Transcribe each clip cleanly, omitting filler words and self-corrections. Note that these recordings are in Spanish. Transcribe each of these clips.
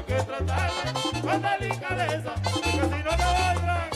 que tratarme con delicadeza, porque si no te valdrán.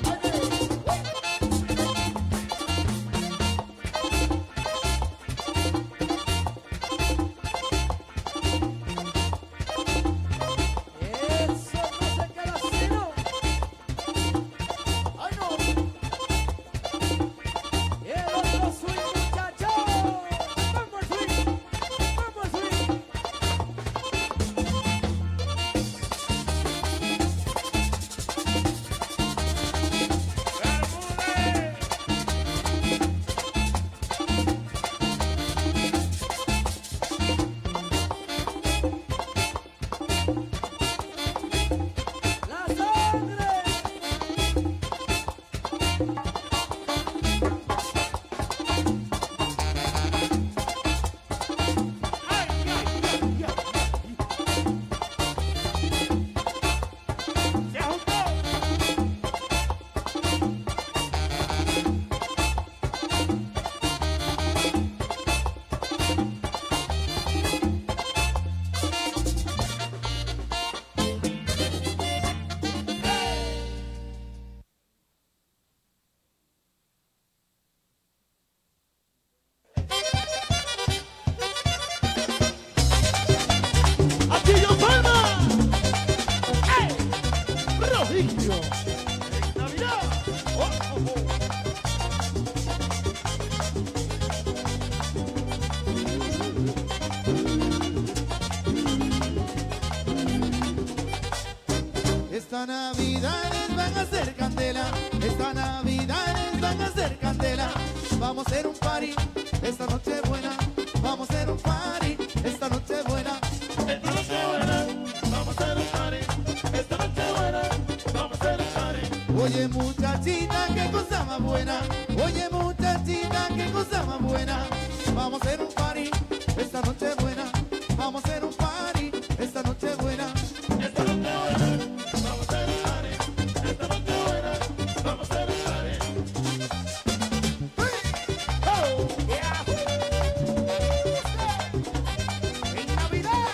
Esta Navidades van a ser candela, esta Navidades van a ser candela. Vamos a hacer un party esta noche buena, vamos a hacer un party esta noche buena. Esta noche buena, vamos a hacer un party. Esta noche buena, vamos a hacer un party. Oye muchachita, qué cosa más buena. Oye muchachita, qué cosa más buena. Vamos a hacer un party esta noche buena, vamos a hacer un party esta noche buena. Esta noche buena, vamos a hacer un party. Esta noche buena, vamos a hacer un party. Oh, yeah. En Navidad.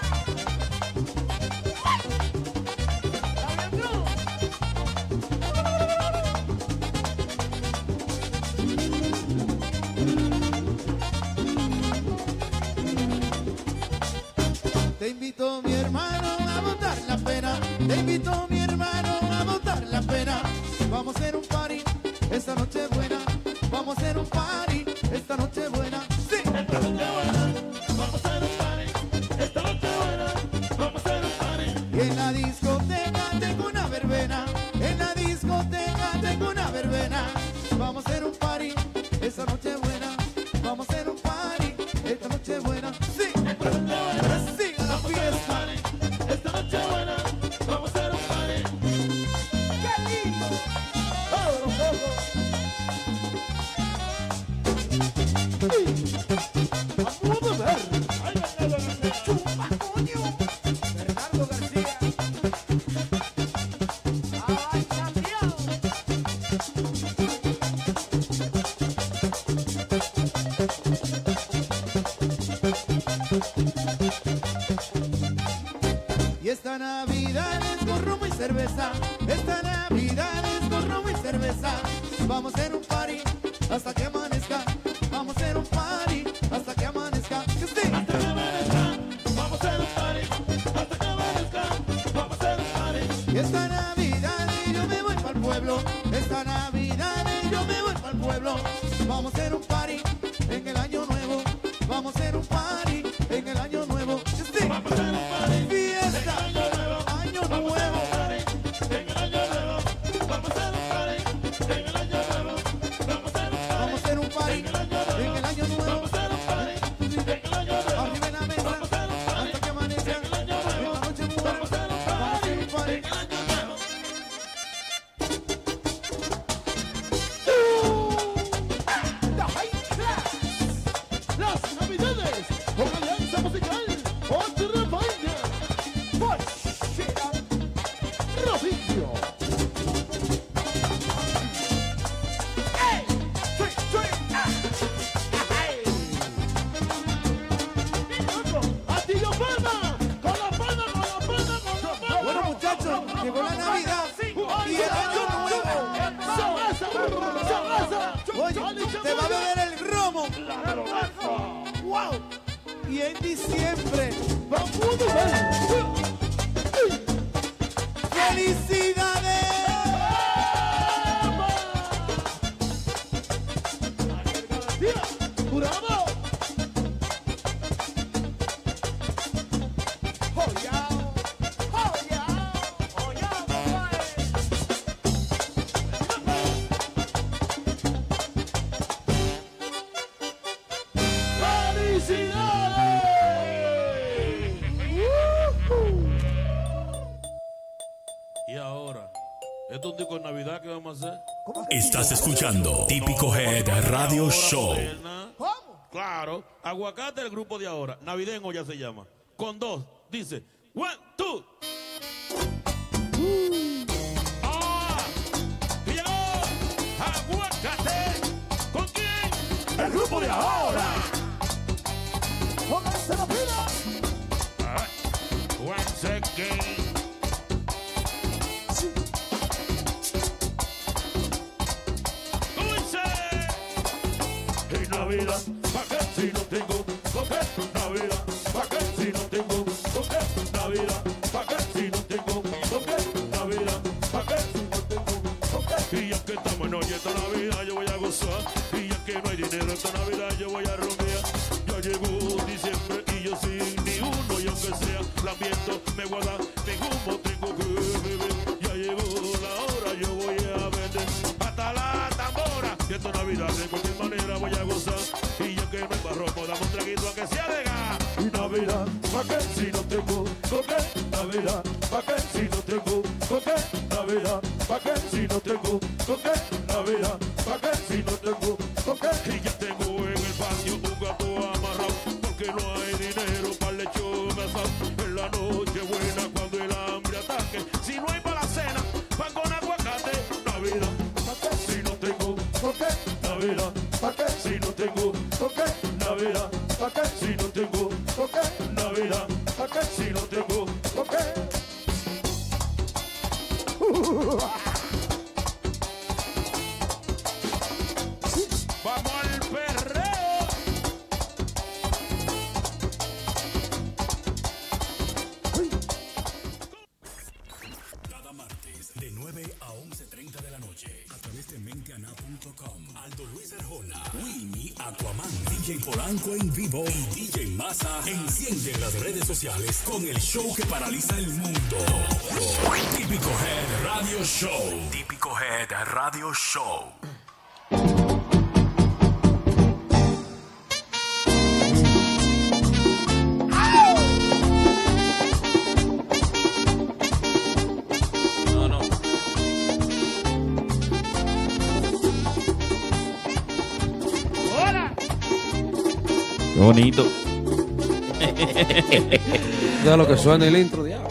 Te invito mi hermano a botar la pena. Te invito mi hermano a botar la pena. Vamos a hacer un party esta noche buena. Vamos a hacer un party esta noche buena. Sí. Esta noche buena, vamos a hacer un party. Esta noche buena, vamos a hacer un party. Y en la discoteca tengo una verbena. En la discoteca tengo una verbena. Vamos a hacer un party esta noche buena. Vamos a hacer un party esta noche buena. Sí. Esta noche buena, Sí, a la vamos a hacer un fiesta. party. Esta noche buena, vamos a hacer un party. ¡Qué lindo! ¡Todos los ojos! ¡A modo ver! Ay, ay, ¡Chupa, coño! Bernardo García. ¡Ay, campeón! Y esta Navidad es con romo y cerveza. Esta Navidad es con romo y cerveza. Vamos a hacer un party hasta que amanezca. Vamos a hacer un party hasta que amanezca. ¡Que sí! hasta que amanezca, vamos a hacer un party. Hasta que amanezca, vamos a hacer un party. Y esta Navidad yo me voy para el pueblo. Esta Navidad yo me voy para el pueblo. Vamos a hacer un party en el año nuevo. Vamos a hacer un party en el año nuevo. ¡Que sí! Vamos a hacer un party. ¡Fiesta! Año nuevo, ¡Año vamos a hacer nuevo! un party. En el año nuevo, vamos a hacer un party. En el año nuevo, vamos a hacer un party. Vamos a hacer un party En el año nuevo, en el año nuevo. vamos a hacer un party. En el año nuevo, Arriba en la mesa vamos a hacer un party. hasta que amanezca. En el año nuevo, En la noche buena. vamos a hacer un Vamos a hacer un party. party. En el año nuevo. The high class. muchachos, llegó la Navidad y el Año Nuevo. Oye, te va a beber el romo. Wow. Y en diciembre, ¡felicidades! ¡Bravo! Y ahora, ¿esto es un disco de Navidad que vamos a hacer? Estás escuchando Típico Head Radio Show. ¿Cómo? Claro, Aguacate del grupo de ahora, navideño ya se llama. Con dos, dice, 1, 2. Y llegó Aguacate. ¿Con quién? El grupo de ahora. ¡Pónganse la pila! Once again. En Navidad, ¿pa' qué si no tengo coqueto? Navidad, ¿pa' qué si no tengo coqueto? Navidad, ¿pa' qué si no tengo coqueto? Navidad, ¿pa' qué si no tengo coqueto? Y aunque estamos en noche esta Navidad yo voy a gozar. Y aunque no hay dinero esta Navidad yo voy a rumbear. Ya llegó diciembre y yo sin ni uno. Y aunque sea lambiento me voy a dar mi humo, tengo que beber. Ya llegó la hora, yo voy a vender hasta la tambora. Y esta Navidad de cualquier manera voy a gozar. Y aunque no hay barroco, dame un traguito a que sea de gas. Y Navidad, ¿pa' qué si no tengo coqueto? Navidad, ¿pa' qué si no tengo coqueto? Navidad, ¿pa' qué si no tengo coqueto? Navidad, ¿pa' qué si no tengo coqueto? Y ya tengo en el patio un gato amarrado, porque no hay dinero para el lechón asado. En la noche buena cuando el hambre ataque, si no hay para la cena, pan con aguacate. Navidad, ¿Pa' qué si no tengo coqueto? Navidad, ¿pa' qué si no tengo coqueto? Navidad, ¿pa' qué si no tengo coqueto? Navidad, ¿pa' qué si no tengo coqueto? vamos al perreo. Cada martes de 9 a 11:30 de la noche a través de menteana.com. Aldo Luis Arjona, Winnie, Aquaman, DJ Polanco en vivo y DJ Massa encienden las redes sociales con el show que paraliza el mundo. Típico Head Radio Show. Típico Head Radio Show. No. Qué bonito. De lo que suena el intro, diablo.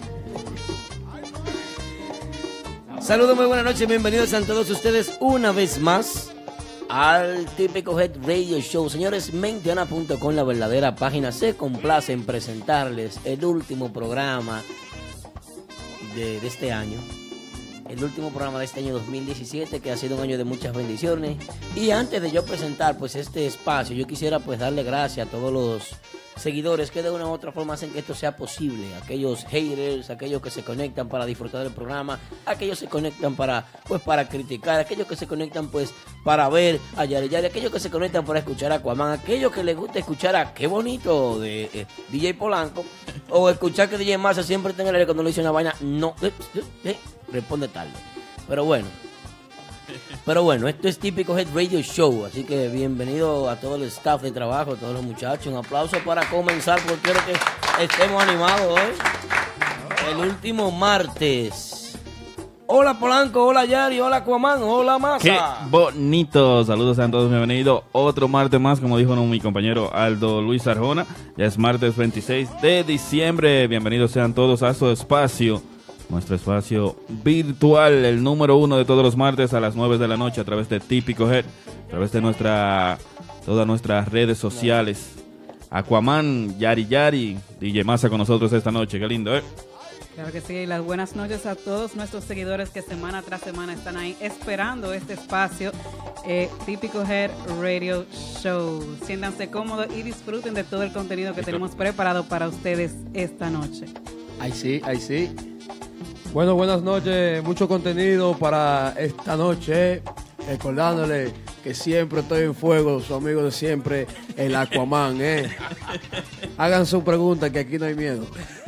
Saludos, muy buenas noches, bienvenidos a todos ustedes una vez más al Típico Head Radio Show. Señores, menteana.com, la verdadera página, se complace en presentarles el último programa de este año. El último programa de este año 2017, que ha sido un año de muchas bendiciones. Y antes de yo presentar pues este espacio, yo quisiera pues darle gracias a todos los seguidores que de una u otra forma hacen que esto sea posible. Aquellos haters, aquellos que se conectan para disfrutar del programa, aquellos que se conectan para criticar, aquellos que se conectan pues para ver a Yari Yari, aquellos que se conectan para escuchar a Aquaman, aquellos que les gusta escuchar a Qué Bonito de DJ Polanco, o escuchar que DJ Massa siempre está en el aire cuando le dice una vaina, no, responde tarde. Pero bueno, esto es Típico Head Radio Show, así que bienvenido a todo el staff de trabajo, a todos los muchachos. Un aplauso para comenzar, porque quiero que estemos animados hoy. El último martes. Hola Polanco, hola Yari, hola Aquaman, hola Massa. Qué bonito. Saludos a todos, bienvenidos. Otro martes más, como dijo mi compañero Aldo Luis Arjona. Ya es martes 26 de diciembre. Bienvenidos sean todos a su espacio. Nuestro espacio virtual, el número 1 de todos los martes a las 9 de la noche a través de Típico Head, a través de todas nuestras redes sociales. Aquaman, Yari Yari, DJ Massa con nosotros esta noche, qué lindo, Claro que sí, y las buenas noches a todos nuestros seguidores que semana tras semana están ahí esperando este espacio, Típico Head Radio Show. Siéntanse cómodos y disfruten de todo el contenido que tenemos preparado para ustedes esta noche. Ahí sí, ahí sí. Bueno, buenas noches, mucho contenido para esta noche. Recordándole que siempre estoy en fuego, su amigo de siempre, el Aquaman, Hagan su pregunta, que aquí no hay miedo.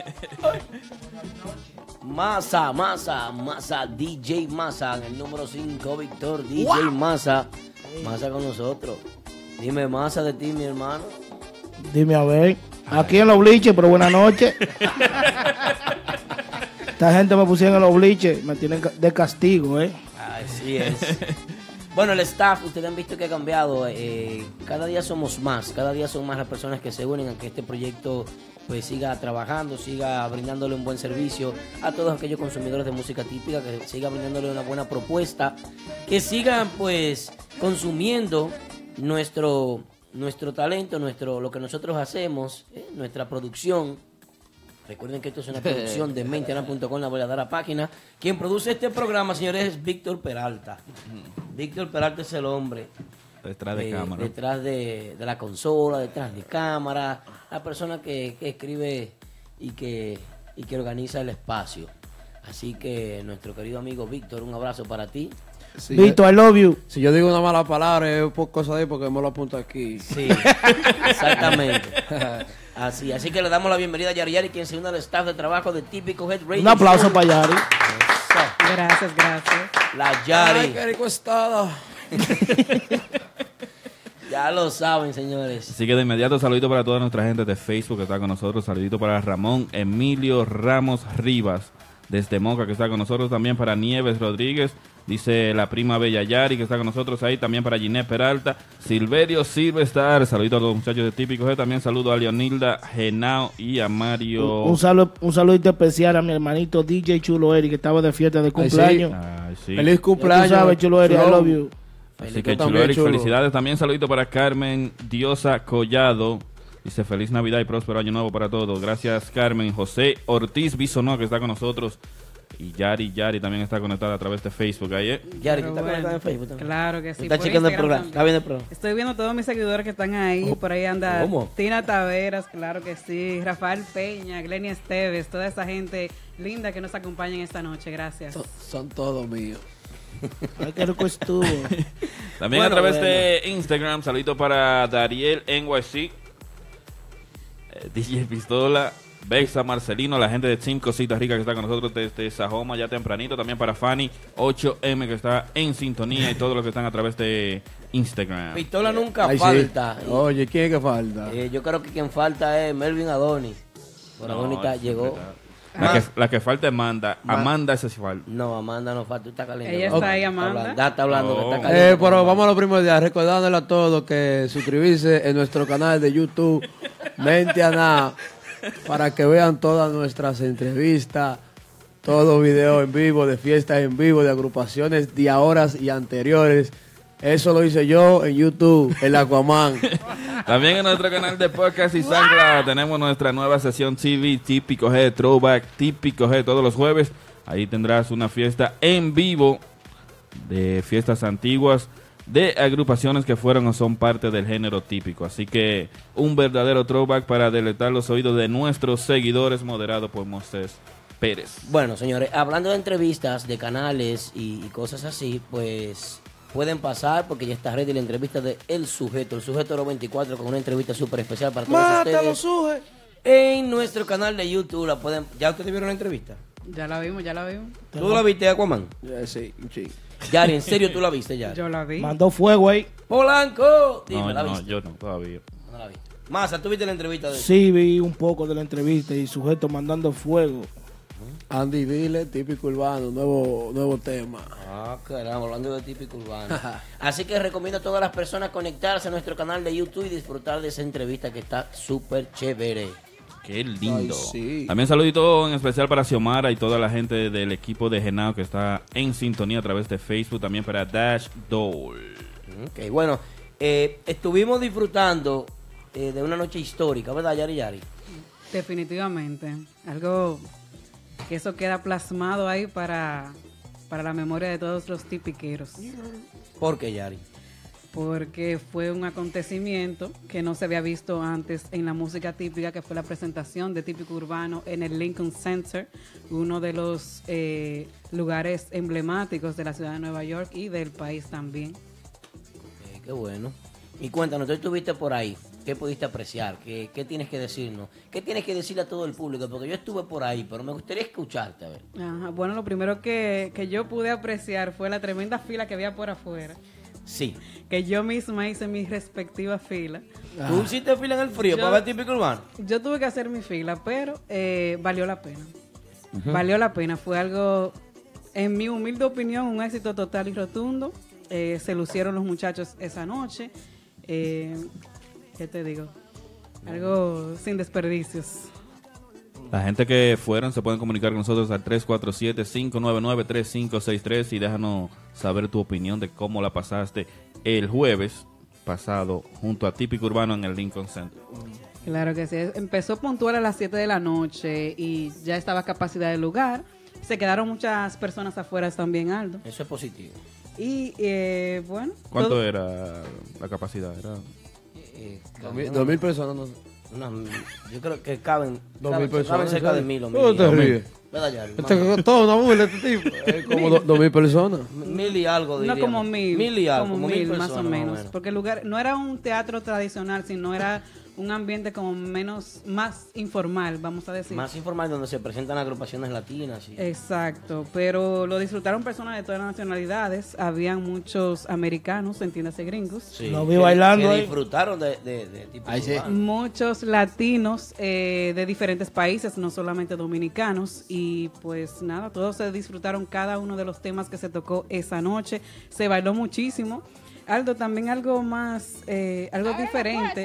Masa, DJ Masa, en el número 5, Víctor, DJ Masa. Masa con nosotros. Dime Masa de ti, mi hermano. Dime a ver. Aquí en los bliches, pero buenas noches. Esta gente me pusieron en los bliches, me tienen de castigo, Así es. Bueno, el staff, ustedes han visto que ha cambiado. Cada día somos más, cada día son más las personas que se unen a que este proyecto pues siga trabajando, siga brindándole un buen servicio a todos aquellos consumidores de música típica, que siga brindándole una buena propuesta, que sigan pues consumiendo nuestro talento, lo que nosotros hacemos, nuestra producción. Recuerden que esto es una producción de menteana.com, la verdadera página. Quien produce este programa, señores, es Víctor Peralta. Víctor Peralta es el hombre detrás de cámara, detrás de la consola, detrás de cámara, la persona que escribe y que organiza el espacio. Así que nuestro querido amigo Víctor, un abrazo para ti. Sí, Víctor, I love you. Si yo digo una mala palabra es por cosa de porque me lo apunto aquí. Sí, exactamente. Así que le damos la bienvenida a Yari Yari, quien se une al staff de trabajo de Típico Head Radio. Un aplauso para Yari. Gracias. La Yari. Ay, qué rico estado. Ya lo saben, señores. Así que de inmediato, saludito para toda nuestra gente de Facebook que está con nosotros. Saludito para Ramón Emilio Ramos Rivas, desde Moca, que está con nosotros. También para Nieves Rodríguez, dice la prima Bella Yari, que está con nosotros ahí. También para Ginés Peralta, Silverio Silvestar. Saludito a los muchachos de Típico G. También saludo a Leonilda Genao y a Mario. Un saludito especial a mi hermanito DJ Chulo Eri, que estaba de fiesta de cumpleaños. Ay, sí. Feliz cumpleaños. Tú sabes, Chulo Eri, I love you. Así que también, Chulo Eric, Chulo. felicidades. También saludito para Carmen Diosa Collado. Dice feliz Navidad y próspero año nuevo para todos. Gracias, Carmen. José Ortiz Bisonó, que está con nosotros. Y Yari también está conectada a través de Facebook. Ahí, Yari, ¿tú Pero estás conectado en Facebook también? Claro que sí. ¿Estás por chequeando el Instagram programa? ¿Estás viendo el programa? Estoy viendo todos mis seguidores que están ahí. Por ahí anda ¿Cómo? Tina Taveras, claro que sí. Rafael Peña, Glenia Esteves, toda esa gente linda que nos acompaña en esta noche. Gracias. Son todos míos. Ay, qué rico estuvo. También Bueno, a través bueno. de Instagram, saludito para Dariel NYC, DJ Pistola, Bexa Marcelino, la gente de Team Cositas Ricas que está con nosotros desde Sajoma ya tempranito. También para Fanny 8M que está en sintonía y todos los que están a través de Instagram. Pistola nunca Ay, sí. falta. Oye, ¿quién es que falta? Yo creo que quien falta es Melvin Adonis. Por No, Adonis llegó. La que falta es Amanda esa sí falta. No, Amanda no falta, tú estás caliente. Ella está ahí, Amanda. Está hablando, que No. está caliente. Pero vamos a lo primordial, recordándole a todos que suscribirse en nuestro canal de YouTube, Mente Aná, para que vean todas nuestras entrevistas, todo video en vivo, de fiestas en vivo, de agrupaciones de ahora y anteriores. Eso lo hice yo en YouTube, el Aquaman. También en nuestro canal de podcast y SoundCloud tenemos nuestra nueva sesión TV, Típico G, Throwback, Típico G, todos los jueves. Ahí tendrás una fiesta en vivo de fiestas antiguas, de agrupaciones que fueron o son parte del género típico. Así que un verdadero throwback para deleitar los oídos de nuestros seguidores, moderado por Moisés Pérez. Bueno, señores, hablando de entrevistas, de canales y cosas así, pues pueden pasar porque ya está ready la entrevista de El Sujeto 24, con una entrevista súper especial para todos ustedes. Suje. En nuestro canal de YouTube la pueden... ¿Ya ustedes vieron la entrevista? Ya la vimos. ¿Tú la viste, Aquaman? Sí. Yari, ¿en serio tú la viste, Yari? Yo la vi. Mandó fuego ahí. Polanco. Dime, ¿la No, viste? yo no, todavía. No la viste. Masa, ¿tú viste la entrevista de Sí, vi un poco de la entrevista y sujeto mandando fuego. Andy Vile, típico urbano, nuevo tema. Ah, caramba, hablando de típico urbano. Así que recomiendo a todas las personas conectarse a nuestro canal de YouTube y disfrutar de esa entrevista que está súper chévere. Qué lindo. Ay, sí. También saludito en especial para Xiomara y toda la gente del equipo de Genao que está en sintonía a través de Facebook. También para Dash Doll. Ok, bueno, estuvimos disfrutando de una noche histórica, ¿verdad, Yari Yari? Definitivamente. Algo que eso queda plasmado ahí para la memoria de todos los tipiqueros. ¿Por qué, Yari? Porque fue un acontecimiento que no se había visto antes en la música típica, que fue la presentación de Típico Urbano en el Lincoln Center, uno de los lugares emblemáticos de la ciudad de Nueva York y del país también. Qué bueno. Y cuéntanos, tú estuviste por ahí, ¿qué pudiste apreciar? ¿Qué tienes que decirnos? ¿Qué tienes que decirle a todo el público? Porque yo estuve por ahí, pero me gustaría escucharte, a ver. Ajá, bueno, lo primero que yo pude apreciar fue la tremenda fila que había por afuera. Sí. Que yo misma hice mi respectiva fila. ¿Tú hiciste fila en el frío para ver Típico Urbano? Yo tuve que hacer mi fila, pero valió la pena. Valió la pena. Fue algo, en mi humilde opinión, un éxito total y rotundo. Se lucieron los muchachos esa noche. ¿Qué te digo? Algo sin desperdicios. La gente que fueron se pueden comunicar con nosotros al 347-599-3563 y déjanos saber tu opinión de cómo la pasaste el jueves pasado junto a Típico Urbano en el Lincoln Center. Claro que sí. Empezó puntual a las 7 de la noche y ya estaba capacidad del lugar. Se quedaron muchas personas afuera también, Aldo. Eso es positivo. Y bueno. ¿Cuánto era la capacidad? Era 2.000 personas, no sé. Yo creo que caben 2.000 personas. Caben cerca de 1.000 o ¿Cómo te 1.000. ríes? ¿Verdad, Yari? Todo una burla este tipo. Como 2.000 personas. 1.000 y algo, No, diríamos. como 1.000. 1.000 y algo, como 1.000 más o personas, menos. bueno. Porque el lugar no era un teatro tradicional, sino era un ambiente como más informal, vamos a decir. Más informal, donde se presentan agrupaciones latinas. Y... Exacto, pero lo disfrutaron personas de todas las nacionalidades. Habían muchos americanos, entiéndase gringos. Sí, Lo vi bailando que ahí. disfrutaron de Típico Ahí sí. Urbano. Muchos latinos de diferentes países, no solamente dominicanos. Y pues nada, todos se disfrutaron cada uno de los temas que se tocó esa noche. Se bailó muchísimo. Aldo, también algo más, algo diferente.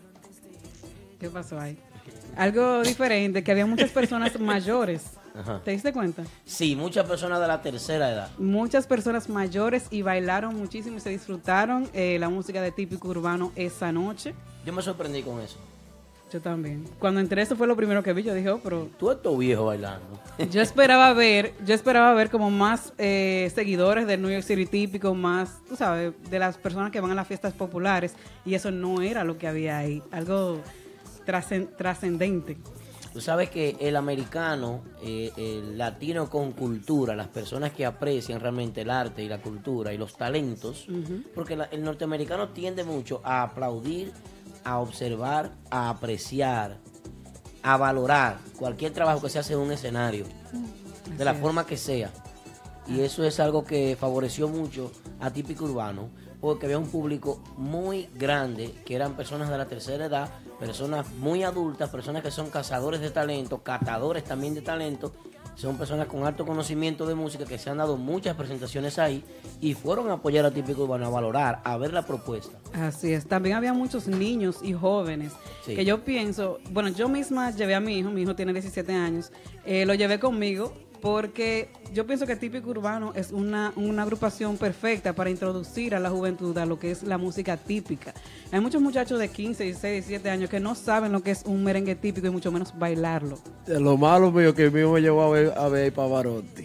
¿Qué pasó ahí? Algo diferente, que había muchas personas mayores. Ajá. ¿Te diste cuenta? Sí, muchas personas de la tercera edad. Muchas personas mayores y bailaron muchísimo y se disfrutaron la música de Típico Urbano esa noche. Yo me sorprendí con eso. Yo también. Cuando entré, eso fue lo primero que vi. Yo dije, oh, pero Tú estás viejo bailando. yo esperaba ver como más seguidores del New York City Típico, más, tú sabes, de las personas que van a las fiestas populares, y eso no era lo que había ahí. Algo trascendente. Tú sabes que el americano, el latino con cultura, las personas que aprecian realmente el arte y la cultura y los talentos, porque el norteamericano tiende mucho a aplaudir, a observar, a apreciar, a valorar cualquier trabajo que se hace en un escenario, de la forma que sea. Y eso es algo que favoreció mucho a Típico Urbano, porque había un público muy grande, que eran personas de la tercera edad, personas muy adultas, personas que son cazadores de talento, catadores también de talento, son personas con alto conocimiento de música que se han dado muchas presentaciones ahí y fueron a apoyar a Típico Urbano, a valorar, a ver la propuesta. Así es. También había muchos niños y jóvenes Sí. que yo pienso, bueno, yo misma llevé a mi hijo tiene 17 años, lo llevé conmigo porque yo pienso que Típico Urbano es una agrupación perfecta para introducir a la juventud a lo que es la música típica. Hay muchos muchachos de 15, 16, 17 años que no saben lo que es un merengue típico y mucho menos bailarlo. Lo malo mío que mi hijo me llevó a ver Pavarotti.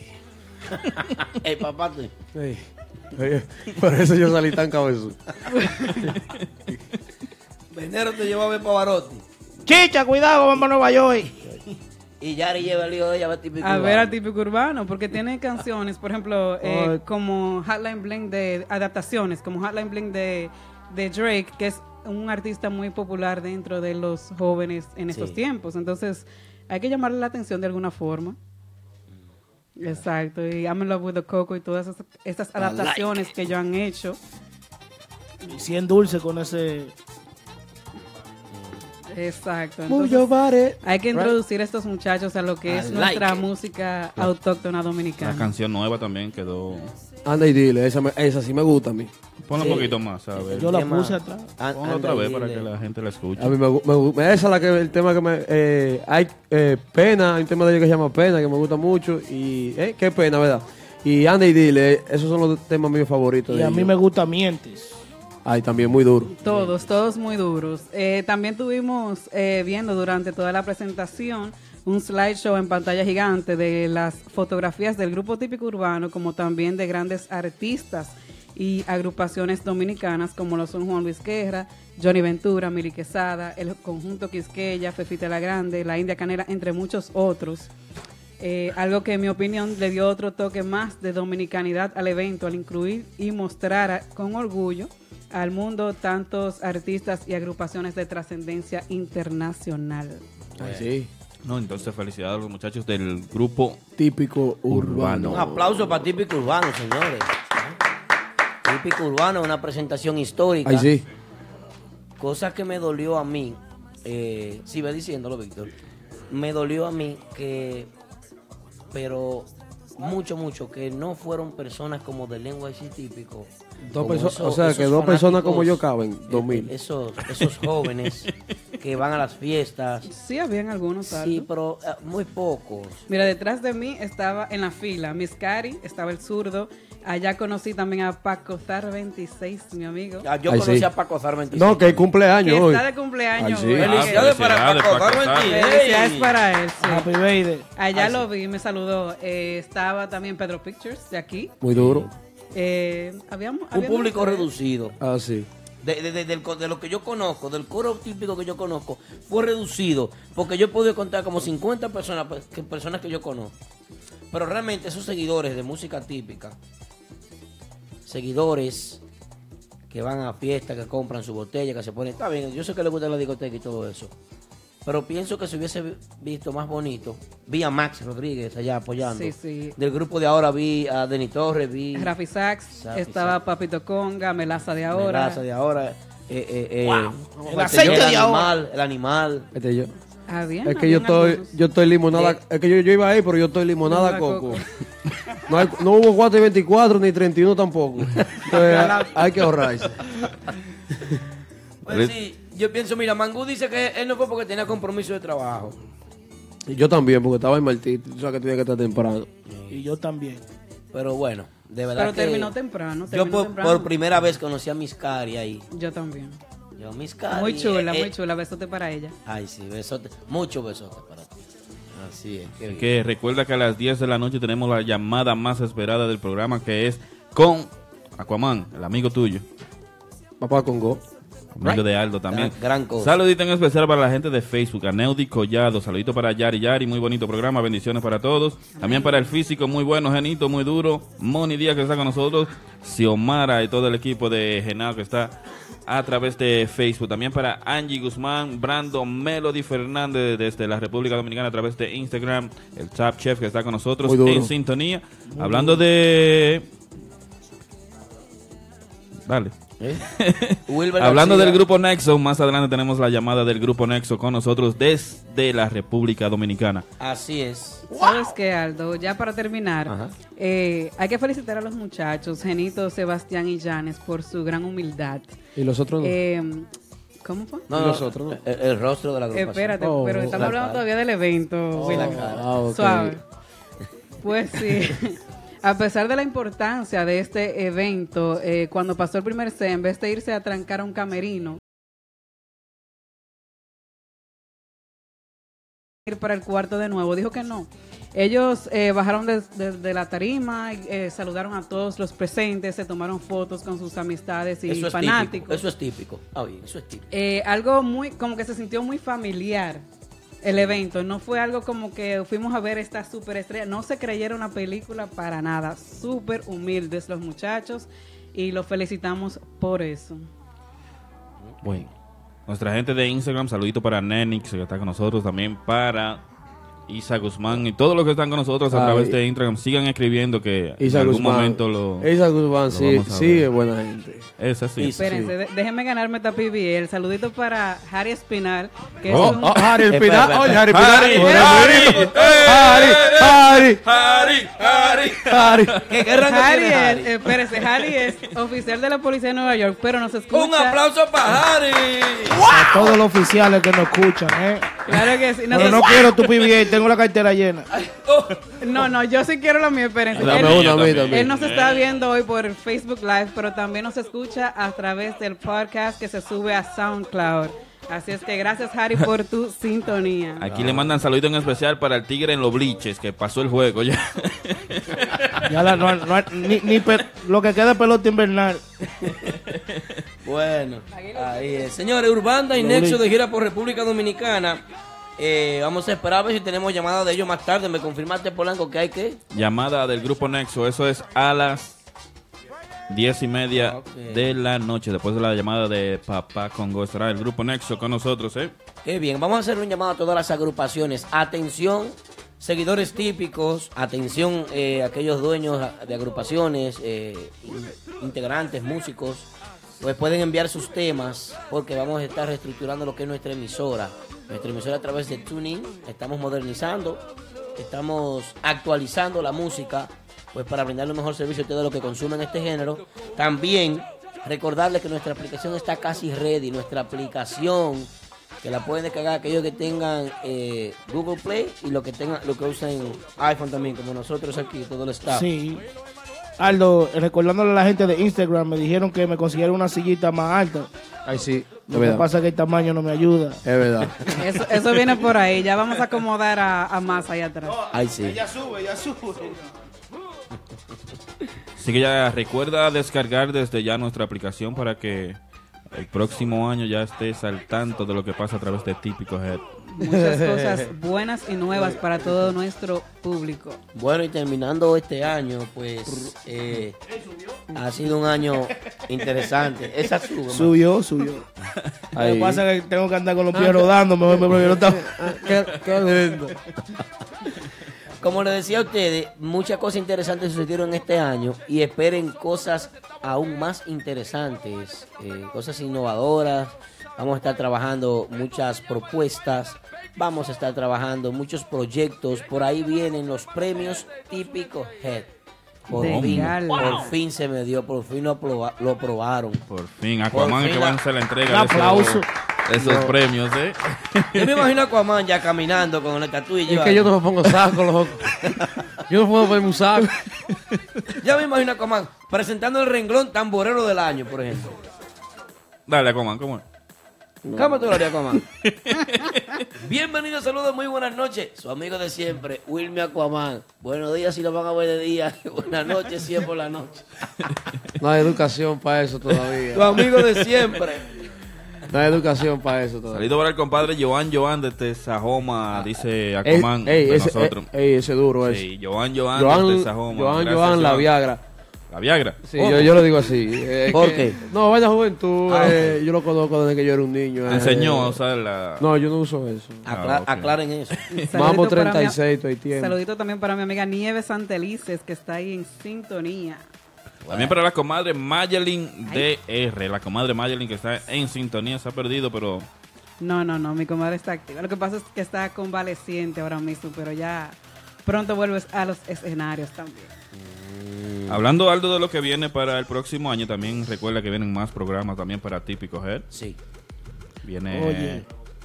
El papá, tú. Sí. Oye, por eso yo salí tan cabezón. Venero te llevó a ver Pavarotti. Chicha, cuidado, vamos a Nueva York. Y Yari lleva el hijo de ella a ver Típico A Urbano. ver al Típico Urbano, porque tiene canciones, por ejemplo, como Hotline Bling de adaptaciones, como Hotline Bling de Drake, que es un artista muy popular dentro de los jóvenes en estos tiempos. Entonces, hay que llamarle la atención de alguna forma. Exacto, y I'm in Love with the Coco y todas estas adaptaciones que ellos han hecho. Y 100 dulce con ese... Exacto. Move Entonces, your body. hay que introducir a estos muchachos a lo que es nuestra música autóctona dominicana. la canción nueva también quedó. Anda y dile, esa sí me gusta a mí. Ponla un poquito más, a ver. Yo la tema- puse atrás. Ponla otra vez para que la gente la escuche. A mí esa es el tema que me... hay Pena, hay un tema de ellos que se llama Pena, que me gusta mucho. Y qué pena, ¿verdad? Y anda y dile, esos son los temas míos favoritos. Y de a mí ellos. me gusta Mientes. Ay, también muy duro. Todos muy duros. También tuvimos viendo durante toda la presentación un slideshow en pantalla gigante de las fotografías del grupo típico urbano, como también de grandes artistas y agrupaciones dominicanas como lo son Juan Luis Guerra, Johnny Ventura, Mili Quesada, el conjunto Quisqueya, Fefita la Grande, la India Canela, entre muchos otros. Algo que en mi opinión le dio otro toque más de dominicanidad al evento, al incluir y mostrar con orgullo al mundo tantos artistas y agrupaciones de trascendencia internacional. Ay, sí. No, entonces felicidades a los muchachos del grupo Típico Urbano. Un aplauso para Típico Urbano, señores. Típico Urbano, una presentación histórica. Ay, sí. Cosa que me dolió a mí, sí, ve diciéndolo, Víctor. Me dolió a mí que, pero mucho, que no fueron personas como de lenguaje típico. O sea, que dos personas como yo caben, 2000. Esos jóvenes que van a las fiestas. Sí, habían algunos. Sí, pero muy pocos. Mira, detrás de mí estaba en la fila Miss Cari, estaba el zurdo. Allá conocí también a Paco Zar 26, mi amigo. Yo conocí a Paco Zar 26. No, que cumpleaños que hoy. está de cumpleaños. Ay, sí. Felicidades para Paco Zar 26. Felicidades para él. Sí. Happy birthday. Allá lo vi, me saludó. Estaba también Pedro Pictures de aquí. Muy duro. Habíamos Un público reducido. Ah, sí. De lo que yo conozco, del coro típico que yo conozco, fue reducido. Porque yo pude contar como 50 personas que yo conozco. Pero realmente esos seguidores de música típica, seguidores que van a fiestas, que compran su botella, que se ponen... Está bien, yo sé que les gusta la discoteca y todo eso. Pero pienso que se hubiese visto más bonito. Vi a Max Rodríguez allá apoyando. Sí. Del grupo de ahora vi a Denis Torres, vi... Rafi Sax, estaba Papito Conga, Melaza de ahora. El aceite de ahora. El animal. Habían, Es que yo estoy limonada. Es que yo iba ahí, pero yo estoy limonada coco. No hubo 4 y 24 ni 31 tampoco. Entonces, hay que ahorrarse. Pues sí, yo pienso, mira, Mangú dice que él no fue porque tenía compromiso de trabajo. Y yo también, porque estaba en Martí. Tú sabes que tenía que estar temprano. Y yo también. Pero bueno, de verdad. Pero que terminó temprano. Yo por primera vez conocí a Miss Cari ahí. Yo también. Miss Cari. Muy chula. Besote para ella. Ay, sí, besote. Muchos besotes para ti. Así es. Que recuerda que a las 10 de la noche tenemos la llamada más esperada del programa, que es con Aquaman, el amigo tuyo. Papá Congo. Amigo de Aldo también. Gran cosa. Saludito en especial para la gente de Facebook, a Neudi Collado. Saludito para Yari, muy bonito programa. Bendiciones para todos. También para el físico, muy bueno, Genito, muy duro. Moni Díaz, que está con nosotros. Xiomara y todo el equipo de Genao que está a través de Facebook. También para Angie Guzmán, Brando, Melody Fernández desde la República Dominicana a través de Instagram. El Top Chef que está con nosotros en sintonía. Hablando de... Vale. Hablando del grupo Nexo, más adelante tenemos la llamada del grupo Nexo con nosotros desde la República Dominicana. Así es. ¿Sabes qué, Aldo? Ya para terminar, hay que felicitar a los muchachos, Genito, Sebastián y Janes, por su gran humildad. ¿Y los otros no? ¿Cómo fue? No, los otros no. El rostro de la agrupación. Espérate, pero estamos hablando todavía del evento. Okay. Suave. Pues sí. A pesar de la importancia de este evento, cuando pasó el primer set, en vez de irse a trancar a un camerino, ir para el cuarto de nuevo, dijo que no. Ellos bajaron de la tarima, saludaron a todos los presentes, se tomaron fotos con sus amistades y eso fanáticos. Eso es típico. Eso es típico. Algo muy, como que se sintió muy familiar. El evento, no fue algo como que fuimos a ver esta superestrella, no se creyera una película para nada, súper humildes los muchachos y los felicitamos por eso. Bueno, nuestra gente de Instagram, saludito para Nenix que está con nosotros, también para Isa Guzmán y todos los que están con nosotros a través de Instagram, sigan escribiendo que Isa en algún Guzmán. Momento lo Isa Guzmán, sí, es buena gente. Esa sí. Espérense, déjenme ganarme esta PBL. Saludito para Harry Espinal, que es Harry Espinal, oye, Harry Harry, espérense, Harry es oficial de la policía de Nueva York, pero nos escucha. Un aplauso para Harry. A todos los oficiales que nos escuchan, Claro que sí. Pero no quiero tu PBA, tengo la cartera llena. No, yo sí quiero la mía, espérense. Él nos está viendo hoy por Facebook Live, pero también nos escucha a través del podcast que se sube a SoundCloud. Así es que gracias, Harry, por tu sintonía. Aquí le mandan saludito en especial para el Tigre en los Bliches, que pasó el juego ya. Ya lo que queda es pelota invernal. Bueno, ahí es. Señores, Urbanda y Nexo de gira por República Dominicana. Vamos a esperar a ver si tenemos llamada de ellos más tarde. ¿Me confirmaste, Polanco, que hay que? Llamada del grupo Nexo, eso es a las 10:30 de la noche. Después de la llamada de Papá Congo estará el grupo Nexo con nosotros, Qué bien, vamos a hacer un llamado a todas las agrupaciones. Atención, seguidores típicos, atención, aquellos dueños de agrupaciones, integrantes, músicos, pues pueden enviar sus temas porque vamos a estar reestructurando lo que es nuestra emisora. Nuestra emisora a través de TuneIn, estamos modernizando, estamos actualizando la música, pues para brindarle un mejor servicio a todos los que consumen este género. También recordarles que nuestra aplicación está casi ready, nuestra aplicación que la pueden descargar aquellos que tengan Google Play y los que usen iPhone también, como nosotros aquí, todo el staff. Sí. Aldo, recordándole a la gente de Instagram, me dijeron que me consiguieron una sillita más alta. Ay, sí. Lo que pasa es que el tamaño no me ayuda. Es verdad. Eso viene por ahí. Ya vamos a acomodar a más allá atrás. Ay, sí. Ya sube. Así que ya recuerda descargar desde ya nuestra aplicación para que el próximo año ya estés al tanto de lo que pasa a través de Típico Head. Muchas cosas buenas y nuevas para todo nuestro público. Bueno, y terminando este año, pues ha sido un año interesante. Esa sube. Subió. Lo que pasa es que tengo que andar con los pies rodando. Mejor me prefiero Qué lindo. Como les decía a ustedes, muchas cosas interesantes sucedieron este año y esperen cosas aún más interesantes, cosas innovadoras. Vamos a estar trabajando muchas propuestas, vamos a estar trabajando muchos proyectos. Por ahí vienen los premios Típico Head. Por fin se me dio, por fin lo aprobaron. Por fin, Aquaman es que van a hacer la entrega Un aplauso. de esos premios, Yo me imagino a Aquaman ya caminando con el tatu y Es que yo no me pongo saco, loco. Yo no puedo ponerme un saco. Ya me imagino a Aquaman presentando el renglón tamborero del año, por ejemplo. Dale, Aquaman, ¿cómo es? ¿Cómo tú lo harías, Aquaman? Bienvenidos, saludos, muy buenas noches. Su amigo de siempre, Wilmy Aquaman. Buenos días si lo van a ver de día. Buenas noches si es por la noche. No hay educación para eso todavía. Tu amigo de siempre. No hay educación para eso todavía. Salido para el compadre Joan de Tesajoma, dice Aquaman, de ese, nosotros. ese duro es. Sí, Joan de Tesajoma. Joan, la Viagra. ¿La Viagra? Sí, yo lo digo así. ¿Por qué? No, vaya juventud. Yo lo conozco desde que yo era un niño. ¿Te enseñó a usar la...? No, yo no uso eso. Aclaren eso. Mambo 36 todo el tiempo. Saludito también para mi amiga Nieves Santelices, que está ahí en sintonía. También para la comadre Mayelin DR. La comadre Mayelin que está en sintonía, se ha perdido, pero... No, mi comadre está activa. Lo que pasa es que está convaleciente ahora mismo, pero ya pronto vuelves a los escenarios también. Hablando, Aldo, de lo que viene para el próximo año, también recuerda que vienen más programas también para Típico Head. Sí. Viene... Oye.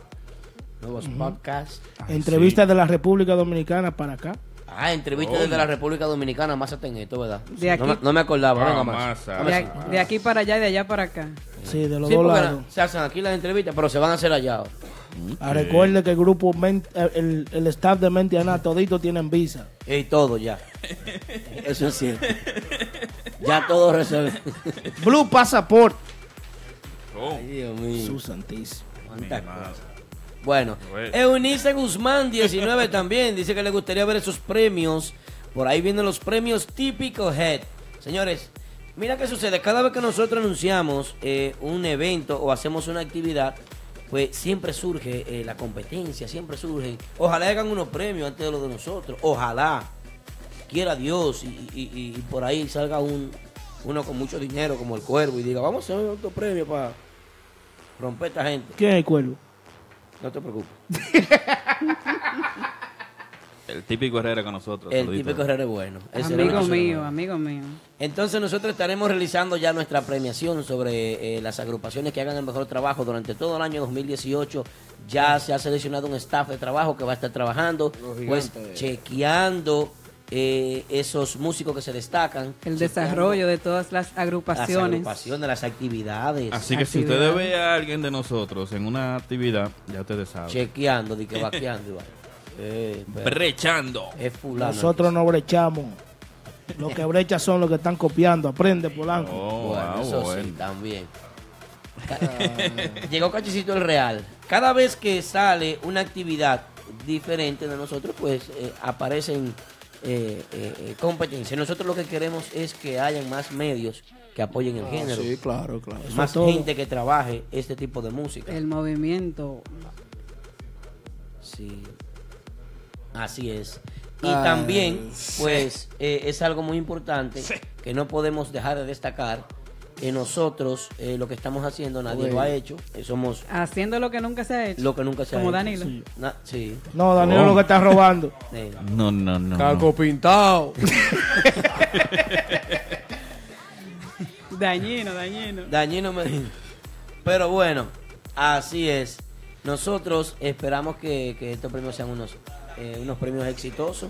Nuevos podcasts. Entrevistas de la República Dominicana para acá. Entrevistas desde la República Dominicana. Más en esto, ¿verdad? De aquí, No me acordaba. Venga, más. de aquí para allá y de allá para acá. Sí, de los Sí, dos porque lados. se hacen aquí las entrevistas, pero se van a hacer allá. Recuerde que el grupo, el staff de Mentiana, todito tienen visa. Y todo ya. Eso es cierto. Ya todo resuelve. Blue Passport. Ay, Dios mío. Su santísimo. Cuántas cosas. Bueno, Eunice Guzmán 19 también dice que le gustaría ver esos premios. Por ahí vienen los premios Típico Head. Señores, mira qué sucede. Cada vez que nosotros anunciamos un evento o hacemos una actividad, pues siempre surge la competencia, siempre surge. Ojalá hagan unos premios antes de los de nosotros. Ojalá, quiera Dios, y por ahí salga uno con mucho dinero como el Cuervo y diga, vamos a hacer otro premio para romper a esta gente. ¿Quién es el Cuervo? No te preocupes. El típico Herrera con nosotros. El saludito. típico Herrera es bueno. Amigo mío. Entonces nosotros estaremos realizando ya nuestra premiación sobre las agrupaciones que hagan el mejor trabajo durante todo el año 2018. Ya se ha seleccionado un staff de trabajo que va a estar trabajando, pues chequeando esos músicos que se destacan. El desarrollo de todas las Las agrupaciones. agrupaciones, las actividades. Así que si usted ve a alguien de nosotros en una actividad, ya ustedes saben. Chequeando, de que vaqueando. Brechando. Es fulano. Nosotros no brechamos. Los que brechan son los que están copiando. Aprende, Polanco. Oh, Bueno, eso sí, bueno. también. Llegó Cachecito el Real. Cada vez que sale una actividad diferente de nosotros, pues aparecen competencias. Nosotros lo que queremos es que hayan más medios que apoyen el género. Sí, claro. Más todo. gente que trabaje este tipo de música. El movimiento. Sí. Así es. Y también, pues, es algo muy importante que no podemos dejar de destacar. Que nosotros, lo que estamos haciendo, nadie lo ha hecho. Somos Haciendo lo que nunca se ha hecho. lo que nunca se ha Como hecho. Danilo. Sí. No, Danilo lo que está robando. No. Caco pintado. Dañino. Dañino Medina. Pero bueno, así es. Nosotros esperamos que estos premios sean unos premios exitosos.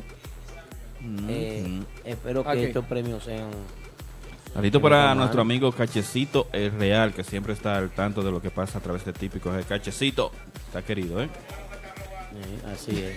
Espero que estos premios sean... Saludito para nuestro amigo Cachecito el Real, que siempre está al tanto de lo que pasa a través de Típicos. El Cachecito está querido, ¿eh? Así es.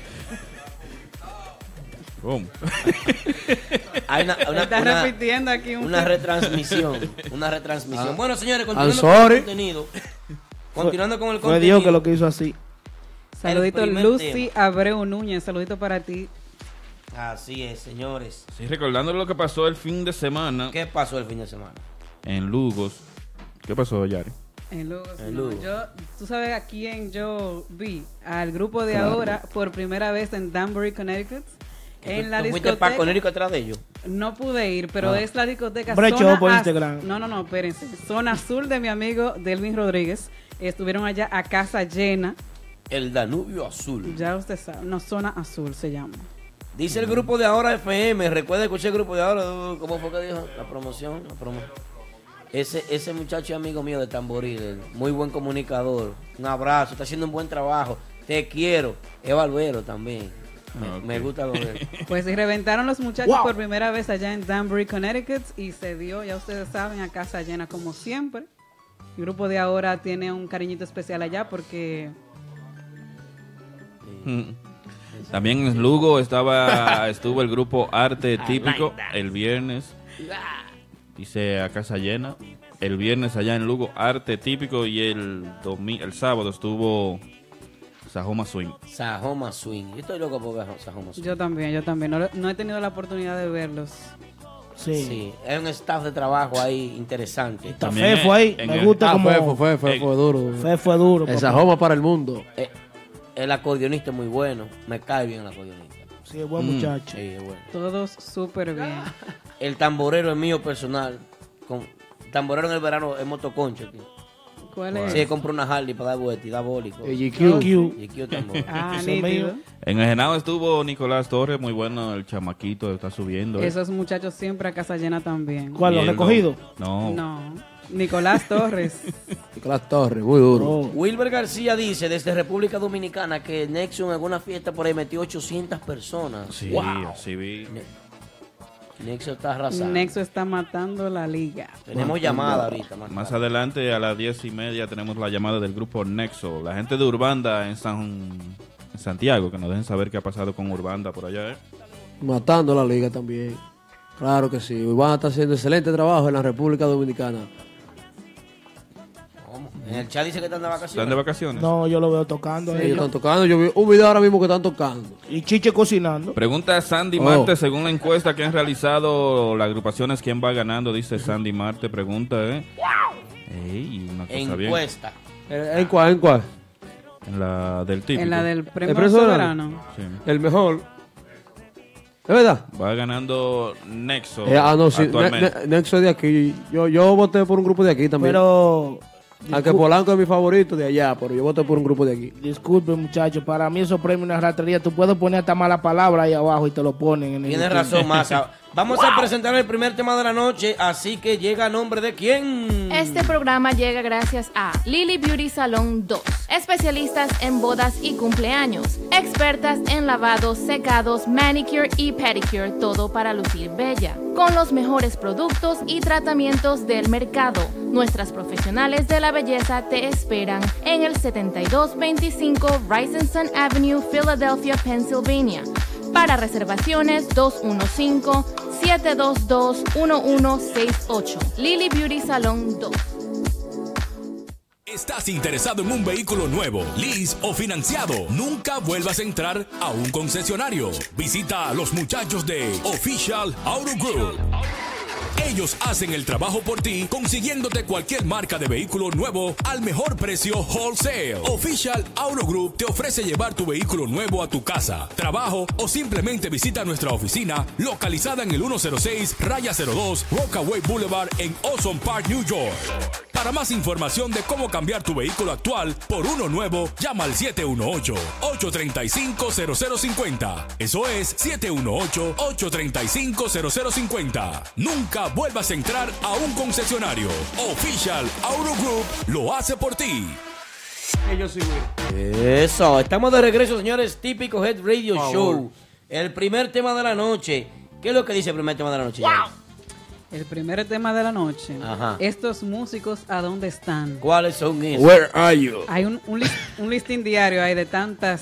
Boom. Hay Está repitiendo aquí una retransmisión. Bueno, señores, I'm continuando con el sorry. contenido. Continuando con el Fue contenido. Dios que lo que hizo así. Saludito El primer Lucy Abreu Núñez. Saludito para ti. Así es, señores. Sí, recordando lo que pasó el fin de semana ¿Qué pasó el fin de semana? en Lugos. ¿Qué pasó, Yari? En Lugo, sí, En no. Lugo. Tú sabes a quién yo vi. Al grupo de ahora por primera vez en Danbury, Connecticut. En la ¿Tú fuiste discoteca. para Conérico atrás de ellos? No pude ir, pero es la discoteca Brecho Zona por Az- Instagram. No, espérense. Zona Azul de mi amigo Delvin Rodríguez. Estuvieron allá a casa llena. El Danubio Azul. Ya usted sabe. No, Zona Azul se llama. Dice el grupo de ahora FM. Recuerda escuchar el grupo de ahora. ¿Cómo fue que dijo? La promoción. Ese muchacho es amigo mío de Tamboril. Muy buen comunicador. Un abrazo. Está haciendo un buen trabajo. Te quiero. Es barbero también. Me gusta barbero. Pues y reventaron los muchachos por primera vez allá en Danbury, Connecticut. Y se dio, ya ustedes saben, a casa llena como siempre. El grupo de ahora tiene un cariñito especial allá porque... También en Lugo estuvo el grupo Arte Típico el viernes. Dice a casa llena. El viernes allá en Lugo, Arte Típico. Y el sábado estuvo Sajoma Swing. Sajoma Swing. Yo estoy loco por ver Sajoma Swing. Yo también. No he tenido la oportunidad de verlos. Sí. Es un staff de trabajo ahí interesante. Está También Fefo ahí. en Me el- gusta como... Fue duro. Fefo es duro. Esa papá. joma para el mundo. El acordeonista es muy bueno. Me cae bien el acordeonista. Sí, es buen muchacho. Sí, es bueno. Todos súper bien. El tamborero es mío personal. Tamborero en el verano es motoconcho, tío. ¿Cuál es? Sí, compró una Harley para dar vuelta y dar bólico. GQ. GQ tambor. Ah, Eso es nítido. mío. En el Genao estuvo Nicolás Torres, muy bueno, el chamaquito está subiendo. Esos muchachos siempre a casa llena también. ¿Cuál? Y ¿Los él recogidos? No. No. Nicolás Torres. Nicolás Torres, muy duro. Oh. Wilber García dice desde República Dominicana que Nexo en alguna fiesta por ahí metió 800 personas. Sí, Wow. así vi. Nexo está arrasando. Nexo está matando la liga. Tenemos llamada ahorita. Más adelante, a las 10:30, tenemos la llamada del grupo Nexo. La gente de Urbanda en Santiago, que nos dejen saber qué ha pasado con Urbanda por allá. Matando la liga también. Claro que sí. Urbana está haciendo excelente trabajo en la República Dominicana. ¿Cómo? En el chat dice que están de vacaciones. ¿Están de vacaciones? No, yo lo veo tocando. a Ellos ellos. están tocando. Yo vi un video ahora mismo que están tocando. Y Chiche cocinando. Pregunta Sandy Marte, según la encuesta que han realizado las agrupaciones, ¿quién va ganando? Dice Sandy Marte, pregunta, Ey, una cosa bien. Encuesta. ¿En cuál? ¿En cuál? En la del típico. En la del premio preso soberano. Sí. El mejor. ¿Es verdad? Va ganando Nexo No, sí. actualmente. Nexo es de aquí. Yo voté por un grupo de aquí también. Pero... Aunque Polanco es mi favorito de allá, pero yo voté por un grupo de aquí. Disculpe, muchachos, para mí esos premios una ratería. Tú puedes poner hasta mala palabra ahí abajo y te lo ponen. En el Tienes YouTube. razón, Massa. Vamos a presentar el primer tema de la noche, así que llega a nombre de quién. Este programa llega gracias a Lily Beauty Salon 2, especialistas en bodas y cumpleaños, expertas en lavados, secados, manicure y pedicure, todo para lucir bella, con los mejores productos y tratamientos del mercado. Nuestras profesionales de la belleza te esperan en el 7225 Rising Avenue, Philadelphia, Pennsylvania. Para reservaciones 215-722-1168. Lily Beauty Salon 2. ¿Estás interesado en un vehículo nuevo, lease o financiado? Nunca vuelvas a entrar a un concesionario. Visita a los muchachos de Official Auto Group. Ellos hacen el trabajo por ti, consiguiéndote cualquier marca de vehículo nuevo al mejor precio wholesale. Official Auto Group te ofrece llevar tu vehículo nuevo a tu casa, trabajo o simplemente visita nuestra oficina localizada en el 106-02 Rockaway Boulevard en Ozone Park, New York. Para más información de cómo cambiar tu vehículo actual por uno nuevo, llama al 718-835-0050. Eso es 718-835-0050. Nunca vuelvas a entrar a un concesionario. Official Auto Group lo hace por ti. Eso, estamos de regreso, señores. Típico Head Radio Show. El primer tema de la noche. ¿Qué es lo que dice el primer tema de la noche? ¡Wow! El primer tema de la noche. Ajá. Estos músicos, ¿a dónde están? ¿Cuáles son esos? Where are you? Hay un listín diario hay de tantos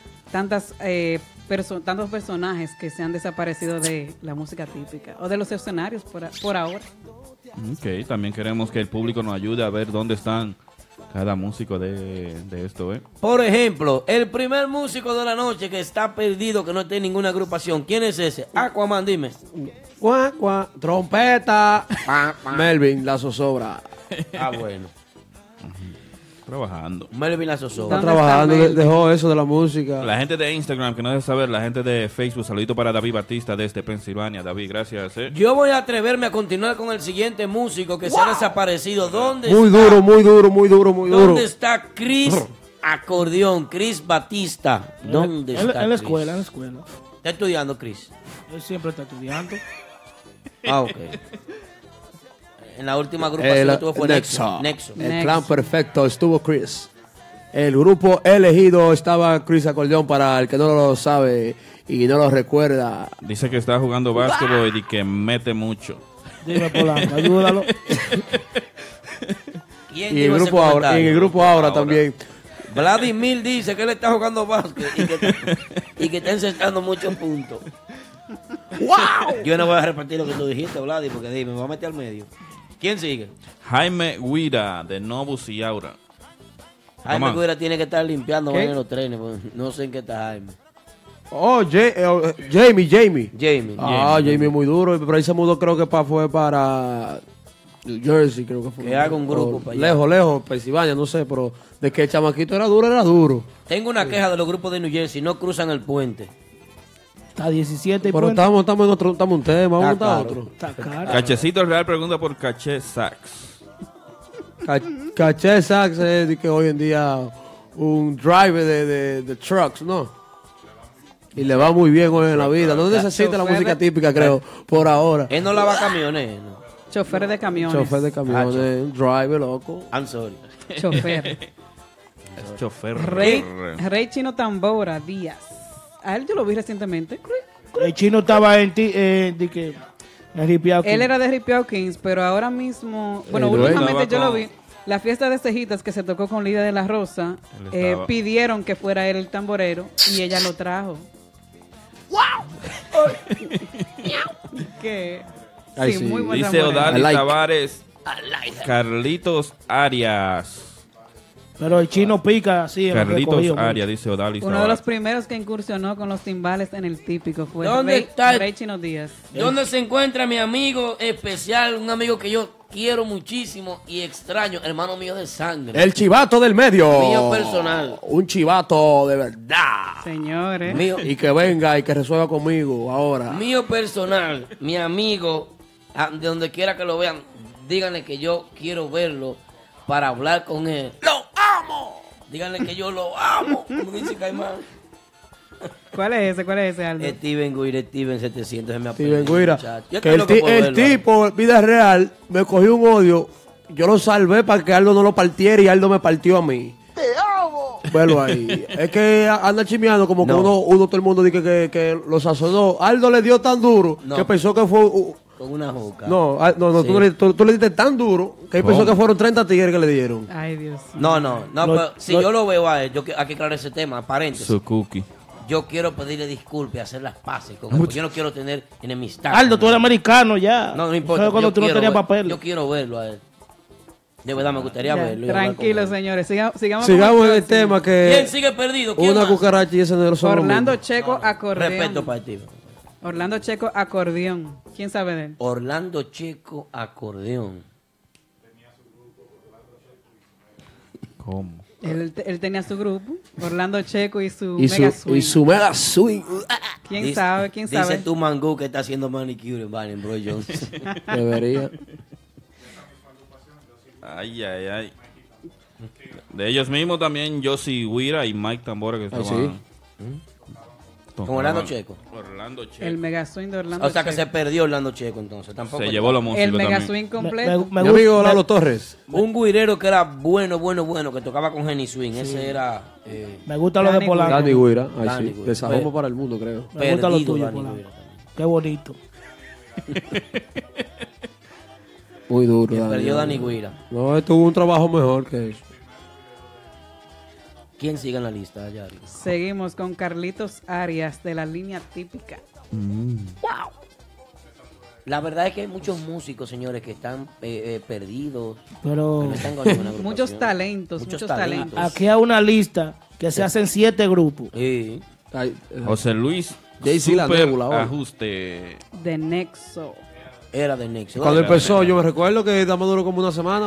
personajes que se han desaparecido de la música típica o de los escenarios por ahora. Ok, también queremos que el público nos ayude a ver dónde están cada músico de esto, ¿eh? Por ejemplo, el primer músico de la noche que está perdido, que no tiene ninguna agrupación. ¿Quién es ese? Aquaman, dime. Cuá, cuá, trompeta. Melvin, la zozobra. Ah, bueno. Trabajando. Melvin la zozobra. Está trabajando, dejó eso de la música. La gente de Instagram que no debe saber, la gente de Facebook, saludito para David Batista desde Pensilvania. David, gracias. Yo voy a atreverme a continuar con el siguiente músico que se ha desaparecido. ¿Dónde muy está? duro, muy duro, muy duro, muy duro. ¿Dónde está Chris Acordeón? Chris Batista. ¿Dónde está? En la Chris? escuela, en la escuela. ¿Está estudiando, Chris? Él siempre está estudiando. Ah, ok. En la última agrupación que tuvo fue Nexo. El clan perfecto estuvo Chris. El grupo elegido estaba Chris Acordeón, para el que no lo sabe y no lo recuerda. Dice que está jugando básquetbol y que mete mucho. Dime, Polanco, ayúdalo. Y el grupo ahora, en el grupo ahora también. Vladimir dice que él está jugando básquet y que está encestando muchos puntos. ¡Wow! Yo no voy a repetir lo que tú dijiste, Vladi, porque dime, me voy a meter al medio. ¿Quién sigue? Jaime Guira, de Novus y Aura. Jaime Guira tiene que estar limpiando en los trenes, pues, no sé en qué está Jaime. Oh, Jamie. Jamie es muy duro, pero ahí se mudó, creo que fue para New Jersey, creo que fue. Que haga un grupo para allá. Lejos, Pensilvania, no sé, pero de que el chamaquito era duro. Tengo una queja de los grupos de New Jersey, no cruzan el puente. Está 17 y pero estamos en otro, estamos un tema, vamos a montar otro. Está caro. Cachecito Real pregunta por Caché Sax. Caché Sax es de que hoy en día un driver de trucks, ¿no? Y le va muy bien hoy en la vida. No necesita la música típica, creo, por ahora. Él no lava camiones, ¿no? Chofer de camiones. Chofer de camiones, un driver, loco. I'm sorry. Chofer. Es chofer. Rey Chino Tambora Díaz. A él yo lo vi recientemente. El chino estaba en Ripiao. Él era de Ripiao Kings, pero ahora mismo, bueno, últimamente yo lo vi. La fiesta de cejitas que se tocó con Lidia de la Rosa, pidieron que fuera él el tamborero y ella lo trajo. ¡Wow! ¿Qué? Ay, sí. Muy buen Dice tamborero. Odali Tavares, Carlitos Arias. Pero el chino pica así. Carlitos Arias, dice Odali Uno de los primeros que incursionó con los timbales en el típico fue Rey Chino Díaz. ¿Dónde se encuentra mi amigo especial? Un amigo que yo quiero muchísimo y extraño, hermano mío de sangre. El chivato del medio. Mío personal. Un chivato de verdad. Señores. Y que venga y que resuelva conmigo ahora. Mío personal, mi amigo, de donde quiera que lo vean, díganle que yo quiero verlo para hablar con él. ¡Lo amo! Díganle que yo lo amo, como dice Caimán. ¿Cuál es ese, Aldo? Steven Guira, Steven 700 me Steven Guira. Yo Que estoy loco por el verlo. tipo, vida real, me cogió un odio. Yo lo salvé para que Aldo no lo partiera y Aldo me partió a mí. ¡Te amo! Velo ahí. Es que anda chimeando como que No. uno todo el mundo dice que lo sazonó. Aldo le dio tan duro No. que pensó que fue... Con una juca. no, Sí. tú le diste tan duro que él pensó que fueron 30 tigres que le dieron. Ay, Dios. No, pero si yo lo veo a él, hay que aclarar ese tema, paréntesis. Su cookie. Yo quiero pedirle disculpas y hacer las paces con él, porque yo no quiero tener enemistad. Aldo, con tú eres él. americano ya. No importa. Fue cuando yo tú no quiero tenías ver- papel. Yo quiero verlo a él. De verdad, me gustaría Ya, verlo. y hablar con tranquilo, él. señores. Sigamos Sigamos con en el tema que... ¿Quién sigue perdido? ¿Quién Una más? cucaracha y ese negro son los Orlando mismos. Checo, acordeón. Respeto para ti. Orlando Checo, acordeón. ¿Quién sabe de él? Orlando Checo, acordeón. ¿Cómo? Él tenía su grupo, Orlando Checo y su Y Mega Swing. su mega swing. ¿Quién sabe? ¿Quién Dice sabe? tu mangú que está haciendo manicure en Bro Jones. Debería. Ay, ay, ay. De ellos mismos también, Josie Guira y Mike Tambora que estaban... sí. Con Orlando Checo. Orlando Checo. El Mega Swing de Orlando O sea que Checo. se perdió Orlando Checo entonces. Tampoco Se llevó los músicos El Mega también. Swing completo. Mi amigo Lalo Torres. Un guirero que era bueno, que tocaba con Jenny Swing. Ese era Me gusta lo de Dani Polanco. Dani Guira. Ay, Dani sí. Guira. Desahoma para el mundo, creo. Me gusta lo perdido tuyo, Dani Polanco. Guira también. Qué bonito. Muy duro. Que Dani. perdió Dani Guira. No, él tuvo un trabajo mejor que eso. ¿Quién sigue en la lista, Yari? Seguimos con Carlitos Arias de la línea típica. La verdad es que hay muchos músicos, señores, que están perdidos. Pero Que no están con ninguna agrupación. Muchos talentos. aquí hay una lista que se hacen 7 grupos. Sí. Ay, José Luis, Jay-Z la super Nebula, hoy. ajuste. De Nexo. Era de Nexo. Cuando Era. empezó, yo me recuerdo que Dama duró como una semana.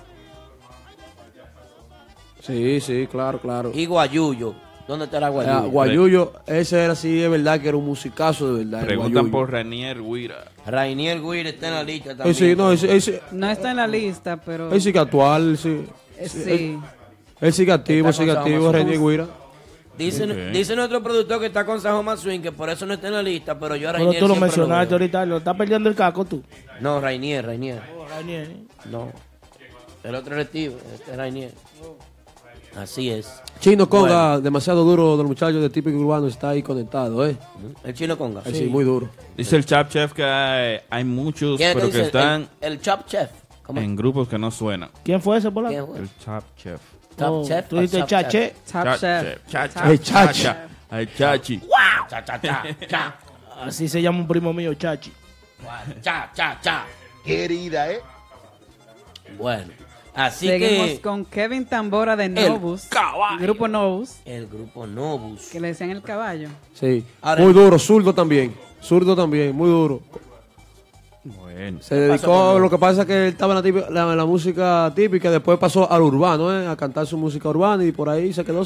Sí, sí, claro, claro. Y Guayuyo. ¿Dónde estará Guayuyo? Guayuyo, ese era sí, es verdad que era un musicazo de verdad. el Preguntan Guayuyo. por Ranier Guira. Rainier Guira está en la lista también. Sí, no, ese No está en la lista, pero... él sigue actual, sí. Sí. Él sigue activo, Está con Sajoma Swing. René Guira. Dice nuestro productor que está con Sajoma Swing, que por eso no está en la lista, pero yo a Pero Rainier tú lo siempre mencionaste veo. ahorita. Lo estás perdiendo el caco tú. No, Rainier. Daniel. No. El otro es Steve, este es Rainier. Así es. Chino Conga, demasiado duro de los muchachos de típico urbano, está ahí conectado, ¿eh? El Chino Conga. Ahí sí, muy duro. Dice el Chap Chef que hay muchos, ¿Quién es pero dice? que están El Chop Chef. ¿Cómo? en grupos que no suenan. ¿Quién fue ese ¿Quién Polanco? fue? El Chap Chef. Top Chef. Tú o dices Chop Chaché. Top Chef. Ay, chachi. Ay, chachi. Cha, cha, cha, cha. Así se llama un primo mío, Chachi. Cha, cha, cha. Querida, ¿eh? Bueno, así Seguimos que con Kevin Tambora de Novus. Grupo Novus. el grupo Novus. Que le decían el caballo. Sí, Ahora- muy duro, zurdo también, muy duro. Bueno. Se dedicó, lo que pasa es que él estaba en la música típica, después pasó al urbano, a cantar su música urbana y por ahí se quedó.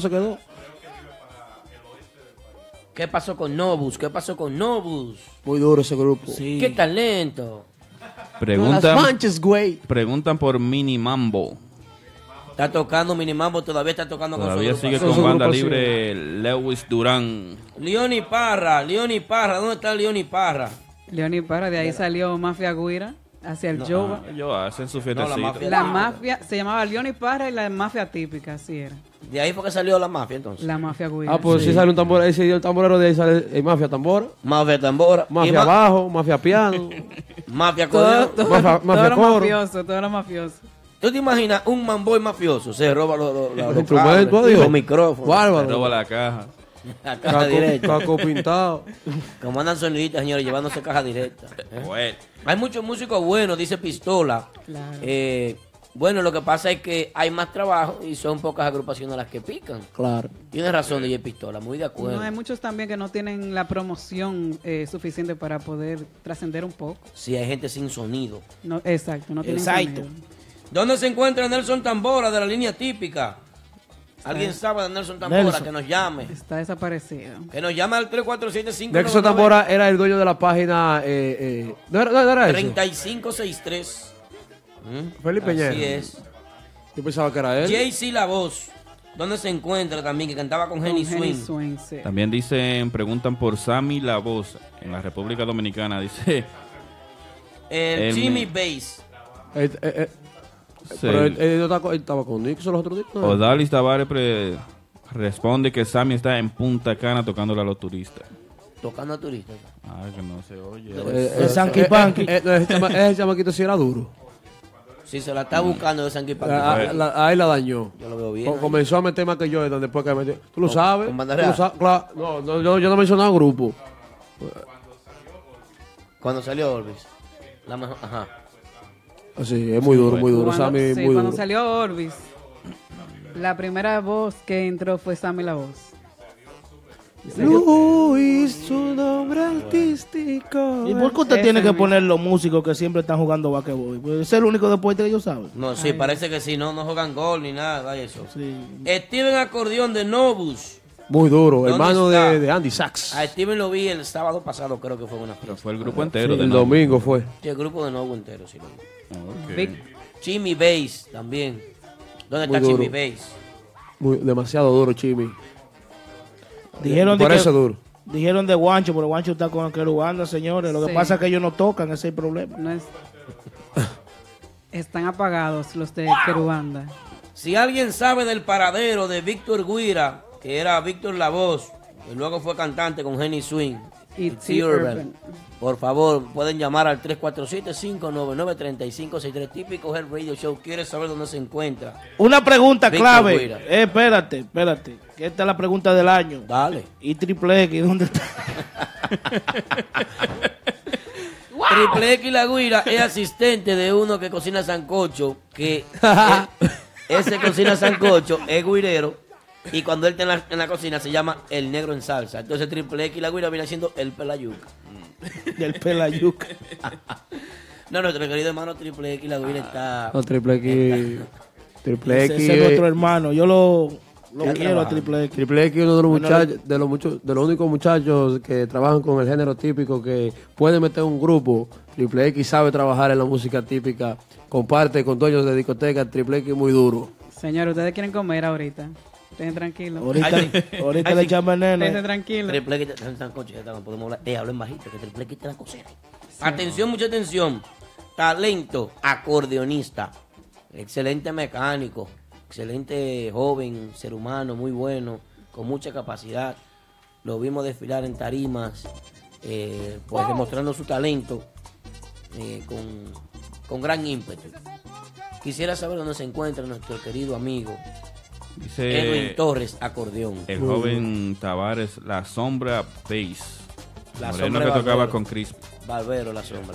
¿Qué pasó con Novus? ¿Qué pasó con Novus? Muy duro ese grupo. Sí. ¿Qué talento? Las Preguntan, manches, güey. preguntan por Mini Mambo. Está tocando Minimambo, todavía está tocando Todavía con su sigue agrupación. con banda agrupación. libre Lewis Durán. Leoni Parra, ¿dónde está Leoni Parra? Leoni Parra, de ahí salió Mafia Guira hacia el Jova. Ellos hacen su No, fiestecita. la mafia. La mafia se llamaba Leoni Parra y la mafia típica, así era. De ahí fue que salió la mafia entonces. La mafia Guira. Ah, pues sí sale un tambor, ese el tamborero de ahí sale Mafia Tambora, Mafia tambora. Mafia bajo, Mafia piano, Mafia todo, acordeón. todo, Mafia todo lo coro. mafioso, todo lo mafioso. ¿Tú te imaginas un mamboy mafioso? Se roba los instrumentos, cables, digo. los micrófonos. Se roba bárbaro, la caja. La caja directa. caco pintado. Como andan soniditas, señores, llevándose caja directa. Bueno. Hay muchos músicos buenos, dice Pistola. Claro. Bueno, lo que pasa es que hay más trabajo y son pocas agrupaciones las que pican. Claro. Tienes razón, DJ Pistola, muy de acuerdo. No, hay muchos también que no tienen la promoción suficiente para poder trascender un poco. Sí, hay gente sin sonido. No, exacto, no tienen Exacto. sonido. ¿Dónde se encuentra Nelson Tambora de la línea típica? ¿Alguien sabe de Nelson Tambora? Nelson. Que nos llame. Está desaparecido. Que nos llame al 347-599-3563. Nexo Tambora era el dueño de la página, ¿no era ese? 3563. Felipe Ñero. Así es. Yo pensaba que era él. JC La Voz. ¿Dónde se encuentra también? Que cantaba con Henny Swing. Sí. También dicen, preguntan por Sammy La Voz en la República Dominicana. Dice... El Jimmy Bass. Pero él estaba con Nixon los otros días. ¿No? Odalis Tavares responde que Sammy está en Punta Cana tocándole a los turistas. Tocando a turistas. Ah, que no se oye. El Sanky Panky. Ese chamaquito sí era duro. Sí, se la está buscando de Sanky Panky. Ahí la dañó. Yo lo veo bien. Comenzó a meter más que yo después que metió. ¿Tú lo sabes? ¿Con ¿Tú Banda lo Real? sabes? Claro. No, yo no he mencionado grupo. Cuando salió Orbis. La mejor, ajá. Sí, es muy duro, muy duro. Sammy, muy cuando duro. salió Orbis, la primera voz que entró fue Sammy La Voz. Luis, su nombre artístico. ¿Y por qué usted Ese tiene que mismo. poner los músicos que siempre están jugando basquetbol? Pues ese es el único deporte que ellos saben. No, sí, parece que sí, no juegan gol ni nada de eso. Sí. Steven Acordeón de Novus. Muy duro, ¿Dónde hermano está? de Andy Sachs. A Steven lo vi el sábado pasado, creo que fue una fiesta. Fue el grupo entero. Sí, de el nuevo. domingo fue. Sí, el grupo de Novus entero, sí lo vi. Ok. Vic- Jimmy Bass también. ¿Dónde Muy está duro. Jimmy Bass? Demasiado duro, Chimi. Dijeron Por de eso que- duro. Dijeron de Guancho, pero Guancho está con Querubanda, señores. Lo que Sí. pasa es que ellos no tocan, ese es el problema. No es... Están apagados los de Querubanda. Si alguien sabe del paradero de Víctor Guira, que era Víctor La Voz, y luego fue cantante con Henny Swing Y T. T. Urban, Urban. por favor, pueden llamar al 347-599-3563. Típico Head Radio Show. ¿Quiere saber dónde se encuentra? Una pregunta Víctor clave. Guira. Espérate. Que esta es la pregunta del año. Dale. ¿Y Triple X dónde está? Triple X La Guira es asistente de uno que cocina sancocho, que ese cocina sancocho es guirero, y cuando él está en la cocina se llama el negro en salsa. Entonces Triple X La Guira viene siendo el pelayuca. Del Pelayuca. No, nuestro querido hermano Triple X La Guira está... No, Triple X. Triple X. Ese es nuestro hermano. Yo lo Ya quiero trabaja. a Triple X. Triple X es uno de los muchachos, de los únicos muchachos que trabajan con el género típico que puede meter un grupo. Triple X sabe trabajar en la música típica, comparte con dueños de discotecas. Triple X muy duro. Señor, ustedes quieren comer ahorita. Estén tranquilos. Ahorita Ay, le sí. llama el Estén nene. tranquilos. Triple X está en sancocho, ya está, no podemos hablar. Hablen bajito, que Triple X está en la cocina. Atención, mucha atención. Talento, acordeonista, excelente mecánico, excelente joven, ser humano, muy bueno, con mucha capacidad. Lo vimos desfilar en tarimas, pues demostrando su talento con gran ímpetu. Quisiera saber dónde se encuentra nuestro querido amigo Dice Edwin Torres, acordeón. el joven Tavares, la sombra bass. La Moreno sombra que tocaba Barbero. con Chris. Barbero, la sombra.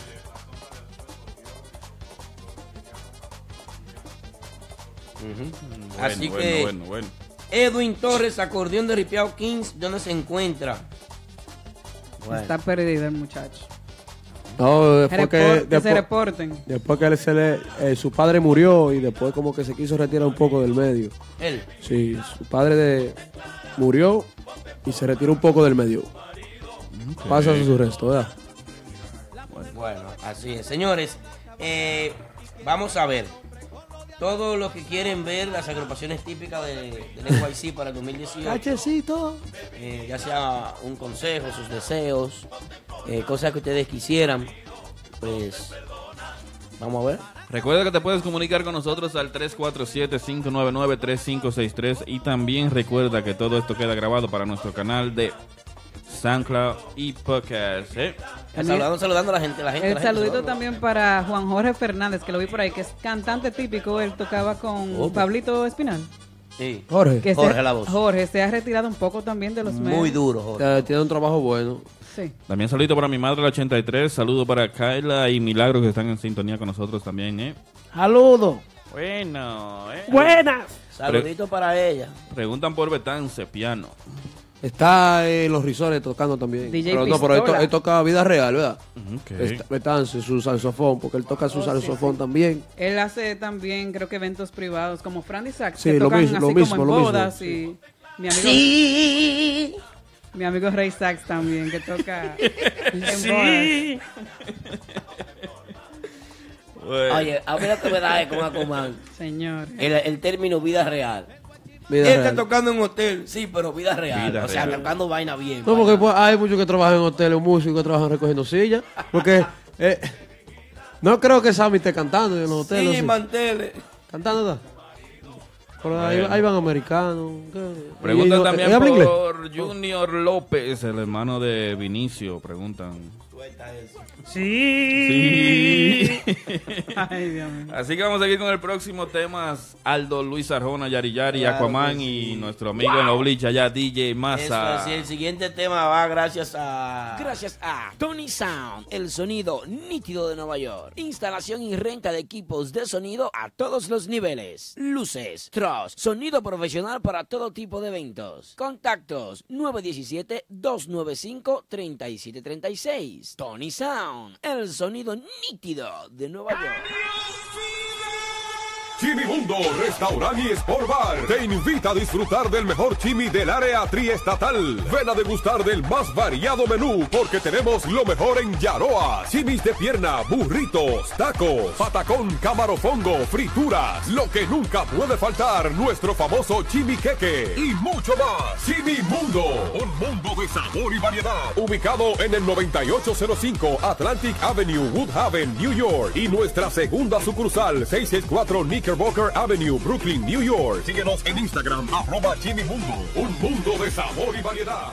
Ujú. Así que Bueno. Edwin Torres, acordeón de Ripiao Kings, ¿dónde se encuentra? Bueno, Está perdido el muchacho. No, después Que se reporten. después que su padre murió y después como que se quiso retirar un poco del medio. él. Sí, su padre murió y se retiró un poco del medio. Pasa su resto, ¿verdad? Bueno, así es. Señores, vamos a ver. Todos los que quieren ver las agrupaciones típicas del NYC para el 2018, Cachecito. ya sea un consejo, sus deseos, cosas que ustedes quisieran, pues vamos a ver. Recuerda que te puedes comunicar con nosotros al 347-599-3563 y también recuerda que todo esto queda grabado para nuestro canal de SoundCloud y Podcast. Saludando a la gente. El saludito también para Juan Jorge Fernández, que lo vi por ahí, que es cantante típico. Él tocaba con Pablito Espinal. Sí. Jorge. Que Jorge La Voz. Jorge se ha retirado un poco también de los medios. Muy duro, Jorge. Tiene un trabajo bueno. Sí. También saludito para mi madre, la 83. Saludo para Kyla y Milagro, que están en sintonía con nosotros también. Saludos. Bueno, Buenas. Saludito para ella. Preguntan por Betance, piano. Está en los risores tocando también. DJ pero no, pero Pistola. él toca vida real, ¿verdad? Ok. Betance, su saxofón, porque él toca su saxofón también. Él hace también, creo que eventos privados, como Frandy Sax, Sí, que lo tocan mismo, así lo mismo, como en lo mismo, bodas. sí. Y mi amigo Rey Sax también, que toca en bodas. Oye, a mí lo que me da es con Aquaman. Señor. El término vida real. Vida Él está real. tocando en un hotel, sí, pero vida real. Vida o sea, real. tocando vaina bien. No, porque pues, hay muchos que trabajan en hoteles, músicos que trabajan recogiendo sillas. Porque no creo que Sammy esté cantando en los hoteles. Sí, ¿sí? manteles. ¿Cantando está? Pero Bueno. ahí van americanos. ¿qué? Preguntan Y- también ¿habla inglés? por Junior López, el hermano de Vinicio. Preguntan. Sí. Ay, Dios mío. Así que vamos a seguir con el próximo tema. Aldo, Luis Arjona, Yari Yari, Claro Aquaman que sí. y nuestro amigo en la oblicha ya DJ Eso Massa. así, el siguiente tema va gracias a Tony Sound, el sonido nítido de Nueva York. Instalación y renta de equipos de sonido a todos los niveles. Luces, truss, sonido profesional para todo tipo de eventos. Contactos 917-295-3736. Tony Sound, el sonido nítido de Nueva York. Chimimundo Restaurant y Sport Bar te invita a disfrutar del mejor chimi del área triestatal. Ven a degustar del más variado menú porque tenemos lo mejor en Yaroa. Chimis de pierna, burritos, tacos, patacón, camarofongo, frituras. Lo que nunca puede faltar, nuestro famoso chimiqueque y mucho más. Chimimundo, un mundo de sabor y variedad. Ubicado en el 9805 Atlantic Avenue, Woodhaven, New York. Y nuestra segunda sucursal, 664 Knickerbocker Avenue, Brooklyn, New York. Síguenos en Instagram, @Chimimundo. Un mundo de sabor y variedad.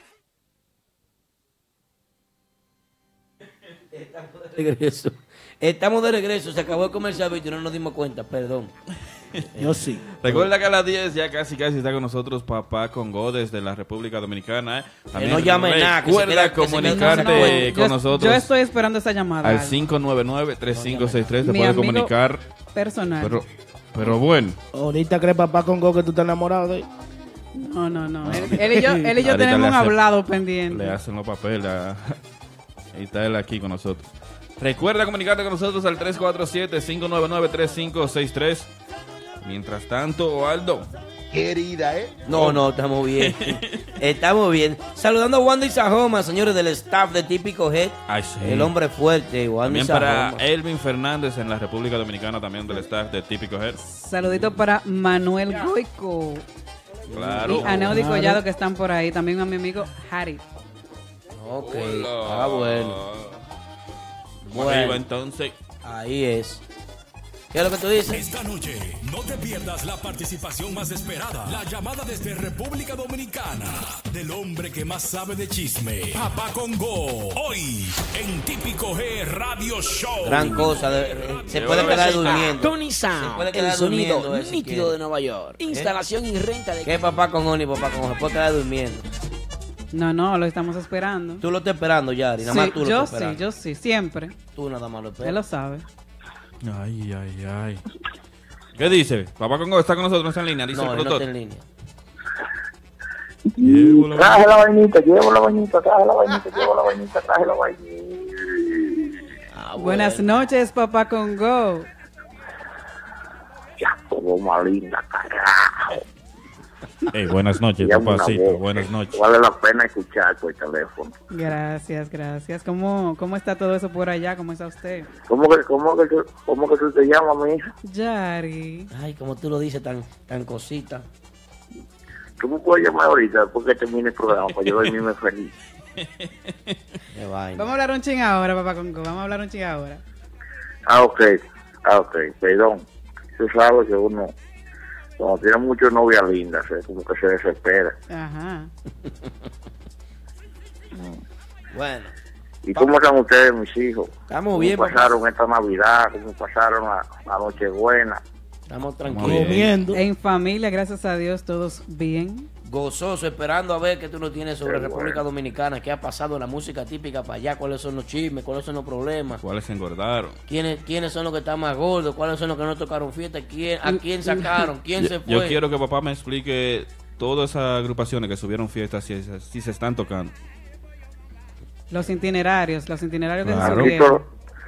Estamos de regreso. Se acabó el comercial y no nos dimos cuenta, perdón. Yo sí. Recuerda que a las 10 ya casi está con nosotros Papá Congo desde la República Dominicana. no llame nada, que se recuerda queda- que se comunicarte queda- con nosotros Yo estoy esperando esa llamada. al 599-3563. Te Mi puedes amigo comunicar. personal. Pero bueno. Ahorita cree papá con Go que tú estás enamorado de él. No. Él y yo Ahorita tenemos le un hace- hablado pendiente. Le hacen los papeles. Ahí está él aquí con nosotros. Recuerda comunicarte con nosotros al 347-599-3563. Mientras tanto, Aldo. Querida, No, estamos bien. Estamos bien. Saludando a Wanda y Sajoma, señores del staff de Típico Head. Ay, sí. El hombre fuerte, Wanda y También para Sajoma. Elvin Fernández en la República Dominicana, también del staff de Típico Head. Saludito para Manuel Goico Claro. y Aneudi Collado que están por ahí. También a mi amigo Harry. Ok. Hola. Ah, bueno. Vamos arriba, entonces. Ahí es. ¿Qué es lo que tú dices? Esta noche no te pierdas la participación más esperada, la llamada desde República Dominicana del hombre que más sabe de chisme, Papá Congo, hoy en Típico G Radio Show. Gran cosa. Se puede quedar durmiendo. Tony Sound, el sonido nítido de Nueva York. Instalación y renta de... ¿Qué papá con Oni, papá con Se puede quedar durmiendo. No, lo estamos esperando. Tú lo estás esperando, Yari. Nada Sí, más tú lo yo estás esperando. yo sí, siempre. Tú nada más lo esperas. Él lo sabe. Ay. ¿Qué dice? Papá Congo está con nosotros, no está en línea. Dice No, el él no productor. está en línea. Traje la vainita, llevo la vainita, traje la vainita, llevo la vainita, traje la vainita. Buenas noches, Papá Congo. Ya, todo más linda, carajo. Hey, buenas noches, Ya una papacito. voz, Buenas noches. Vale la pena escuchar por teléfono. Gracias. ¿Cómo está todo eso por allá? ¿Cómo está usted? ¿Cómo que tú te llamas, mi hija? Yari. Ay, como tú lo dices, tan cosita. ¿Tú me puedes llamar ahorita después que termine el programa para yo dormirme feliz? Qué vaina. Vamos a hablar un ching ahora, Papá Congo. Vamos a hablar un ching ahora. Ok, perdón. Tú sabes que uno, cuando tiene muchas novias lindas, como que se desespera. Ajá. Bueno. ¿Y cómo están ustedes, mis hijos? Estamos bien, ¿Cómo papá. pasaron esta Navidad? ¿Cómo pasaron la Nochebuena? Estamos Muy tranquilos. bien. Comiendo. En familia, gracias a Dios, todos bien. Gozoso, esperando a ver qué tú nos tienes sobre Qué República bueno. Dominicana, qué ha pasado en la música típica para allá, cuáles son los chismes, cuáles son los problemas, ¿Cuáles se engordaron? quiénes son los que están más gordos, cuáles son los que no tocaron fiesta, a quién sacaron, quién se fue. Yo quiero que papá me explique todas esas agrupaciones que subieron fiestas si se están tocando. Los itinerarios que Claro. se Aquí, subieron.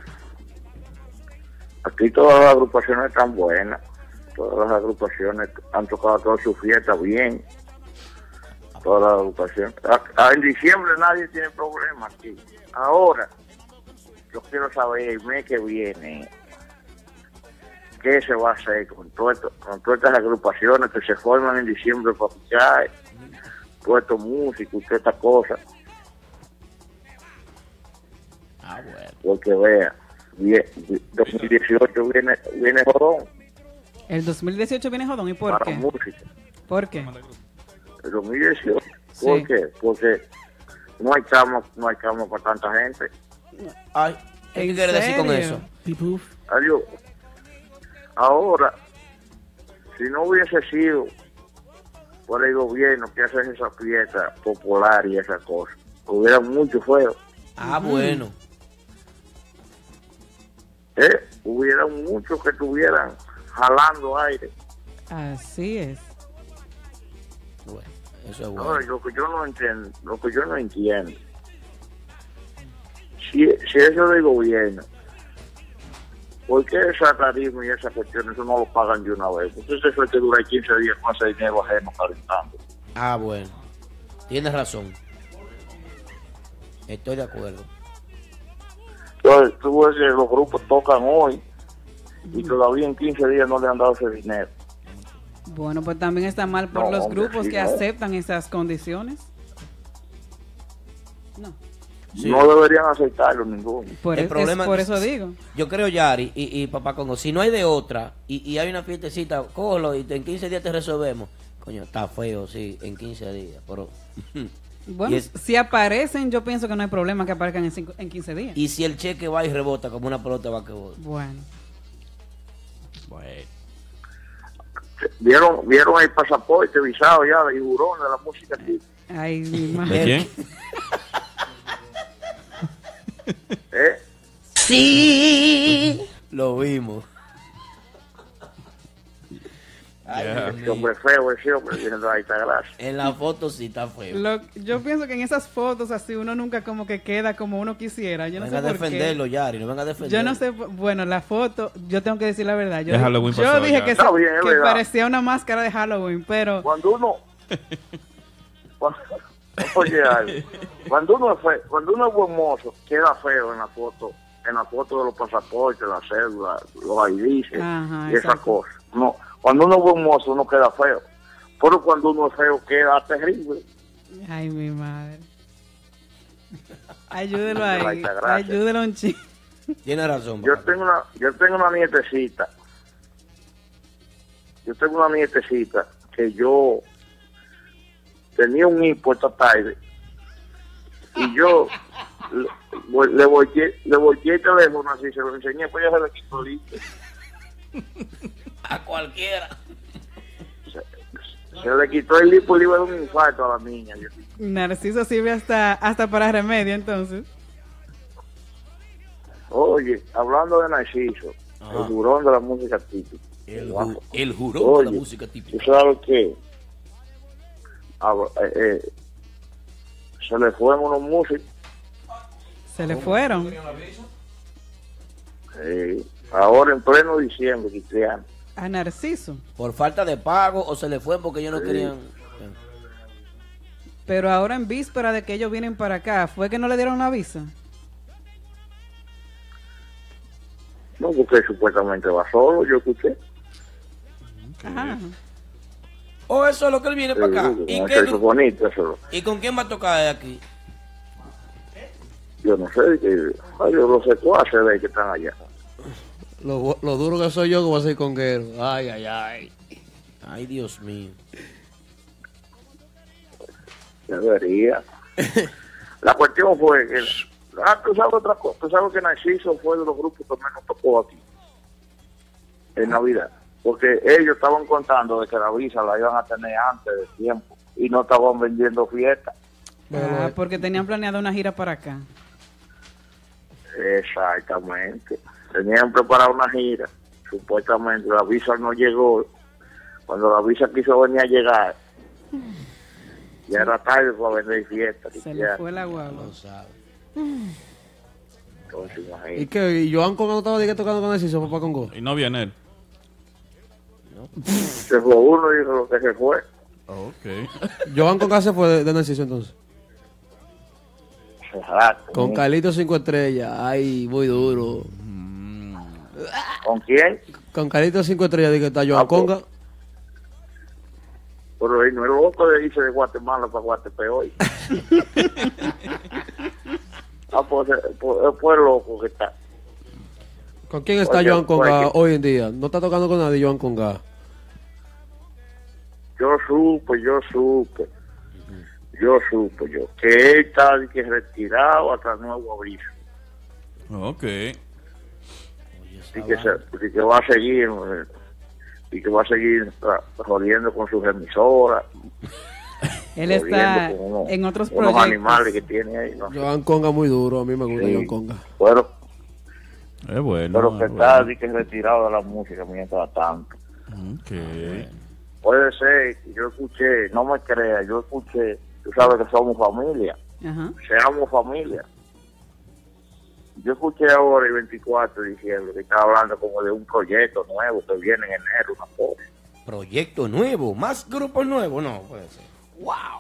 aquí todas las agrupaciones están buenas. Todas las agrupaciones han tocado todas sus fiestas bien. Todas las agrupaciones. En diciembre nadie tiene problema aquí. Ahora, yo quiero saber el mes que viene, ¿qué se va a hacer con todas estas agrupaciones que se forman en diciembre para fichar todos estos músicos y todas estas cosas? Bueno. Porque vea, 2018 viene jodón. El 2018 viene jodón, ¿y por para qué? Música. ¿Por qué? El 2018. Sí. ¿Por qué? Porque no hay cama para tanta gente. Ay, ¿qué quiere decir con eso? Adiós. Ahora, si no hubiese sido por el gobierno que hace esa fiesta popular y esas cosas, hubiera mucho fuego. Bueno. Hubiera muchos que estuvieran jalando aire. Así es. Bueno, eso es bueno. Ahora, lo que yo no entiendo, si eso del gobierno, ¿por qué esa tarifa y esas cuestiones eso no lo pagan de una vez? Entonces eso es que dura 15 días con ese dinero ajeno calentando. Bueno. Tienes razón. Estoy de acuerdo. Entonces, tú ves que los grupos tocan hoy y todavía en 15 días no le han dado ese dinero. Bueno, pues también está mal por No, los hombre, grupos sí, que no. aceptan esas condiciones. No. Sí. No deberían aceptarlo ninguno. El problema por eso digo. Yo creo, Yari y Papá Congo, si no hay de otra y hay una fiestecita, cógelo y en 15 días te resolvemos. Coño, está feo, sí, en 15 días, pero... Bueno, si aparecen, yo pienso que no hay problema que aparezcan en 15 días. Y si el cheque va y rebota como una pelota de basquetbol. Bueno. ¿Vieron el pasaporte visado ya de Jurón de la música aquí? Ay, mi madre. ¿De quién? Sí. Lo vimos. Ay, Ese hombre feo, ese hombre viendo ahí está gracia. en la foto sí está feo. Yo pienso que en esas fotos así uno nunca como que queda como uno quisiera. Yo no venga sé a por qué. defenderlo, Yari, no venga a defenderlo. Yo no sé, bueno, la foto, yo tengo que decir la verdad. Yo, De Halloween yo pasó dije ya. que, Está bien, es que verdad. parecía una máscara de Halloween, pero Cuando uno oye algo, cuando uno es buen mozo, queda feo en la foto de los pasaportes, la cédula, los IDs Ajá, y esas exacto. cosas. No, cuando uno es buen mozo uno queda feo, pero cuando uno es feo queda terrible. ay, mi madre. Ayúdelo Ay, ahí, gracias. ayúdelo un chico. Tiene razón. Yo Papá. tengo una nietecita. Que yo tenía un hipo esta tarde y yo le volteé el teléfono así, se lo enseñé, pues ya se le quitó el hipo. A cualquiera. Se le quitó el hipo y le iba a dar un infarto a la niña. Narciso sirve hasta para remedio, entonces. Oye, hablando de Narciso, Ajá. el jurón de la música típica. El jurón de Oye, la música típica. ¿tú sabes qué? Se le fueron unos músicos. Se le fueron. Ahora en pleno diciembre, cristiano. A Narciso. Por falta de pago o se le fue porque ellos no querían. Pero ahora en víspera de que ellos vienen para acá, ¿fue que no le dieron la visa? No, porque supuestamente va solo, yo escuché. Ajá. O eso es lo que él viene para acá. ¿Y, Eso qué, es bonito, eso. ¿Y con quién va a tocar aquí? Yo no sé, yo no sé cuál se ve que están allá. Lo duro que soy yo que voy a ser conguero. Ay, ay, ay. Ay, Dios mío. Debería. La cuestión fue que... tú sabes otra cosa. Tú sabes que Narciso fue de los grupos que menos tocó aquí. En Navidad. Porque ellos estaban contando de que la visa la iban a tener antes de tiempo. Y no estaban vendiendo fiestas. Porque tenían planeado una gira para acá. Exactamente. Tenían preparado una gira. Supuestamente la visa no llegó. Cuando la visa quiso venir a llegar, ya era tarde para vender fiestas. Se le fue la guagua. Entonces, ¿Y imagínate. qué? ¿Y Joan Congo estaba tocando con Narciso, papá Congo? Y no viene él. Se fue uno y dijo lo que se fue. Ok. Joan Congo se fue de Narciso entonces. Exacto. Con Carlito 5 estrellas. Ay, muy duro. ¿Con quién? Con Carito 5 estrellas, de que está Joan Conga. Pero ahí no es loco de irse de Guatemala para Guatepe hoy. Pues loco que está. ¿Con quién está Oye, Joan Conga oye. hoy en día? No está tocando con nadie Joan Conga. Yo supe que él está de que retirado hasta nuevo aviso. Ok. Y que va a seguir jodiendo con sus emisoras. Él está jodiendo con en otros unos proyectos. animales que tiene ahí, ¿no? Joan Conga muy duro, a mí me gusta Sí. Joan Conga. Bueno, Es bueno. pero que es está bueno. de que retirado de la música mientras tanto. Ok. Puede ser, yo escuché, no me creas, yo escuché, tú sabes que somos familia, Ajá. seamos familia. Yo escuché ahora el 24 de diciembre que estaba hablando como de un proyecto nuevo que viene en enero, una cosa. Proyecto nuevo, más grupos nuevos, no puede ser. ¡Wow!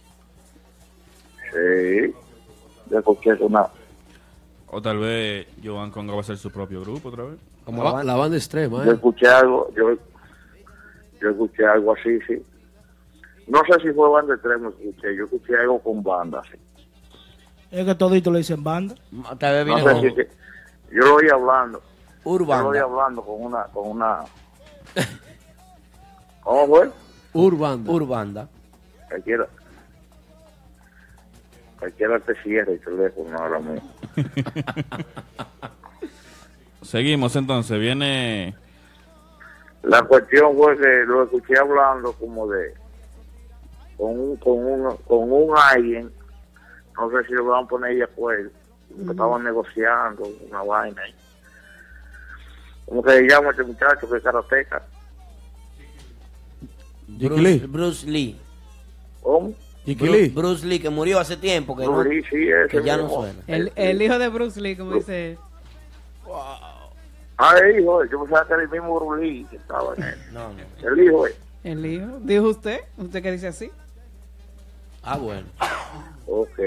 Sí, yo escuché una... O tal vez Joan Conga va a ser su propio grupo otra vez. Como La banda extrema, Yo escuché algo, yo escuché algo así, sí. No sé si fue banda extrema, yo escuché algo con banda, sí. Es que todito le dicen banda. Tal vez No viene sé con si que, yo lo oí hablando. Urbanda. Yo lo oí hablando con una... ¿Cómo fue? Urbanda. Cualquiera te cierra el teléfono ahora mismo. Seguimos entonces. Viene. La cuestión fue que lo escuché hablando como de con un alguien, no sé si lo van a poner de acuerdo, que estaban negociando una vaina ahí. ¿Cómo que se llama este muchacho que es karateca? Bruce Lee. ¿Cómo? Bruce Lee, que murió hace tiempo, que, Bruce Lee, sí, ese que ya no mismo. suena. El hijo de Bruce Lee, como dice. El hijo, yo pensaba que era el mismo Bruce Lee que estaba en él. No. El hijo, El hijo. ¿Dijo usted? ¿Usted qué dice así? Ah, bueno. ok,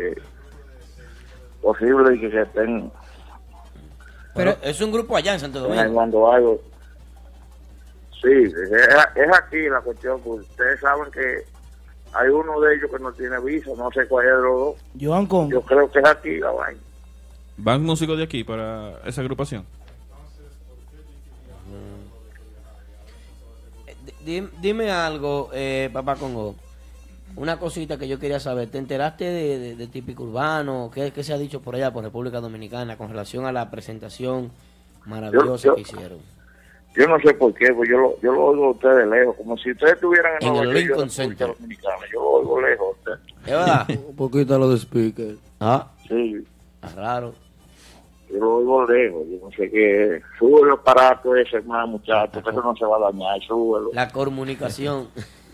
posible que estén Pero es un grupo allá en Santo Domingo. armando algo. Sí, es aquí la cuestión, pues ustedes saben que hay uno de ellos que no tiene visa, no sé cuál es de los dos. Joan Conga. Yo creo que es aquí la vaina. ¿Van músicos de aquí para esa agrupación? Dime algo, Papá Congo. Una cosita que yo quería saber. ¿Te enteraste de Típico Urbano? ¿Qué se ha dicho por allá, por República Dominicana, con relación a la presentación maravillosa que hicieron? Yo no sé por qué, pues yo lo oigo a ustedes de lejos, como si ustedes estuvieran En Nueva el York, Lincoln yo no Center. escucho dominicano, yo lo oigo lejos a ustedes. ¿Es verdad? Un poquito a lo de speaker. Ah, Sí, raro. yo lo oigo lejos, yo no sé qué. Sube el aparato ese, más muchacho, que eso no se va a dañar, súbelo. La comunicación.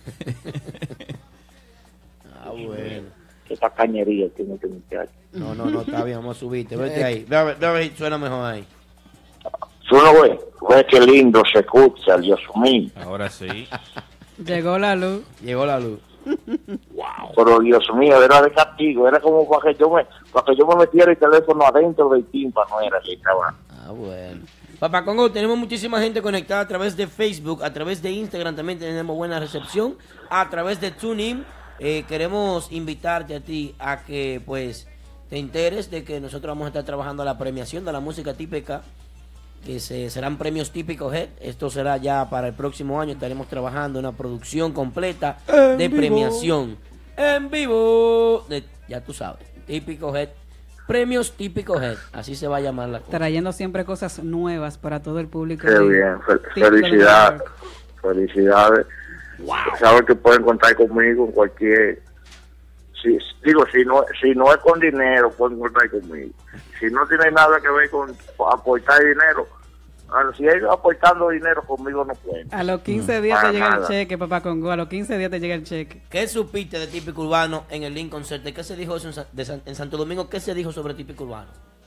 Bueno. Qué tacañería tiene este muchacho. No, está bien, vamos a subirte. Vete ahí. Ve a ver si suena mejor ahí. Suena, güey, qué lindo se escucha, Dios mío. Ahora sí. Llegó la luz. Llegó la luz. Pero Dios mío, era de castigo, era como para que yo me metiera el teléfono adentro del tímpano, era que estaba. Ah, bueno. Papá Congo, tenemos muchísima gente conectada a través de Facebook, a través de Instagram también tenemos buena recepción, a través de TuneIn. Queremos invitarte a ti a que pues te enteres de que nosotros vamos a estar trabajando la premiación de la música típica, que serán premios típicos Head. Esto será ya para el próximo año. Estaremos trabajando una producción completa de vivo. premiación en vivo. Ya tú sabes, Típico Head. Premios Típico Head. Así se va a llamar la cosa. Trayendo siempre cosas nuevas para todo el público. Qué de bien, Típico de felicidades, Nueva York. felicidades. Saben que pueden contar conmigo en cualquier... Si no es con dinero, pueden contar conmigo. Si no tiene nada que ver con aportar dinero, si ellos aportando dinero conmigo no pueden. A los 15 días Para te llega nada. el cheque, Papá Congo. A los 15 días te llega el cheque. ¿Qué supiste de Típico Urbano en el Lincoln Center? ¿Qué se dijo eso en Santo Domingo? ¿Qué se dijo sobre Típico Urbano?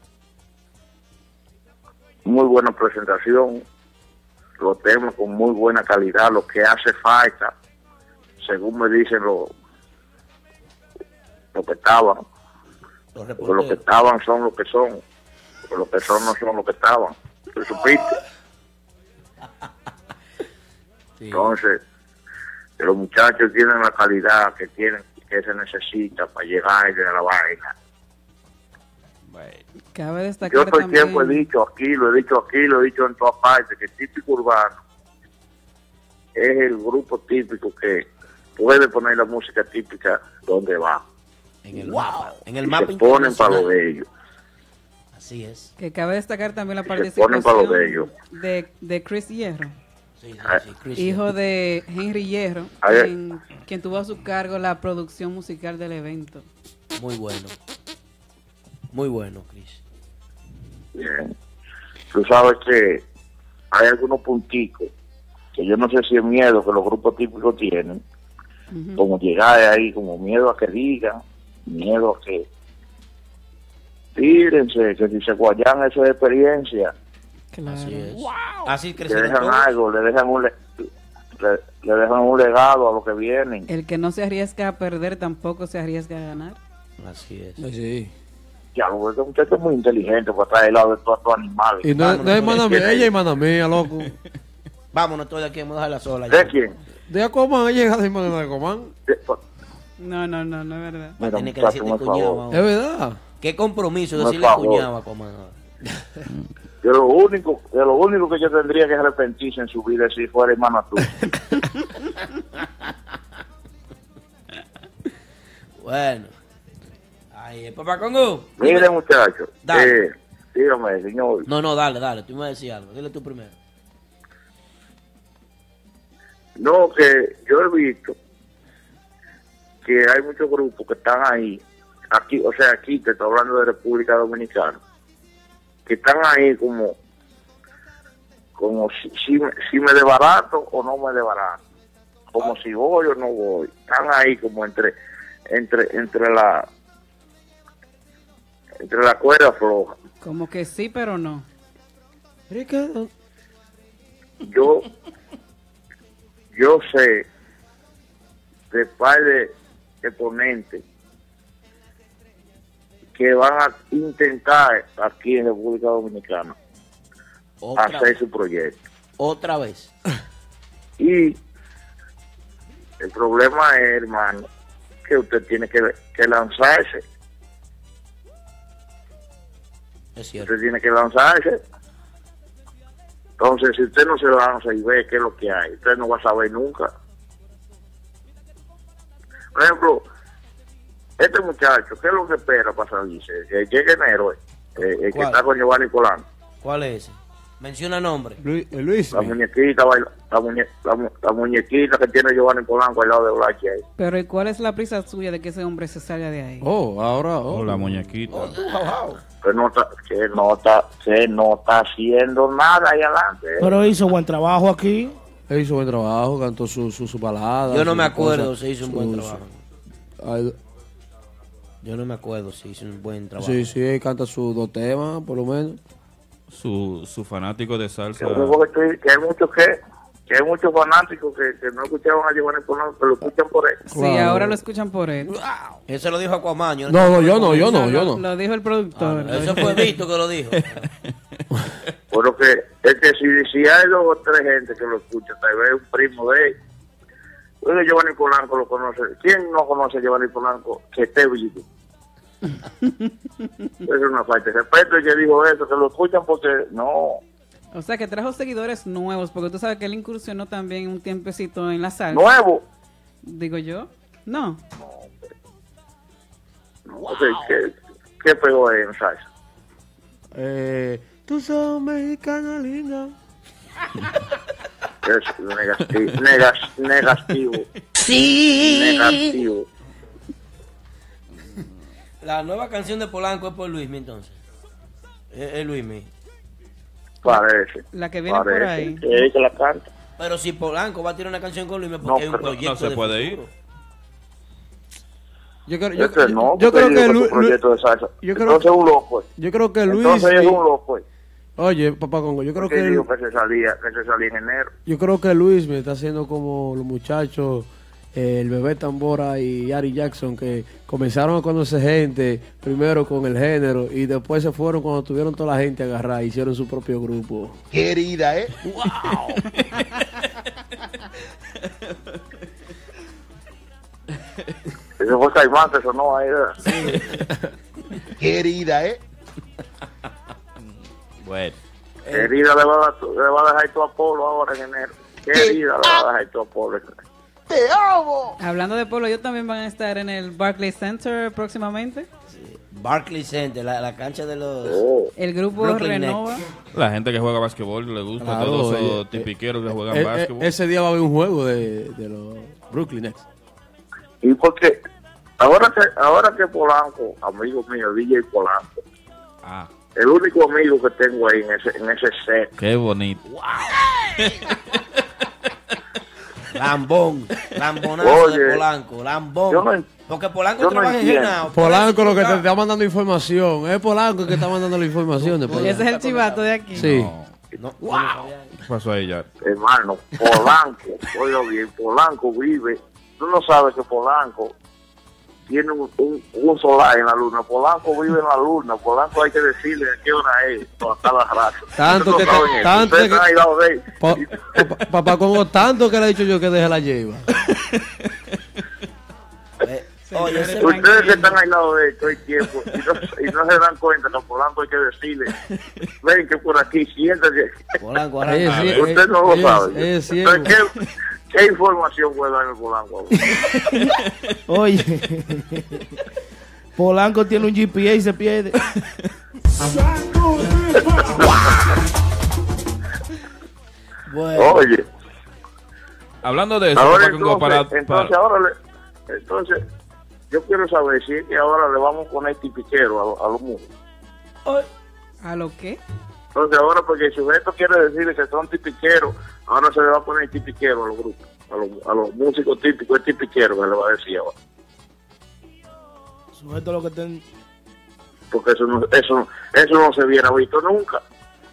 Muy buena presentación, los temas con muy buena calidad, lo que hace falta, según me dicen lo que estaban. Porque los que estaban son lo que son, porque los que son no son lo que estaban. ¿Lo supiste? Sí. Entonces, que los muchachos tienen la calidad que tienen, que se necesita para llegar a la vaina. Cabe Yo destacar todo el también... tiempo he dicho aquí, lo he dicho en todas partes, que el típico urbano es el grupo típico que puede poner la música típica donde va. En el mapa. En el Y mapa se ponen para internacional. lo de ellos. Así es. Que cabe destacar también la se ponen para lo de ellos. participación de Chris Hierro, Sí, Ah. Chris. hijo de Henry Hierro, Ay, quien tuvo a su cargo la producción musical del evento. Muy bueno. Muy bueno, Chris. Bien. Tú sabes que hay algunos punticos que yo no sé si es miedo que los grupos típicos tienen, como llegar ahí, como miedo a que digan, miedo a que tírense, que si se guayan esa experiencia, Claro. Así es. Así le crecieron dejan todos. algo, le dejan un legado a los que vienen. El que no se arriesga a perder tampoco se arriesga a ganar. Así es. Sí. Ya, este muchacho es muy inteligente para traer el lado de todos estos animales. Y no es mana mía, ella es mana mía, loco. Vámonos todos de aquí, vamos a dejarla sola. ¿De quién? De Aquaman, ella es de mana de Aquaman. No, es verdad. Mira, Tiene que muchacho, decirte por cuñado favor. ahora. Es verdad. Qué compromiso Por decirle favor. cuñado a Aquaman ahora. De lo único que yo tendría que arrepentirse en su vida es si fuera hermana tú. Bueno. Ay, papá Congo. Mire, muchachos, Dale. dígame, señor. No, dale. Tú me vas a decir algo. Dile tú primero. No, que yo he visto que hay muchos grupos que están ahí, aquí, o sea, aquí te estoy hablando de República Dominicana, que están ahí como si me desbarato o no me desbarato, como si voy o no voy, están ahí como entre la cuerda floja. Como que sí, pero no. Yo sé de par de ponentes que van a intentar aquí en República Dominicana hacer su proyecto. Otra vez. Y el problema es, hermano, que usted tiene que lanzarse. Es cierto. Usted tiene que lanzarse. Entonces, si usted no se lanza y ve qué es lo que hay, usted no va a saber nunca. Por ejemplo, este muchacho, ¿qué es lo que espera para salirse? Que llegue enero, el que ¿Cuál? está con Giovanni Polanco. ¿Cuál es ese? Menciona nombre. Luis. La muñequita, la muñequita que tiene Giovanni Polanco al lado de Black Jay. Pero ¿y cuál es la prisa suya de que ese hombre se salga de ahí? Oh, la muñequita. Que no está haciendo nada ahí adelante. Pero hizo buen trabajo aquí. Él hizo buen trabajo, cantó su balada. Yo no me su acuerdo cosa, si hizo un buen trabajo. Ay, Yo no me acuerdo si hizo un buen trabajo. sí, él canta sus 2 temas, por lo menos. Su fanático de salsa. Que hay muchos fanáticos que no escuchaban a Giovanni Polanco, que lo escuchan por él. Sí, ahora lo escuchan por él. Eso lo dijo Aquaman. Yo no. Lo dijo el productor. Eso fue Víctor que lo dijo. Pero que es que si hay 2 o 3 gente que lo escucha, tal vez un primo de él. Oye, Giovanni Polanco lo conoce. ¿Quién no conoce a Giovanni Polanco que esté vivo? Es una falta de respeto y que dijo eso, que lo escuchan porque no. O sea, que trajo seguidores nuevos, porque tú sabes que él incursionó también un tiempecito en la salsa. ¿Nuevo? Digo yo. No. O sea, ¿qué pegó ahí en salsa? Tú sos mexicana linda. Es negativo. Sí. Negativo. La nueva canción de Polanco es por Luismi, entonces. Es Luismi. Parece. La que viene por ahí. Que la canta. Pero si Polanco va a tirar una canción con Luismi, porque hay un proyecto no se de puede futuro. Yo creo que Entonces un loco. Yo creo que Luis. Entonces es un loco. Oye, papá Congo, yo creo Porque que dijo que se salía en enero. yo creo que Luis me está haciendo como los muchachos el Bebé Tambora y Ari Jackson, que comenzaron a conocer gente, primero con el género, y después se fueron cuando tuvieron toda la gente agarrada, hicieron su propio grupo. Querida, ¿eh? ¡Wow! Eso fue Caimán que sonó ahí, ¿verdad? Querida, ¿eh? Bueno. Querida le va a dejar tu Apolo ahora en enero. Querida le va a dejar tu Apolo en enero. ¡Te amo! Hablando de Polo, ellos también van a estar en el Barclays Center próximamente. Barclays Center, la cancha de los... El grupo Brooklyn Renova. Nets. La gente que juega basquetbol le gusta, Claro, todos esos tipiqueros que juegan basquetbol. Ese día va a haber un juego de los Brooklyn Nets. Y porque ahora que Polanco, amigo mío, DJ Polanco, el único amigo que tengo ahí en ese set. Qué bonito. Lambonazo de Polanco, lambón. Porque Polanco trabaja en Genao. Polanco lo que te está mandando información. Es Polanco que está mandando la información de Polanco. Ese es el chivato de aquí. Sí. ¡Wow! ¿Qué pasó ahí ya? Hermano, Polanco, oiga bien, Polanco vive. Tú no sabes que Polanco tiene un solar en la luna. Polanco vive en la luna. Polanco hay que decirle a qué hora es para cada rato. Tanto que papá Congo, tanto que le he dicho yo que deje la lleva. Ustedes que están aislados de él todo el tiempo y no se dan cuenta que a Polanco hay que decirle, ven que por aquí siéntate. Polanco, usted no lo sabe. Entonces, ¿qué información puede dar el Polanco? Oye, Polanco tiene un GPA y se pierde. Bueno. Oye, hablando de eso, ahora entonces yo quiero saber si es que ahora le vamos a poner tipiquero a los músicos. ¿A lo qué? Entonces ahora, porque el sujeto quiere decirle que son tipiqueros, ahora se le va a poner tipiquero a los grupos, a los músicos típicos, es tipiquero que le va a decir ahora. Sujeto lo que ten... Porque eso no se hubiera visto nunca.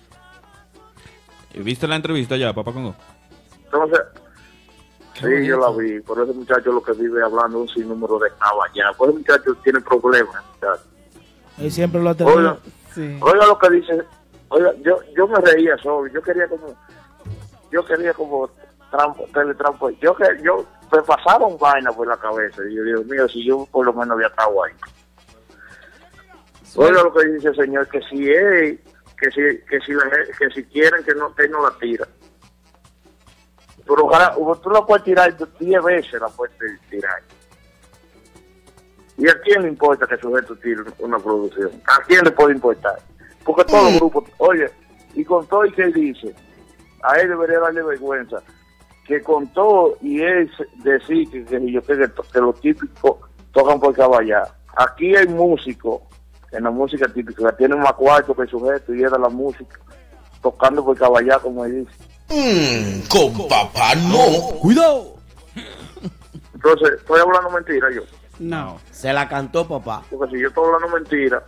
¿Y viste la entrevista ya, papá Congo? Entonces, sí, yo la vi. Por ese muchacho lo que vive hablando un sinnúmero de caballá. Por ese muchacho tiene problemas. Él siempre lo ha tenido. Oiga lo que dice. Oiga, yo me reía solo. Yo quería como teletrampo. Yo me pasaron vaina por la cabeza. Y yo, Dios mío, si yo por lo menos había estado ahí. Oiga lo que dice el señor, que si es, que si quieren que no la tira. Pero ojalá, tú la puedes tirar 10 veces, la puedes tirar. ¿Y a quién le importa que el sujeto tire una producción? ¿A quién le puede importar? Porque todos los grupos, oye, y con todo y que él dice, a él debería darle vergüenza, que con todo y él decir que los típicos tocan por caballar. Aquí hay músicos, en la música típica, que tienen más cuarto que el sujeto y era la música, tocando por caballar, como él dice. Con papá no. ¡Cuidado! Entonces, ¿estoy hablando mentira yo? No. Se la cantó papá. Porque si yo estoy hablando mentira,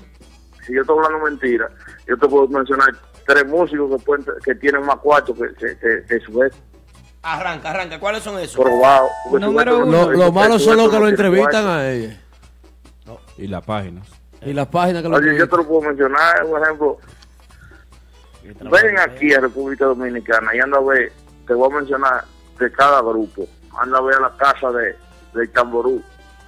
yo te puedo mencionar 3 músicos que tienen más cuarto que su vez. Arranca. ¿Cuáles son esos? Probado. Lo malo son los que lo entrevistan a ellos. Y las páginas. Y las páginas que lo entrevistan. Yo te lo puedo mencionar, por ejemplo. Ven aquí a República Dominicana y anda a ver, te voy a mencionar de cada grupo. Anda a ver a la casa del Tamború.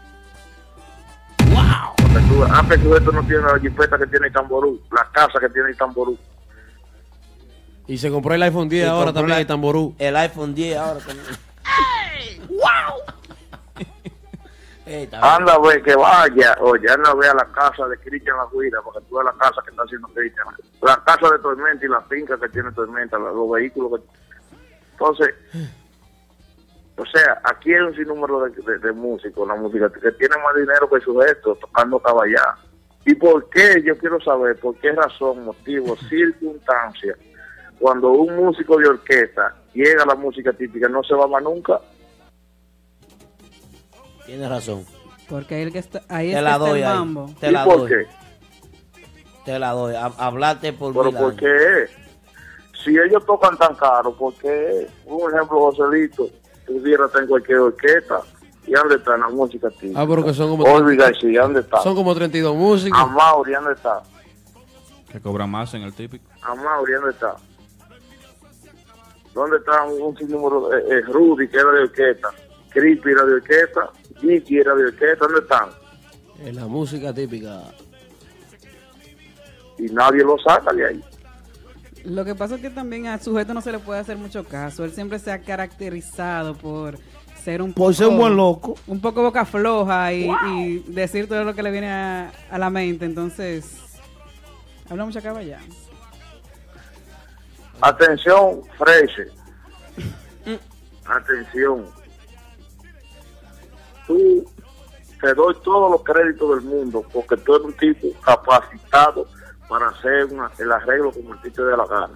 ¡Wow! Antes que esto no tiene la jipeta que tiene el Tamború, la casa que tiene el Tamború. Y se compró el iPhone 10 ahora también, el Tamború. El iPhone 10 ahora también. ¡Ey! ¡Wow! Anda a ver, que vaya, oye, anda a ver a la casa de Cristian La Guira, porque tú ves la casa que está haciendo Cristian. La casa de Tormenta y la finca que tiene Tormenta, los vehículos que... Entonces, o sea, aquí hay un sinnúmero de músicos, la música que tiene más dinero que el sujeto tocando caballar. ¿Y por qué? Yo quiero saber por qué razón, motivo, circunstancia, cuando un músico de orquesta llega a la música típica, no se va más nunca. Tienes razón. Porque ahí está el mambo. Te la doy. ¿Por qué? Te la doy. Hablarte por ¿Pero por qué? Si ellos tocan tan caro, ¿por qué? Un ejemplo, Joselito, pudiera estar en cualquier orquesta. ¿Y dónde está la música típica? Ah, pero que son como... Olvi García, ¿dónde está? Son como 32 músicos. Amaury, ¿dónde está? Que cobra más en el típico. Amaury, ¿dónde está? ¿Dónde está un sinnúmero? Rudy, que era de orquesta. Crispy era de orquesta. Vicky era de orquesta. ¿Dónde están? En la música típica. Y nadie lo saca de ahí. Lo que pasa es que también al sujeto no se le puede hacer mucho caso. Él siempre se ha caracterizado por ser un Por ser un buen loco. un poco boca floja y decir todo lo que le viene a la mente. Entonces, habla mucha caballa. Atención, Freche. Atención. Tú te doy todos los créditos del mundo porque tú eres un tipo capacitado para hacer el arreglo como el tipo de la gana.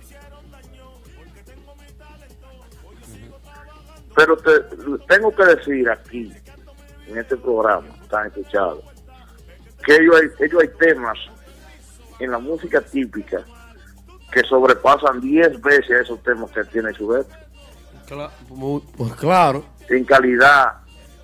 Pero te tengo que decir aquí, en este programa, tan escuchado, que ellos hay temas en la música típica que sobrepasan 10 veces a esos temas que tiene Sujeto. Pues claro. En calidad,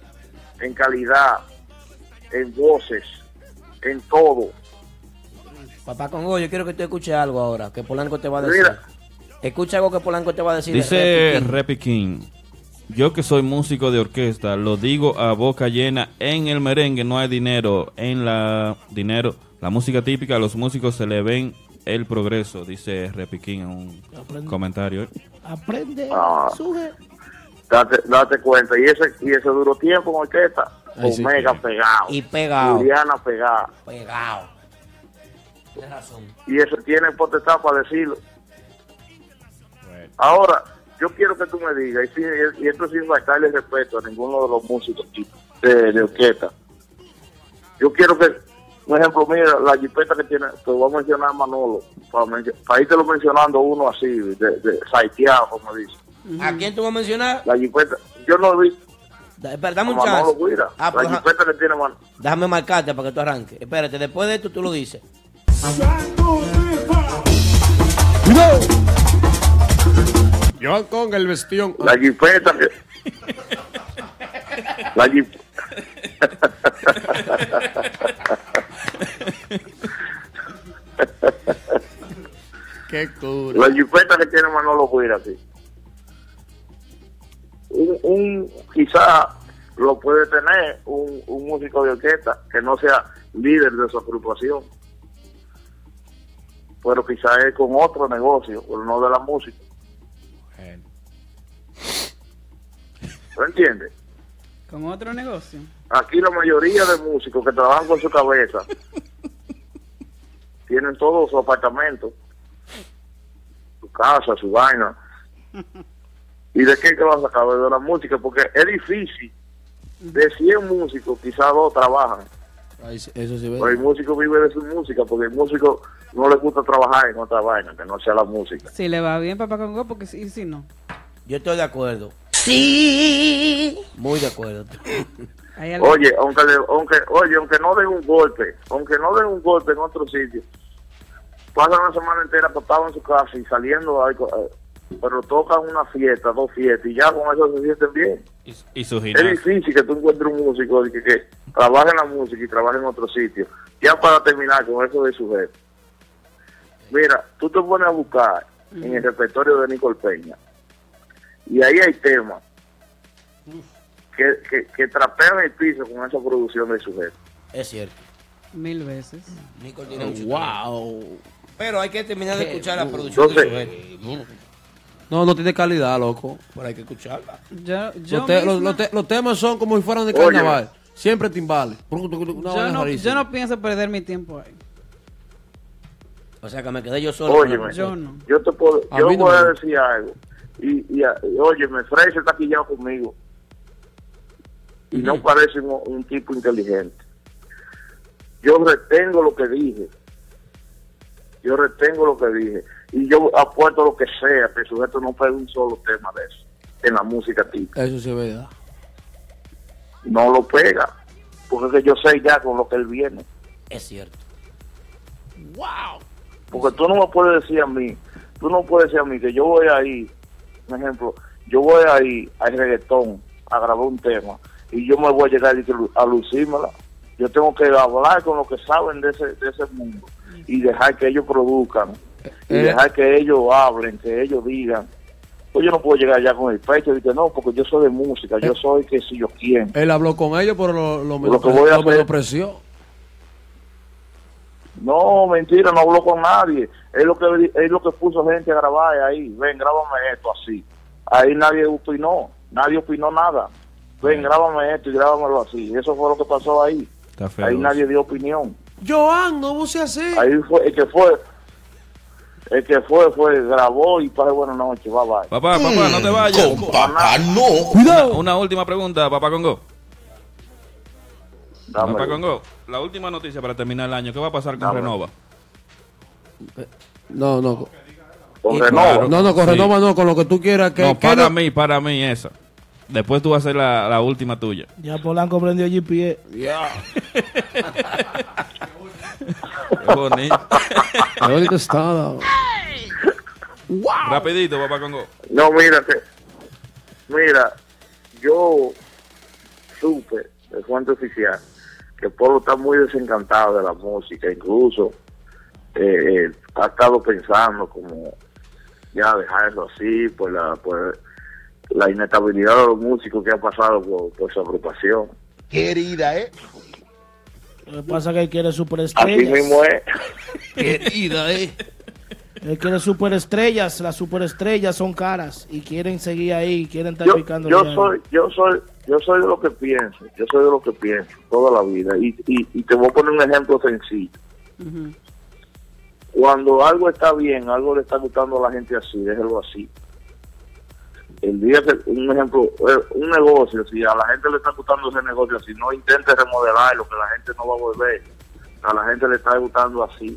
en voces, en todo. Papá Congo, yo quiero que tú escuches algo ahora, que Polanco te va a decir. Mira. Escucha algo que Polanco te va a decir. Dice Repi King, yo que soy músico de orquesta, lo digo a boca llena, en el merengue no hay dinero, la música típica, a los músicos se le ven el progreso, dice Repi King en un comentario. Aprende, sube. Date cuenta, y ese duro tiempo en orquesta, Omega pegado. Y pegado. Juliana pegada. Pegado. Tienes razón. Y eso tiene potestad para decirlo. Ahora, yo quiero que tú me digas, y esto sin faltarle respeto a ninguno de los músicos de orquesta. Yo quiero que, por ejemplo, mira, la jipeta que tiene, te voy a mencionar a Manolo, para irte lo mencionando uno así, de saiteado, como dice. ¿A quién tú vas a mencionar? La jipeta, yo no vi. Espera, dame un Manolo chance. Guira, Pues, la jipeta que tiene Manolo. Déjame marcarte para que tú arranques. Espérate, después de esto tú lo dices. Joan con el vestión. La jipeta que... La jipeta... Qué cura. La jipeta que tiene Manolo Guira, sí. Quizá lo puede tener un músico de orquesta que no sea líder de su agrupación, pero quizá es con otro negocio, pero no de la música. ¿Lo entiendes? Con otro negocio. Aquí la mayoría de músicos que trabajan con su cabeza tienen todo su apartamento, su casa, su vaina. ¿Y de qué que vas a sacar? De la música, porque es difícil. De 100 músicos, quizás 2 trabajan. Eso sí ve. Pero el músico vive de su música, porque el músico no le gusta trabajar en otra vaina, que no sea la música. Si le va bien, Papá Congo, porque si no. Yo estoy de acuerdo. Sí. Muy de acuerdo. Oye, aunque no den un golpe, en otro sitio, pasan una semana entera acostado en su casa y saliendo ahí, pero tocan una fiesta, 2 fiestas, y ya con eso se sienten bien. Y su Es gimnasio. difícil que tú encuentres un músico que trabaje en la música y trabaje en otro sitio. Ya para terminar con eso de sujeto. Mira, tú te pones a buscar en el repertorio de Nicole Peña, y ahí hay temas que trapean el piso con esa producción de sujeto. Es cierto. 1000 veces. Nicole tiene mucho Wow. talento. Pero hay que terminar de escuchar la producción de sujeto. No tiene calidad, loco. Pero hay que escucharla. Los temas son como si fueran de Oye. carnaval. Siempre timbales. Yo no pienso perder mi tiempo ahí. O sea que me quedé yo solo. Óyeme, Yo no. yo te puedo, A yo mí no voy a me- decir algo. Y óyeme, Frey se está quillado conmigo. Y no parece un tipo inteligente. Yo retengo lo que dije. Y yo apuesto lo que sea, que el sujeto no pegue un solo tema de eso en la música típica. Eso sí es verdad. No lo pega. Porque es que yo sé ya con lo que él viene. Es cierto. Porque tú no me puedes decir a mí, que yo voy ahí, por ejemplo, yo voy ahí al reggaetón a grabar un tema y yo me voy a llegar a lucírmela. Yo tengo que hablar con los que saben de ese mundo y dejar que ellos produzcan y dejar que ellos hablen, que ellos digan. Pues yo no puedo llegar allá con el pecho y decir, no, porque yo soy de música, yo soy que si yo quién. Él habló con ellos, pero lo menospreció. No, mentira, no habló con nadie. Es lo que puso gente a grabar ahí. Ven, grábame esto así. Ahí nadie opinó nada. Ven, grábame esto y grábamelo así. Eso fue lo que pasó ahí. Está feo. Ahí nadie dio opinión. Joan, no use así. Ahí fue el que fue, grabó y pasé buenas noches, bye bye. Papá, no te vayas. Con papá no. Cuidado. Una última pregunta, Papá Congo. Dame. Papá Congo, la última noticia para terminar el año. ¿Qué va a pasar con Renova? No. Con Renova. No, con Sí. Renova no, con lo que tú quieras. No, para mí esa. Después tú vas a hacer la última tuya. Ya Polanco prendió GPS. Qué bonito. Qué bonito está. Rapidito, Papá Congo. No, mira, yo supe de fuente oficial que el pueblo está muy desencantado de la música, incluso ha estado pensando como ya dejarlo así por la inestabilidad de los músicos que han pasado por su agrupación. Querida, Lo que pasa es que él quiere Así superestrellas. mismo es. Querida, Él quiere superestrellas. Las superestrellas son caras y quieren seguir ahí, quieren estar picando. Yo soy de lo que pienso. Yo soy de lo que pienso toda la vida. Y te voy a poner un ejemplo sencillo. Cuando algo está bien, algo le está gustando a la gente así, déjelo así. El día que, un ejemplo, un negocio, si a la gente le está gustando ese negocio así, no intente remodelarlo, que la gente no va a volver. A la gente le está gustando así.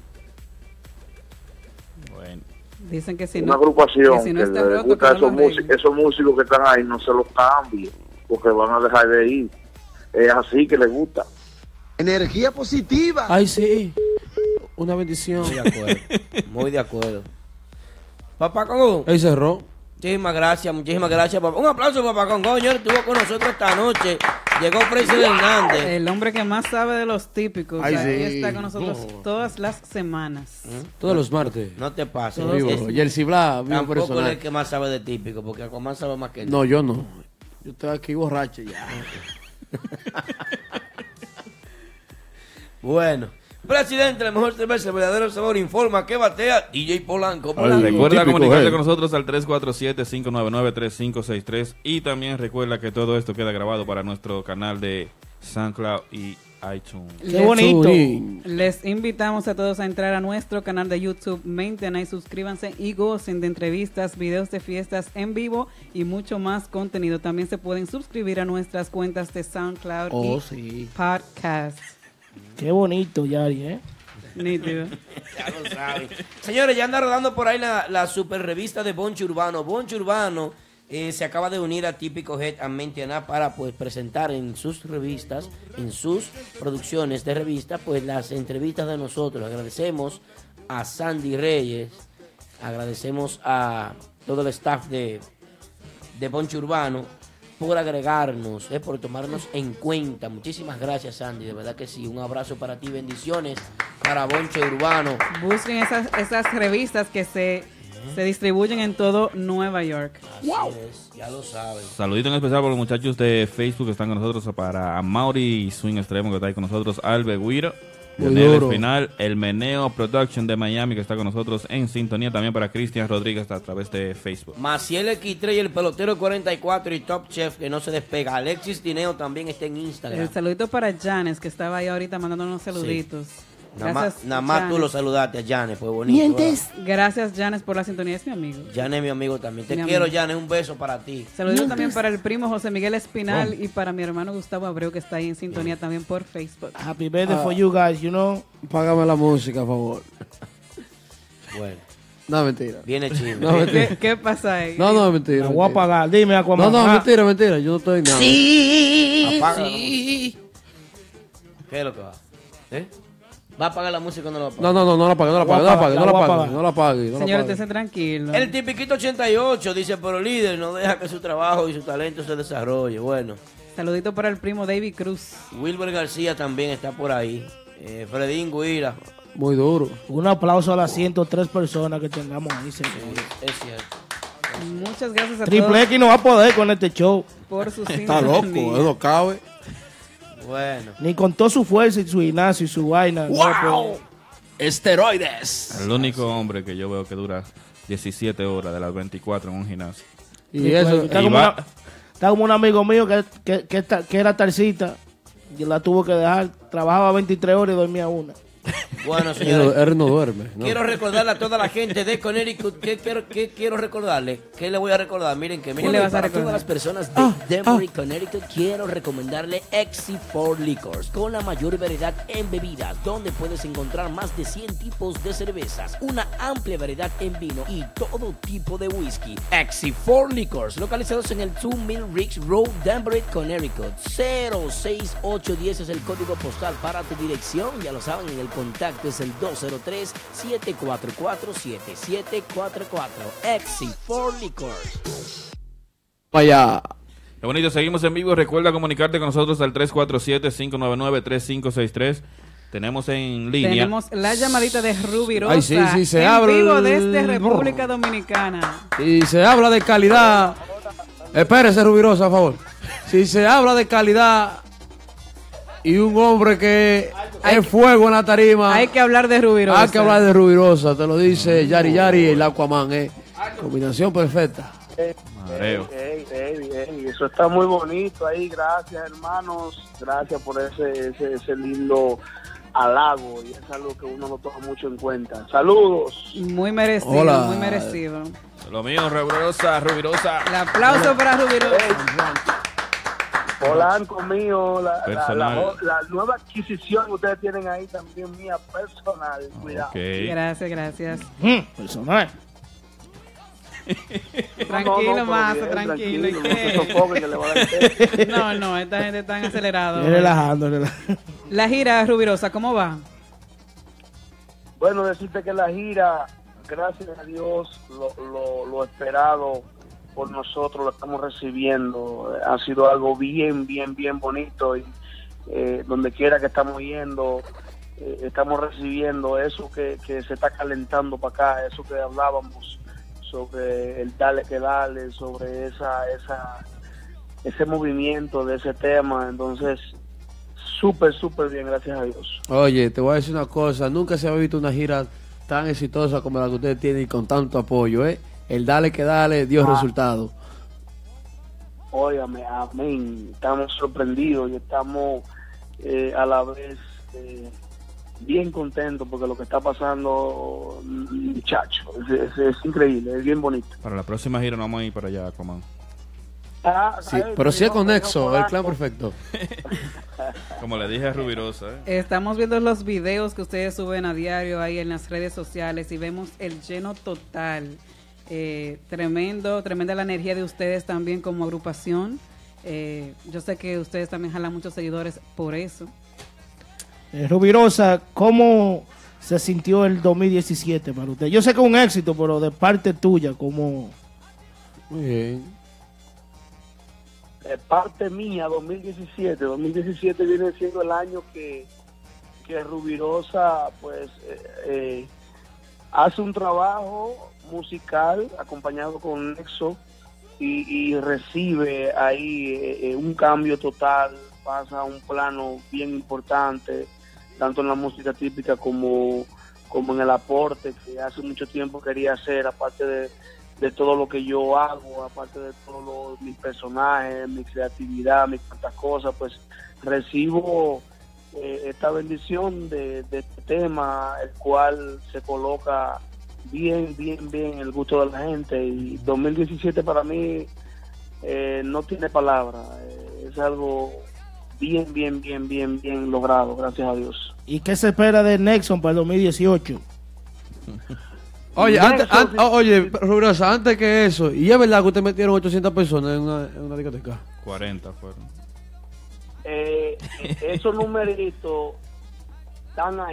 Bueno. Dicen que si Una no, agrupación que si no que está le roto, gusta que no lo arreglen. esos músicos que están ahí, no se los cambien, porque van a dejar de ir. Es así que les gusta. energía positiva. Ay, sí. Una bendición. Muy de acuerdo. Papá Congo. Ahí cerró. Muchísimas gracias, papá. Un aplauso, Papá Congo. Señor, estuvo con nosotros esta noche. Llegó Presidente Hernández. El hombre que más sabe de los típicos. Ay, O sea, sí. él está con nosotros todas las semanas. Todos los martes. No te pases. Y el Cibla, vivo Tampoco personal. es el que más sabe de típico, porque Aquaman sabe más que él. No, yo no. Yo estoy aquí borracho ya. Bueno. Presidente, la mejor cerveza, el verdadero sabor, informa que batea DJ Polanco. Recuerda comunicarte con nosotros al 347-599-3563 y también recuerda que todo esto queda grabado para nuestro canal de SoundCloud y iTunes. ¡Qué bonito! Les invitamos a todos a entrar a nuestro canal de YouTube, Maintenance, y suscríbanse y gocen de entrevistas, videos de fiestas en vivo y mucho más contenido. También se pueden suscribir a nuestras cuentas de SoundCloud y Podcast. Qué bonito, Yari, Nítido. Ya lo saben. Señores, ya anda rodando por ahí la super revista de Boncho Urbano. Boncho Urbano se acaba de unir a Típico Head a Mentiana para pues presentar en sus revistas, en sus producciones de revista, pues las entrevistas de nosotros. Agradecemos a Sandy Reyes, agradecemos a todo el staff de Boncho Urbano por agregarnos, por tomarnos en cuenta. Muchísimas gracias, Sandy, de verdad que sí. Un abrazo para ti, bendiciones para Boncho Urbano. Busquen esas revistas que se distribuyen en todo Nueva York. Así es, ya lo saben. Saludito en especial por los muchachos de Facebook que están con nosotros, para Mauri Swing Extremo que está ahí con nosotros, Albe Guiro, Leonel Espinal, El Meneo Production de Miami que está con nosotros en sintonía, también para Cristian Rodríguez a través de Facebook. Maciel X3 y el pelotero 44 y Top Chef que no se despega. Alexis Dineo también está en Instagram. El saludito para Janes, que estaba ahí ahorita mandándonos saluditos. Nada más Janes. tú lo saludaste a Janes, pues bonito. Gracias, Janes, por la sintonía, es mi amigo. Janes es mi amigo también. Te Mi quiero, amigo. Janes, un beso para ti. Saludos también para el primo José Miguel Espinal y para mi hermano Gustavo Abreu, que está ahí en sintonía también por Facebook. Happy birthday for you guys, you know. Págame la música, por favor. Bueno. No, mentira. Viene chisme. No, mentira. ¿Qué pasa ahí? No, mentira. La voy a pagar. Dime, Aquaman. No, mentira. Yo no estoy nada. Sí. Apágalo. ¿Qué es lo que va? ¿Va a apagar la música o no la va a apagar? No la apague, no la apague. Señores, esté tranquilo. El tipiquito 88 dice, pero líder, no deja que su trabajo y su talento se desarrolle. Bueno. Saludito para el primo David Cruz. Wilber García también está por ahí. Fredín Guira. Muy duro. Un aplauso a las 103 personas que tengamos ahí, señores. Es cierto. Muchas gracias a Triple todos. X no va a poder con este show. Por su Está loco, no cabe. Bueno. Ni con toda su fuerza y su gimnasio y su vaina. ¡Wow! Esteroides. El único hombre que yo veo que dura 17 horas de las 24 en un gimnasio. Y eso está como un amigo mío que era tarcita y la tuvo que dejar. Trabajaba 23 horas y dormía una. Bueno, señores. Él no duerme. ¿no? Quiero recordarle a toda la gente de Connecticut. ¿Qué quiero recordarle? ¿Qué le voy a recordar? Miren que ¿Qué le vas a para recordar? todas las personas de Denver, Connecticut, quiero recomendarle XC4 Liquors, con la mayor variedad en bebidas, donde puedes encontrar más de 100 tipos de cervezas, una amplia variedad en vino y todo tipo de whisky. XC4 Liquors, localizados en el 2 Mill Ridge Road, Denver, Connecticut. 06810 es el código postal para tu dirección. Ya lo saben, en el contacto es el 203-744-7744. XC4 Liquors. Vaya. Qué bonito, seguimos en vivo. Recuerda comunicarte con nosotros al 347-599-3563. Tenemos en línea. Tenemos la llamadita de Rubirosa. Ay, sí, se en habla vivo desde República Dominicana. Y se habla de calidad. Espérese, Rubirosa, a favor. Si se habla de calidad y un hombre que es fuego en la tarima, hay que hablar de Rubirosa. Hay que hablar de Rubirosa, te lo dice Yari Yari y el Aquaman, combinación perfecta. Mareo. Eso está muy bonito ahí, gracias hermanos, gracias por ese lindo halago, y es algo que uno lo toma mucho en cuenta. Saludos. Muy merecido, Hola. muy merecido. Lo mío, Rubirosa. El aplauso para Rubirosa. Polanco mío, la nueva adquisición que ustedes tienen ahí también mía personal, cuidado. Okay. Gracias. Personal. Tranquilo, Mazo, bien, tranquilo. no se sofoquen que le va a dar té. No, esta gente está acelerada. Relajando. La gira, Rubirosa, ¿cómo va? Bueno, decirte que la gira, gracias a Dios, lo esperado por nosotros lo estamos recibiendo. Ha sido algo bien bonito, y donde quiera que estamos yendo, estamos recibiendo eso que se está calentando para acá, eso que hablábamos sobre el dale que dale, sobre ese movimiento de ese tema. Entonces, súper bien, gracias a Dios. Oye, te voy a decir una cosa, nunca se había visto una gira tan exitosa como la que ustedes tienen y con tanto apoyo, El dale que dale dio resultado. Óyame, amén. Estamos sorprendidos y estamos a la vez bien contentos porque lo que está pasando, muchacho, es increíble, es bien bonito. Para la próxima gira no vamos a ir para allá, Aquaman. Sí, pero sí es con Nexo, el clan perfecto. Como le dije a Rubirosa. Estamos viendo los videos que ustedes suben a diario ahí en las redes sociales y vemos el lleno total. Tremenda la energía de ustedes también como agrupación. Yo sé que ustedes también jalan muchos seguidores por eso. Rubirosa, ¿cómo se sintió el 2017 para usted? Yo sé que es un éxito, pero de parte tuya, ¿cómo? Muy bien. De parte mía, 2017 viene siendo el año que Rubirosa pues hace un trabajo musical acompañado con Nexo y recibe ahí un cambio total, pasa a un plano bien importante, tanto en la música típica como en el aporte que hace mucho tiempo quería hacer, aparte de todo lo que yo hago, aparte de todos mis personajes, mi creatividad, mis tantas cosas, pues recibo esta bendición de este tema, el cual se coloca bien en el gusto de la gente, y 2017 para mí no tiene palabra, es algo bien logrado, gracias a Dios. ¿Y qué se espera de Nexon para el 2018? Oye, Rubirosa, antes que eso, ¿y es verdad que ustedes metieron 800 personas en una discoteca? 40 fueron. Esos numeritos están ahí,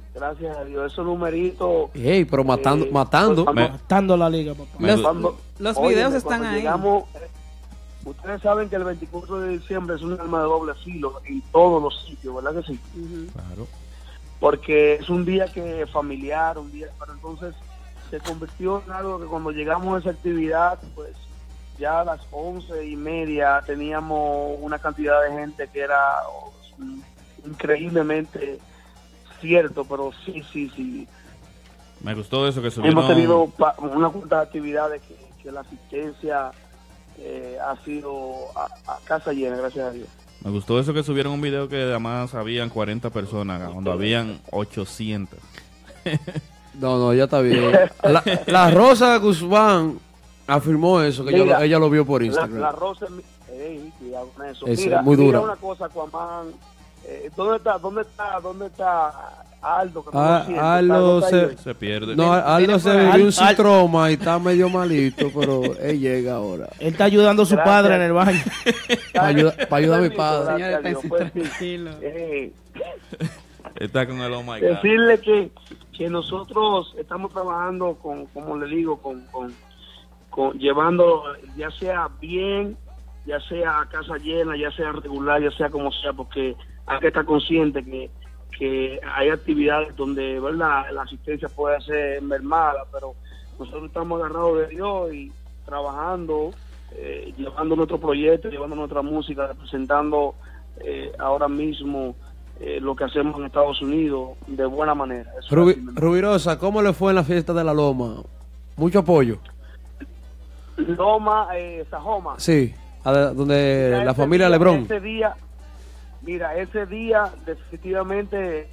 Gracias a Dios, esos numeritos. Ey, pero matando. Matando la liga, papá. Los Óyeme, videos están cuando ahí. llegamos, ustedes saben que el 24 de diciembre es un arma de doble filo en todos los sitios, ¿verdad que sí? Claro. Porque es un día que familiar, un día, pero entonces se convirtió en algo que cuando llegamos a esa actividad, pues ya a las 11:30 teníamos una cantidad de gente que era increíblemente cierto, pero sí. Me gustó eso que subieron. Hemos tenido una cuanta de actividades que la asistencia ha sido a casa llena, gracias a Dios. Me gustó eso que subieron un video que además habían 40 personas, cuando habían 800. No, ya está bien. La Rosa Guzmán afirmó eso, que Mira, ella lo vio por Instagram. La Rosa, cuidado con eso. Es Mira, muy dura. mira una cosa, Aquaman. ¿Dónde está Aldo? Que no lo siento? Aldo se pierde. No, Aldo se vivió un citroma y está medio malito, pero él llega ahora. Él está ayudando a su padre en el baño. Para ayudar a mi padre. Gracias a Dios, pues, Tranquilo. Está con el oh my God. Decirle que nosotros estamos trabajando con, como le digo, con llevando, ya sea bien, ya sea a casa llena, ya sea regular, ya sea como sea, porque hay que estar consciente que hay actividades donde, ¿verdad?, la asistencia puede ser mermada, pero nosotros estamos agarrados de Dios y trabajando, llevando nuestro proyecto, llevando nuestra música, representando ahora mismo lo que hacemos en Estados Unidos de buena manera. Rubirosa, ¿cómo le fue en la fiesta de la Loma? ¿Mucho apoyo? Loma, Sajoma. Sí, donde Mira, la familia Lebrón. Ese día definitivamente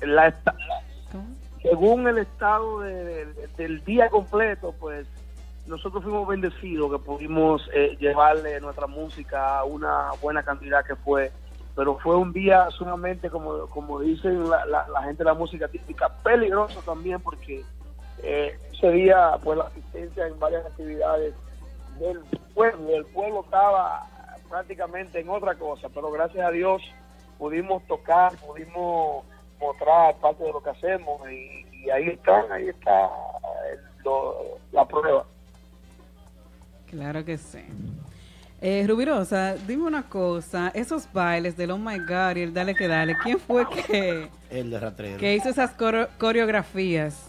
según el estado del día completo, pues nosotros fuimos bendecidos que pudimos llevarle nuestra música a una buena cantidad que fue, pero fue un día sumamente, como dicen la gente de la música típica, peligroso también, porque ese día pues la asistencia en varias actividades del pueblo estaba prácticamente en otra cosa, pero gracias a Dios pudimos tocar, pudimos mostrar parte de lo que hacemos y ahí está la prueba. Claro que sí. Rubirosa, dime una cosa, esos bailes del Oh My God y el Dale que Dale, ¿quién fue El de Ratrero. que hizo esas coreografías?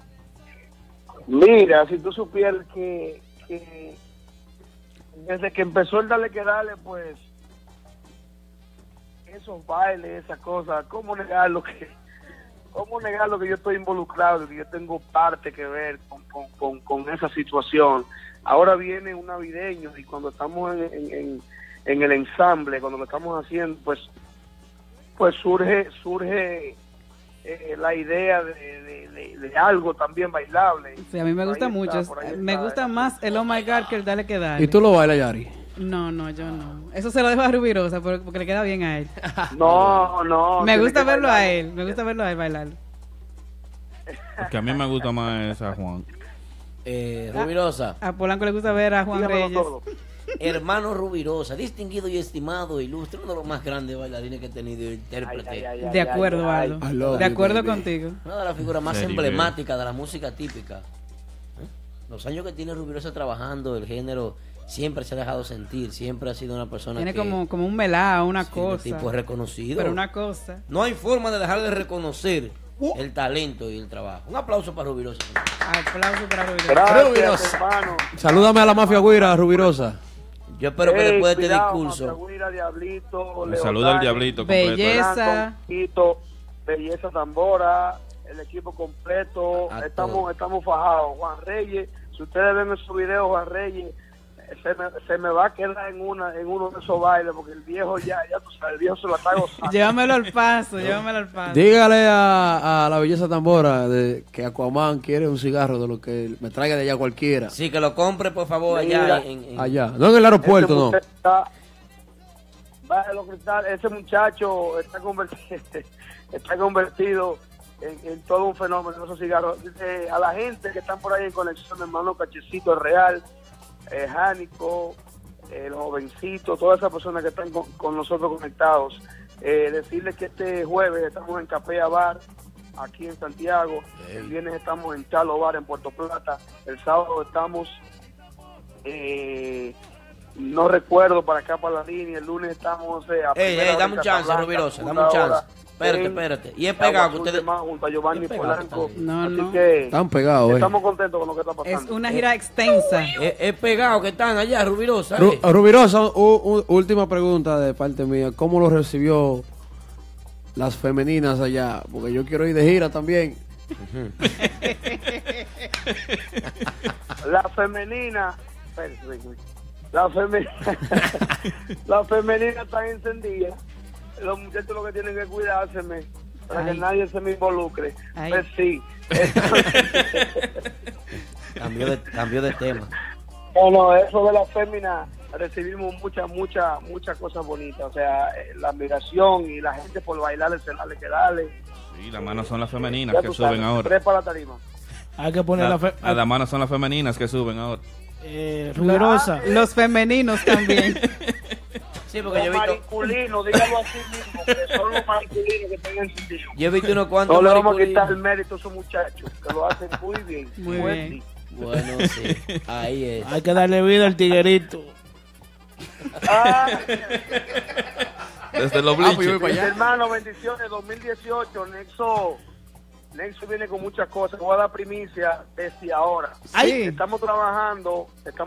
Mira, si tú supieras que desde que empezó el Dale que Dale, pues esos bailes, esas cosas, ¿cómo negar lo que yo estoy involucrado, que yo tengo parte que ver con esa situación? Ahora viene un navideño y cuando estamos en el ensamble, cuando lo estamos haciendo, pues surge la idea de algo también bailable. Sí, a mí me gusta mucho. Me gusta más el Oh My God que el Dale que Dale. ¿Y tú lo bailas, Yari? No, yo no. Eso se lo dejo a Rubirosa porque le queda bien a él. No. Me gusta verlo a él. Me gusta verlo a él bailar. Porque a mí me gusta más esa Juan. Rubirosa. A Polanco le gusta ver a Juan Reyes. Hermano Rubirosa, distinguido y estimado, ilustre, uno de los más grandes bailarines que he tenido, intérprete. De acuerdo, Aldo. De acuerdo contigo. Una de las figuras más emblemáticas de la música típica. Los años que tiene Rubirosa trabajando, el género siempre se ha dejado sentir, siempre ha sido una persona tiene que... como un melao, una cosa. Tipo reconocido. Pero una cosa. No hay forma de dejar de reconocer el talento y el trabajo. Un aplauso para Rubirosa. Aplauso para Rubirosa. Gracias, Rubirosa. hermano. Salúdame a la mafia guira, Rubirosa. Yo espero que después de este discurso... Mafia Guira, Diablito, Me saluda el Diablito completo. Belleza Tambora, el equipo completo. Estamos fajados. Juan Reyes, si ustedes ven en su video, Juan Reyes se me va a quedar en uno de esos bailes, porque el viejo ya tú sabes, el viejo se lo está gozando. Llévamelo al paso. Dígale a la Belleza Tambora que Aquaman quiere un cigarro de lo que me traiga de allá cualquiera. Sí, que lo compre, por favor, allá. Allá, no en el aeropuerto, no. Ese muchacho está convertido en todo un fenómeno, esos cigarros. A la gente que están por ahí en conexión, hermano Cachecito Real, Jánico, los jovencitos, todas esas personas que están con nosotros conectados, decirles que este jueves estamos en Capea Bar aquí en Santiago. El viernes estamos en Chalo Bar en Puerto Plata. El sábado estamos, no recuerdo, para acá para la línea. El lunes estamos dame un chance, Rubirosa, dame un chance. Espérate. Y es pegado que ustedes... junto a Giovanni Polanco. No. Así que están pegados, estamos contentos con lo que está pasando. Es una gira extensa. Es pegado que están allá, Rubirosa. Rubirosa, última pregunta de parte mía. ¿Cómo lo recibió las femeninas allá? Porque yo quiero ir de gira también. La femenina la femenina están encendidas. Los muchachos lo que tienen que cuidarse para que nadie se me involucre. Pues sí. Cambio de tema. Bueno, eso de la fémina, recibimos muchas cosas bonitas. O sea, la admiración y la gente por bailar el celular que dale. Sí, las manos son las femeninas que suben ahora. Tres para la tarima. Hay que poner las manos son las femeninas que suben ahora. Rubirosa. Los femeninos también. Sí, porque yo he visto... masculinos, dígalo así mismo, que son los masculinos que están encendidos. Yo he visto unos cuantos. No le vamos a quitar el mérito a esos muchachos, que lo hacen muy bien. Muy bien. Bueno, sí, ahí es. Hay que darle vida al tiguerito. Desde los bliches. Hermano, bendiciones, 2018, Nexo viene con muchas cosas. Voy a dar primicia desde ahora. Sí. Estamos trabajando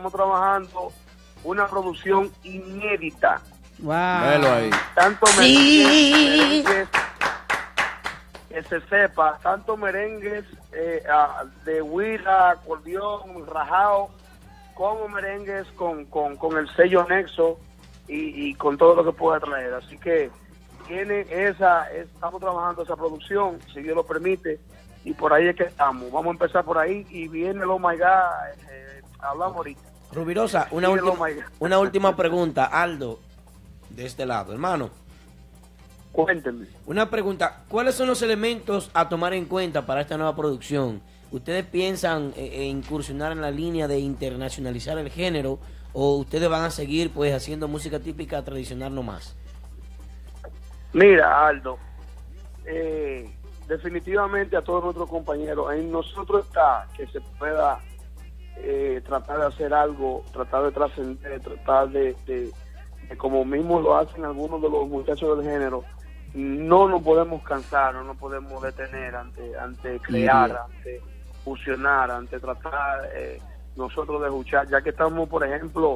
una producción inédita. Velo ahí. Tanto merengues, que se sepa, tanto merengues de huila, acordeón, rajao, como merengues con el sello Nexo y con todo lo que pueda traer. Así que estamos trabajando esa producción, si Dios lo permite, y por ahí es que estamos. Vamos a empezar por ahí y viene el Oh My God, hablamos ahorita. Rubirosa, una última pregunta, Aldo, de este lado, hermano. Cuéntenme. Una pregunta, ¿cuáles son los elementos a tomar en cuenta para esta nueva producción? ¿Ustedes piensan incursionar en la línea de internacionalizar el género o ustedes van a seguir pues haciendo música típica tradicional nomás? Mira, Aldo, definitivamente a todos nuestros compañeros, en nosotros está que se pueda tratar de hacer algo, tratar de trascender, tratar de como mismo lo hacen algunos de los muchachos del género. No nos podemos cansar, no nos podemos detener ante crear, ante fusionar, ante tratar nosotros de escuchar, ya que estamos, por ejemplo,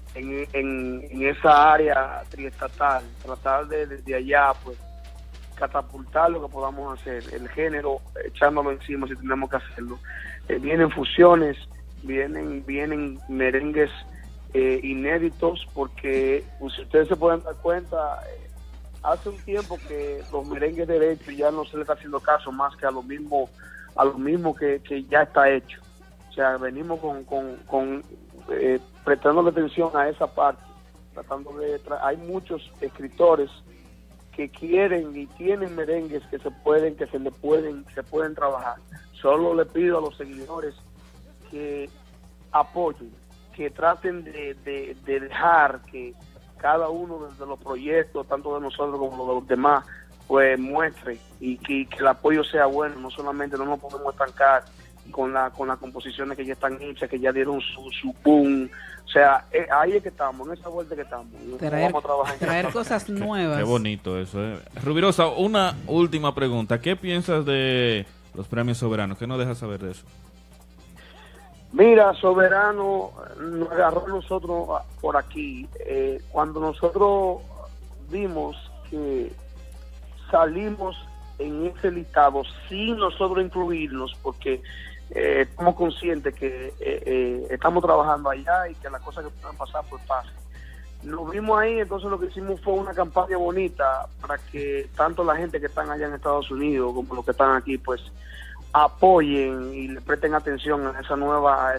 en esa área triestatal, tratar de desde allá, pues, catapultar lo que podamos hacer, el género, echándolo encima si tenemos que hacerlo. Vienen fusiones, vienen merengues inéditos, porque pues, si ustedes se pueden dar cuenta, hace un tiempo que los merengues derechos ya no se les está haciendo caso más que a lo mismo que ya está hecho. O sea, venimos prestándole atención a esa parte, tratando de hay muchos escritores que quieren y tienen merengues que se pueden trabajar. Solo le pido a los seguidores que apoyen, que traten de dejar que cada uno de los proyectos, tanto de nosotros como de los demás, pues muestre y que el apoyo sea bueno. No solamente no nos podemos estancar con las composiciones que ya están hechas, que ya dieron su boom. O sea, ahí es que estamos, en esa vuelta que estamos. Vamos a traer cosas nuevas. Qué bonito eso. Rubirosa, una última pregunta. ¿Qué piensas de los premios soberanos? ¿Qué nos dejas saber de eso? Mira, Soberano nos agarró a nosotros por aquí. Cuando nosotros vimos que salimos en ese listado sin nosotros incluirnos, porque estamos conscientes que estamos trabajando allá y que las cosas que puedan pasar pues pasen. Nos vimos ahí, entonces lo que hicimos fue una campaña bonita para que tanto la gente que están allá en Estados Unidos como los que están aquí pues apoyen y le presten atención a esa nueva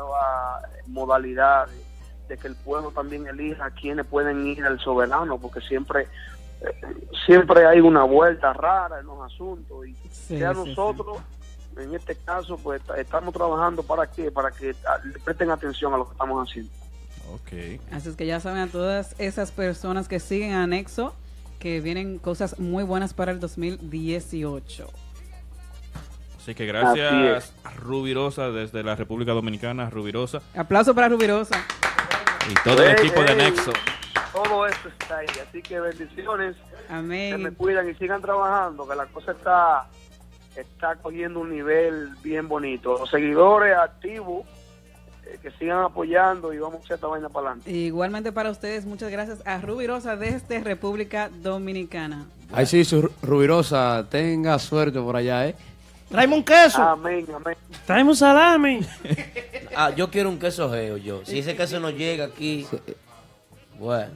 modalidad de que el pueblo también elija quienes pueden ir al soberano, porque siempre hay una vuelta rara en los asuntos y nosotros en este caso pues estamos trabajando para que le presten atención a lo que estamos haciendo. Okay. Así es que ya saben a todas esas personas que siguen a Nexo que vienen cosas muy buenas para el 2018. Así que gracias a Rubirosa desde la República Dominicana, Rubirosa. Aplauso para Rubirosa. Y todo el equipo de Nexo. Todo esto está ahí, así que bendiciones. Amén. Se me cuidan y sigan trabajando, que la cosa está cogiendo un nivel bien bonito. Los seguidores activos, que sigan apoyando y vamos a echar esta vaina para adelante. Igualmente para ustedes, muchas gracias a Rubirosa desde República Dominicana. Ay, sí, su Rubirosa, tenga suerte por allá, ¿eh? Tráeme un queso. Amén, amén. Tráeme un salami. Yo quiero un queso geo, yo. Si ese queso no llega aquí, bueno.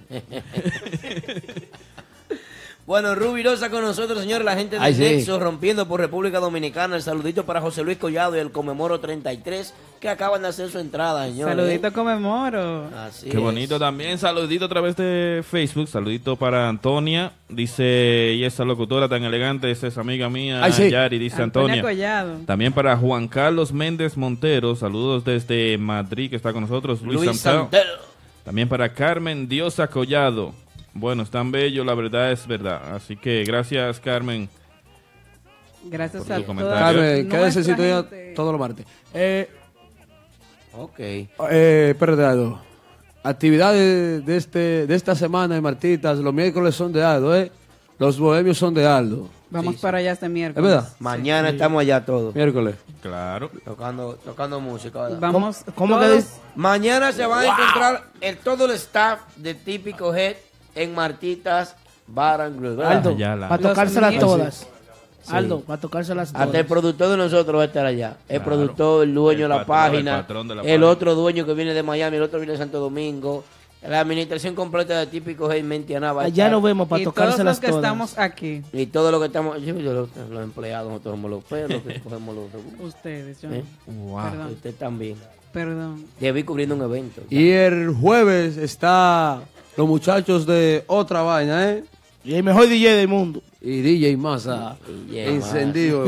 Bueno, Rubirosa con nosotros, señores, la gente de Nexo rompiendo por República Dominicana. El saludito para José Luis Collado y el Conmemoro 33 que acaban de hacer su entrada, señores. Saludito Conmemoro. Así Qué bonito también. Saludito a través de Facebook. Saludito para Antonia. Dice, y esa locutora tan elegante, esa es amiga mía, Yari, dice Antonia. Collado. También para Juan Carlos Méndez Montero. Saludos desde Madrid que está con nosotros. Luis Santero. También para Carmen Diosa Collado. Bueno, es tan bello, la verdad es verdad. Así que gracias, Carmen. Gracias a todos. Carmen, quédese sintonía todos los martes. Ok. Espérate algo. Actividades de esta semana en Martitas. Los miércoles son de Aldo, ¿eh? Los bohemios son de Aldo. Vamos para allá este miércoles. ¿Es verdad? Mañana estamos allá todos. Miércoles. Claro. Tocando música, ¿verdad? Vamos. ¿Cómo que dice? Mañana se van a encontrar todo el staff de Típico Head en Martitas Bar and Grill. Aldo, para tocárselas todas. Sí. Aldo, para tocárselas todas. Hasta el productor de nosotros va a estar allá. El productor, el dueño de la página, el otro dueño que viene de Miami, el otro viene de Santo Domingo. La administración completa de Típico Head Mentiana va a allá estar. nos vemos para tocárselas todas. Y todos los que estamos aquí. Y todo lo que estamos... Los empleados, nosotros somos los perros que cogemos los... Ustedes, yo. Wow. Perdón. Usted también. Perdón. Debí cubriendo un evento. Y el jueves está los muchachos de Otra Vaina, ¿eh? Y el mejor DJ del mundo. Y DJ Massa. DJ Encendido.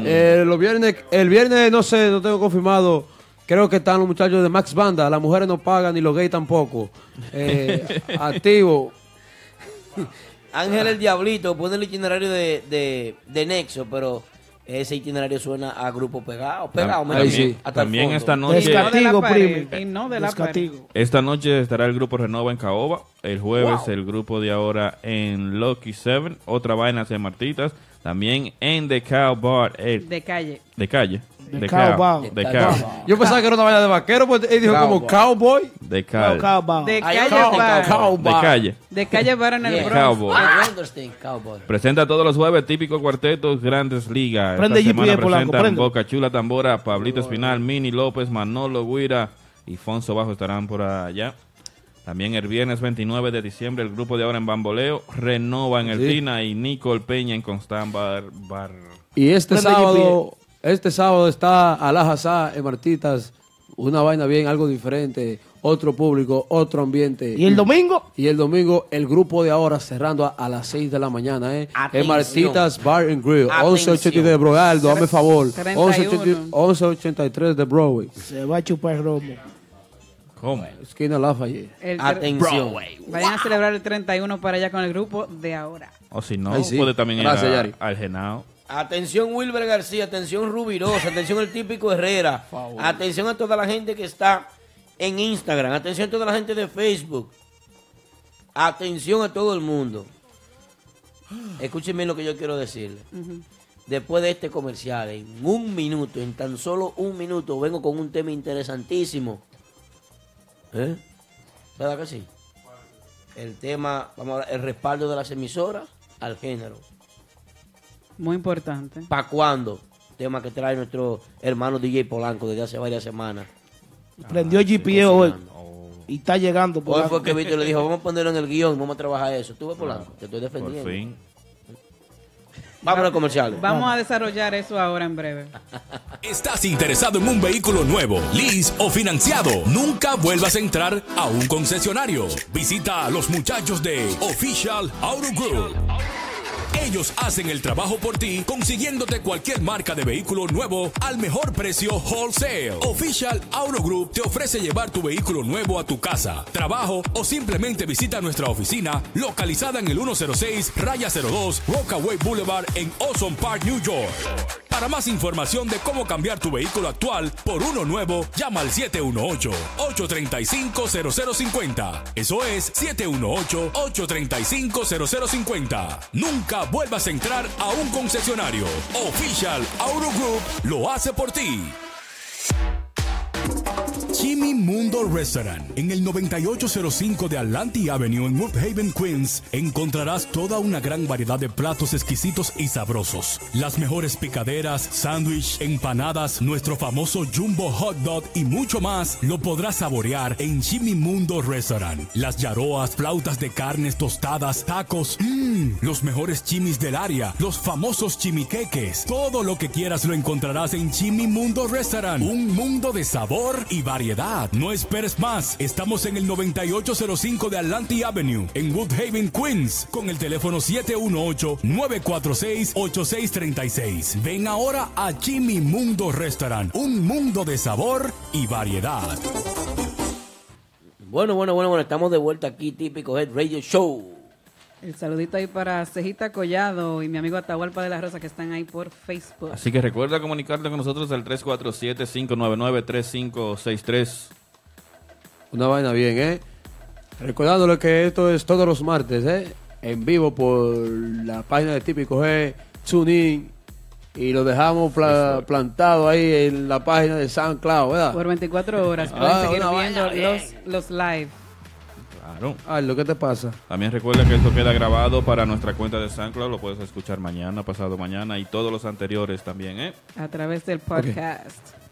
El viernes, no sé, no tengo confirmado. Creo que están los muchachos de Max Banda. Las mujeres no pagan ni los gays tampoco. Activo. Ángel el Diablito pone el itinerario de Nexo, pero ese itinerario suena a grupo pegado. También esta noche. Descastigo, primo. Y no de la Descastigo. Esta noche estará el grupo Renova en Caoba. El jueves el grupo de ahora en Lucky 7. Otra vaina en Martitas. También en The Cow Bar. De calle. De calle. The Cow Bar. The Cow. Yo pensaba que era una vaina de vaquero, pues él dijo como cowboy. De calle. De calle bar. De calle. De calle bar en el Bronx. Cowboy. Cowboy. Presenta todos los jueves típicos cuartetos Grandes Ligas. Prende Esta semana GPS, Polanco, presentan prende. Boca Chula Tambora, Pablito Espinal, Mini López, Manolo Guira y Fonso Bajo estarán por allá. También el viernes 29 de diciembre el grupo de ahora en Bamboleo, Renova en el Tina y Nicole Peña en Constant Bar. Y este Prende sábado está Alajazá en Martitas. Una vaina bien, algo diferente. Otro público, otro ambiente. ¿Y el domingo? Y el domingo el grupo de ahora cerrando a las 6 de la mañana, ¿eh? En Martitas Bar and Grill. 1183 de Brogaldo, dame favor. 1183 de Broadway. Se va a chupar el romo. ¿Cómo? Esquina Lafayette. Atención. Vayan a celebrar el 31 para allá con el grupo de ahora. O si no, Ay, sí. puede también Gracias, ir Yari. al Genao. Atención Wilber García, atención Rubirosa, atención el Típico Herrera, atención a toda la gente que está en Instagram, atención a toda la gente de Facebook, atención a todo el mundo. Escúchenme lo que yo quiero decirle. Después de este comercial, en un minuto, en tan solo un minuto, vengo con un tema interesantísimo. ¿Verdad que sí? El tema, vamos a hablar, el respaldo de las emisoras al género. Muy importante. ¿Para cuándo? Tema que trae nuestro hermano DJ Polanco desde hace varias semanas. Prendió el GPS hoy. Y está llegando. Hoy Polanco. fue que Víctor le dijo, vamos a ponerlo en el guión, vamos a trabajar eso. ¿Tú ves, Polanco? Te estoy defendiendo. Por fin. Vamos a los comerciales. Vamos a desarrollar eso ahora en breve. ¿Estás interesado en un vehículo nuevo, lease o financiado? Nunca vuelvas a entrar a un concesionario. Visita a los muchachos de Official Auto Group. Ellos hacen el trabajo por ti, consiguiéndote cualquier marca de vehículo nuevo al mejor precio wholesale. Official Auto Group te ofrece llevar tu vehículo nuevo a tu casa, trabajo o simplemente visita nuestra oficina localizada en el 106-02 Rockaway Boulevard en Ozone Park, New York. Para más información de cómo cambiar tu vehículo actual por uno nuevo, llama al 718-835-0050. Eso es 718-835-0050. Nunca vuelvas a entrar a un concesionario. Official Auto Group lo hace por ti. Jimmy Mundo Restaurant, en el 9805 de Atlantic Avenue en Woodhaven, Queens, encontrarás toda una gran variedad de platos exquisitos y sabrosos. Las mejores picaderas, sándwich, empanadas, nuestro famoso Jumbo Hot Dog y mucho más lo podrás saborear en Jimmy Mundo Restaurant. Las yaroas, flautas de carnes tostadas, tacos, los mejores chimis del área, los famosos chimiqueques. Todo lo que quieras lo encontrarás en Jimmy Mundo Restaurant. Un mundo de sabor y variedad. No esperes más. Estamos en el 9805 de Atlantic Avenue, en Woodhaven, Queens, con el teléfono 718-946-8636. Ven ahora a Jimmy Mundo Restaurant. Un mundo de sabor y variedad. Bueno. Estamos de vuelta aquí, Típico Head Radio Show. El saludito ahí para Cejita Collado y mi amigo Atahualpa de la Rosa que están ahí por Facebook. Así que recuerda comunicarte con nosotros al 347-599-3563. Una vaina bien, ¿eh? Recordándole que esto es todos los martes, ¿eh? En vivo por la página de Típico G, TuneIn. Y lo dejamos plantado ahí en la página de SoundCloud, ¿verdad? Por 24 horas pueden seguir viendo los live. Claro. Aldo, ¿qué te pasa? También recuerda que esto queda grabado para nuestra cuenta de SoundCloud. Lo puedes escuchar mañana, pasado mañana y todos los anteriores también, ¿eh? A través del podcast.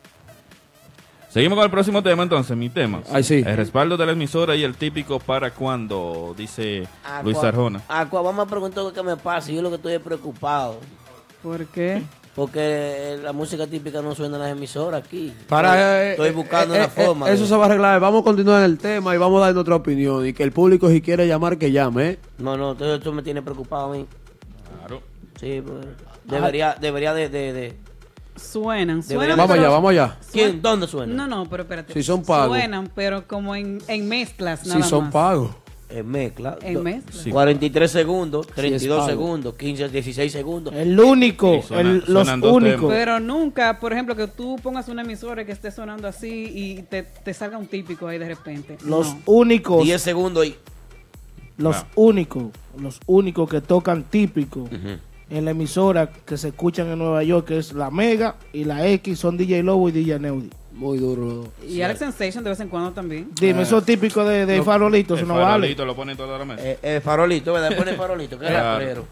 Seguimos con el próximo tema, entonces, mi tema. Ay, sí. El respaldo de la emisora y el típico para cuando, dice Luis Arjona. Vamos a preguntar qué me pasa. Yo lo que estoy es preocupado. ¿Por qué? Porque la música típica no suena en las emisoras aquí. Estoy buscando una forma. Eso se va a arreglar. Vamos a continuar en el tema y vamos a dar nuestra opinión. Y que el público, si quiere llamar, que llame, ¿eh? No, esto me tiene preocupado a mí. Claro. Sí, pues, debería de... Suenan. Vamos allá. ¿Quién? ¿Dónde suenan? No, pero espérate. Si son pagos. Suenan, pero como en mezclas, nada Si son más. pagos. En mezcla. En mezcla. Sí. 43 segundos, 32 sí, segundos, 15, 16 segundos. El único, los únicos. Pero nunca, por ejemplo, que tú pongas una emisora que esté sonando así y te salga un típico ahí de repente. Los únicos. 10 segundos y... Los únicos que tocan típico en la emisora que se escuchan en Nueva York, que es la Mega y la X, son DJ Lobo y DJ Neudi. Muy duro. Y Alex Sensation de vez en cuando también. Dime, eso es típico de Farolito, eso no vale. Farolito lo pone toda la mesa. Farolito, ¿verdad? Pone Farolito. ¿Qué rapero?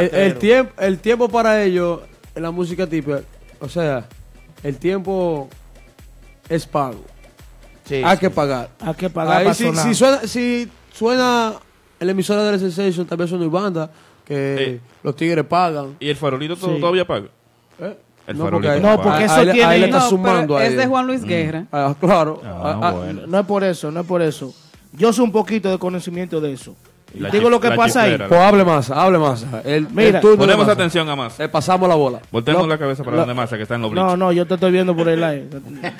El tiempo para ellos en la música típica, o sea, el tiempo es pago. Sí, Hay que pagar. Hay que pagar Ahí, para sonar. si suena en la emisora de Alex Sensation, tal vez suena una banda que los tigres pagan. ¿Y el Farolito todavía paga? El Farolito porque eso tiene... Ahí le está sumando. Pero es de Juan Luis Guerra. Claro. Bueno. No es por eso. Yo sé un poquito de conocimiento de eso. Digo lo que pasa ahí. Pues hable más. Mira, ponemos atención a más. Le pasamos la bola. Volteamos la cabeza para donde Massa, que está en los bleachers. No, yo te estoy viendo por el live.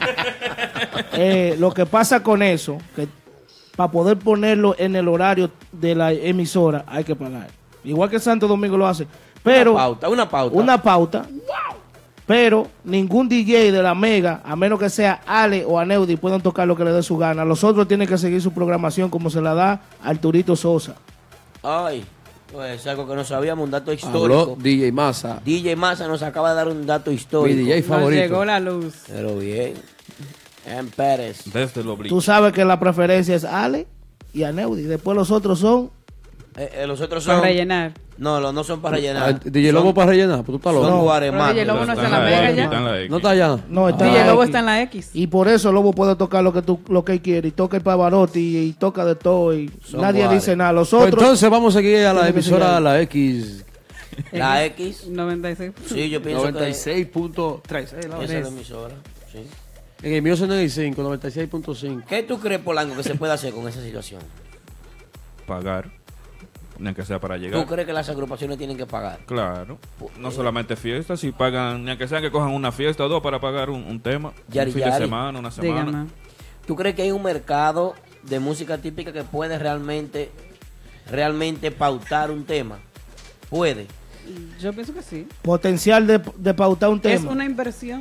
Lo que pasa con eso, que para poder ponerlo en el horario de la emisora hay que pagar. Igual que Santo Domingo lo hace. Pero Una pauta. Pero ningún DJ de la Mega, a menos que sea Ale o Aneudi, puedan tocar lo que le dé su gana. Los otros tienen que seguir su programación como se la da a Arturito Sosa. Ay, pues es algo que no sabíamos, un dato histórico. Habló DJ Massa. DJ Massa nos acaba de dar un dato histórico. Mi DJ favorito. Nos llegó la luz. Pero bien. En Pérez. Desde los bleachers. Tú sabes que la preferencia es Ale y Aneudi. Después los otros son... los otros son... Para rellenar. No son para rellenar. DJ Lobo para rellenar, pues tú estás loco. Son guaremanos. DJ Lobo no está en la Mega ya. No está allá. No, está DJ en Lobo X. está en la X. Y por eso Lobo puede tocar lo que él quiere. Y toca el Pavarotti y toca de todo. Y Son nadie guares. dice nada. Los Pues otros... entonces vamos a seguir a la Tiene que emisora, seguir. la X. La X. 96. Sí, yo pienso 96.3. que esa es la emisora. Sí. En el mío es 95, 96.5. ¿Qué tú crees, Polanco, que se puede hacer con esa situación? Pagar. Ni que sea para llegar. ¿Tú crees que las agrupaciones tienen que pagar? Claro. No solamente fiestas, si pagan, ni que sean que cojan una fiesta o dos para pagar un tema. Yari, un fin de yari. semana, una semana. Dígame. ¿Tú crees que hay un mercado de música típica que puede realmente pautar un tema? Puede. Yo pienso que sí. Potencial de pautar un tema. Es una inversión.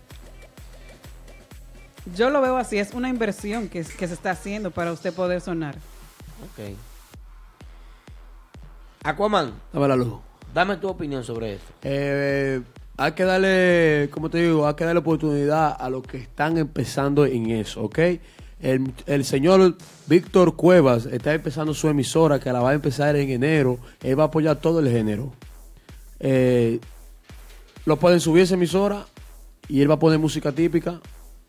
Yo lo veo así, es una inversión que se está haciendo para usted poder sonar. Ok. Aquaman, Dame la luz. dame tu opinión sobre esto. Hay que darle, como te digo, hay que darle oportunidad a los que están empezando en eso, ¿ok? El señor Víctor Cuevas está empezando su emisora, que la va a empezar en enero. Él va a apoyar todo el género. Lo pueden subir a esa emisora y él va a poner música típica.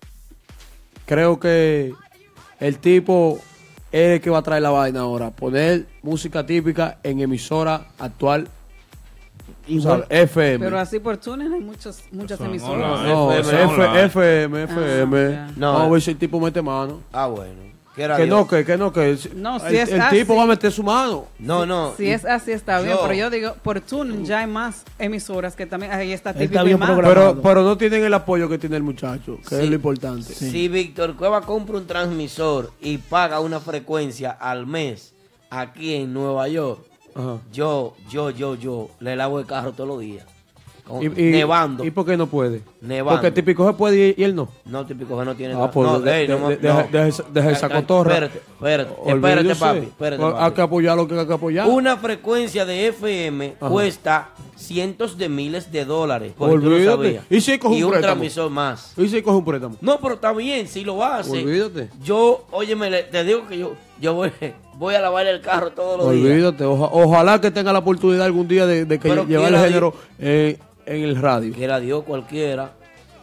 Creo que el tipo es el que va a traer la vaina ahora. Poner música típica en emisora actual. Igual, FM. Pero así por TuneIn hay muchas emisoras. No, FM. ya. No, vamos a ver si el tipo mete mano. Ah, bueno. Que no. No, si el es el así. tipo va a meter su mano. No. Si es así está bien, Yo- pero yo digo, por TuneIn ya hay más emisoras que también, ahí está Está típico bien y más. programado. Pero no tienen el apoyo que tiene el muchacho, que Sí. es lo importante. Si Víctor Cueva compra un transmisor y paga una frecuencia al mes aquí en Nueva York, Ajá. yo le lavo el carro todos los días. Con- Y nevando. ¿Y por qué no puede? Nevando. Porque típico se puede y él no. No, típico que no tiene Ah, pues no, deja esa cotorra. Espérate, Olvídese. papi. Espérate, Hay papi. que apoyar lo que hay que apoyar. Una frecuencia de FM Ajá. cuesta cientos de miles de dólares. Por si tú no Olvídate. sabías. ¿Y si coge y un un préstamo? transmisor más. ¿Y si coge un préstamo? No, pero está bien, si lo hace. Olvídate. Yo, óyeme, te digo que yo voy a lavar el carro todos los días. Olvídate. Ojalá que tenga la oportunidad algún día de que Pero llevar el quiera género en el radio. Quiera Dios, cualquiera,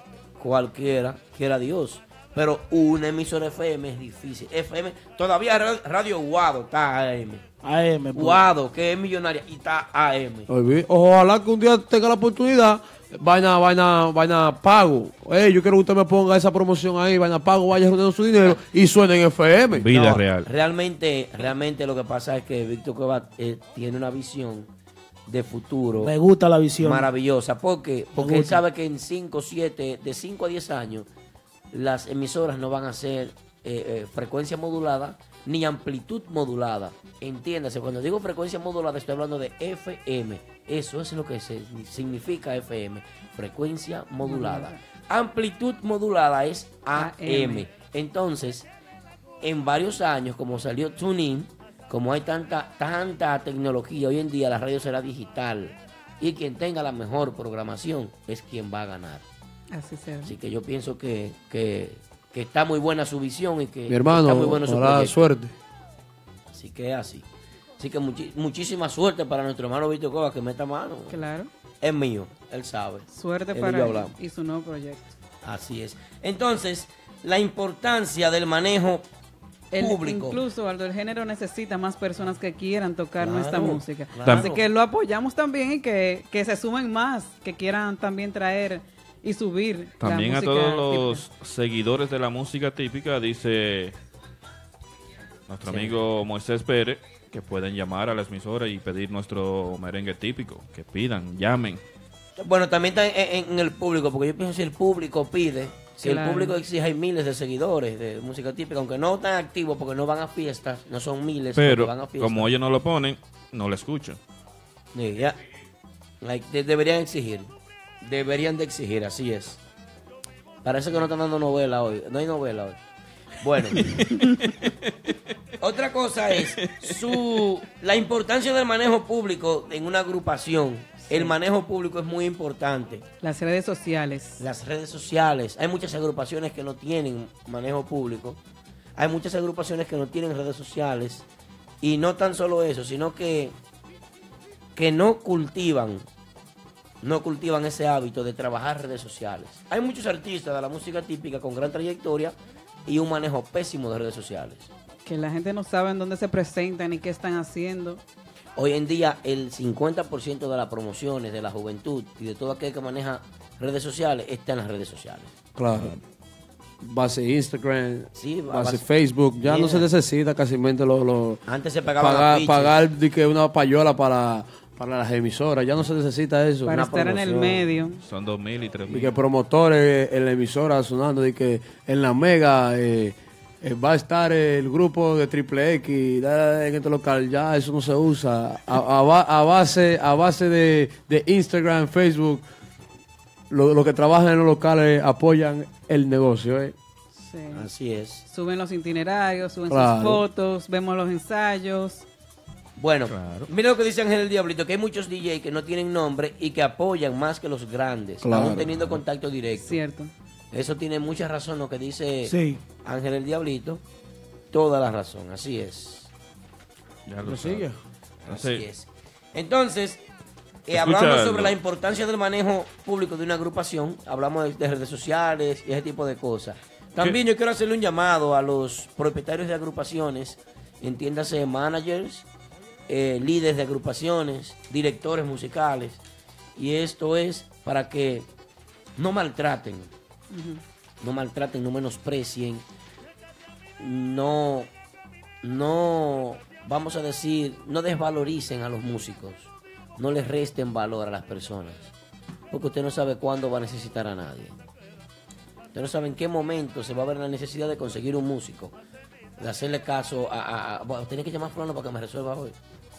quiera Dios. Pero una emisora FM es difícil. FM, todavía Radio Guado está AM. AM. pues. Guado, que es millonaria, y está AM. Ojalá que un día tenga la oportunidad. Vaina pago. Yo quiero que usted me ponga esa promoción ahí. Vaina pago, vaya reuniendo su dinero y suene en FM. Vida No, real. Realmente lo que pasa es que Víctor Cueva tiene una visión de futuro Me gusta la visión. maravillosa. Porque Me él gusta. sabe que en 5, 7, de 5 a 10 años, las emisoras no van a ser frecuencia modulada ni amplitud modulada. Entiéndase, cuando digo frecuencia modulada estoy hablando de FM. Eso es lo que significa FM, frecuencia modulada. Amplitud modulada es AM. Entonces, en varios años, como salió TuneIn, como hay tanta tecnología, hoy en día la radio será digital. Y quien tenga la mejor programación es quien va a ganar. Así será. Así que yo pienso que está muy buena su visión y que Mi hermano, está muy bueno su ojalá proyecto. suerte. Así que es así. Así que muchísima suerte para nuestro hermano Víctor Cueva, que meta mano. Claro. Es mío, él sabe. Suerte Él y para yo él hablamos. y su nuevo proyecto. Así es. Entonces, la importancia del manejo público. Incluso, Aldo, el género necesita más personas que quieran tocar Claro, nuestra música. claro. Así que lo apoyamos también y que se sumen más, que quieran también traer y subir También la a música todos los seguidores de la música típica, dice nuestro amigo Moisés Pérez, que pueden llamar a la emisora y pedir nuestro merengue típico. Que pidan, llamen. Bueno, también está en el público, porque yo pienso si el público pide, si Claro. el público exige, hay miles de seguidores de música típica, aunque no tan activos porque no van a fiestas, no son miles, Pero porque van a fiestas. como ellos no lo ponen, no lo escuchan. Sí, ya. Deberían exigir. Deberían de exigir, así es. Parece que no están dando novela hoy. No hay novela hoy. Bueno. Otra cosa es la importancia del manejo público en una agrupación. El manejo público es muy importante. Las redes sociales. Las redes sociales. Hay muchas agrupaciones que no tienen manejo público. Hay muchas agrupaciones que no tienen redes sociales. Y no tan solo eso, sino que no cultivan ese hábito de trabajar redes sociales. Hay muchos artistas de la música típica con gran trayectoria y un manejo pésimo de redes sociales. Que la gente no sabe en dónde se presentan ni qué están haciendo. Hoy en día el 50% de las promociones de la juventud y de todo aquel que maneja redes sociales está en las redes sociales. Claro. Base Instagram, Sí, base Facebook. Ya no Mira. se necesita casi lo Antes se pagaban afiches. pagar de que una payola para las emisoras. Ya no se necesita eso. Para Una estar en el promoción. medio. Son 2.000 y Y 3.000. que promotores en la emisora sonando de que en la mega Va a estar el grupo de Triple X en este local. Ya eso no se usa. A base de Instagram, Facebook, los que trabajan en los locales apoyan el negocio. Sí. Así es. Suben los itinerarios, suben Claro. sus fotos, vemos los ensayos. Bueno, mira lo que dice Ángel el Diablito, que hay muchos DJ que no tienen nombre y que apoyan más que los grandes, Claro. aún teniendo contacto directo. Cierto. Eso tiene mucha razón lo que dice Sí. Ángel el Diablito. Toda la razón, así es. Ya ¿Lo sigue? Así es. Entonces, Escucha hablando sobre algo. la importancia del manejo público de una agrupación, hablamos de redes sociales y ese tipo de cosas. También yo quiero hacerle un llamado a los propietarios de agrupaciones, entiéndase managers, líderes de agrupaciones, directores musicales, y esto es para que no maltraten, no menosprecien, no vamos a decir, no desvaloricen a los músicos, no les resten valor a las personas, porque usted no sabe cuándo va a necesitar a nadie. Usted no sabe en qué momento se va a ver la necesidad de conseguir un músico, de hacerle caso bueno, tiene que llamar a fulano para que me resuelva hoy,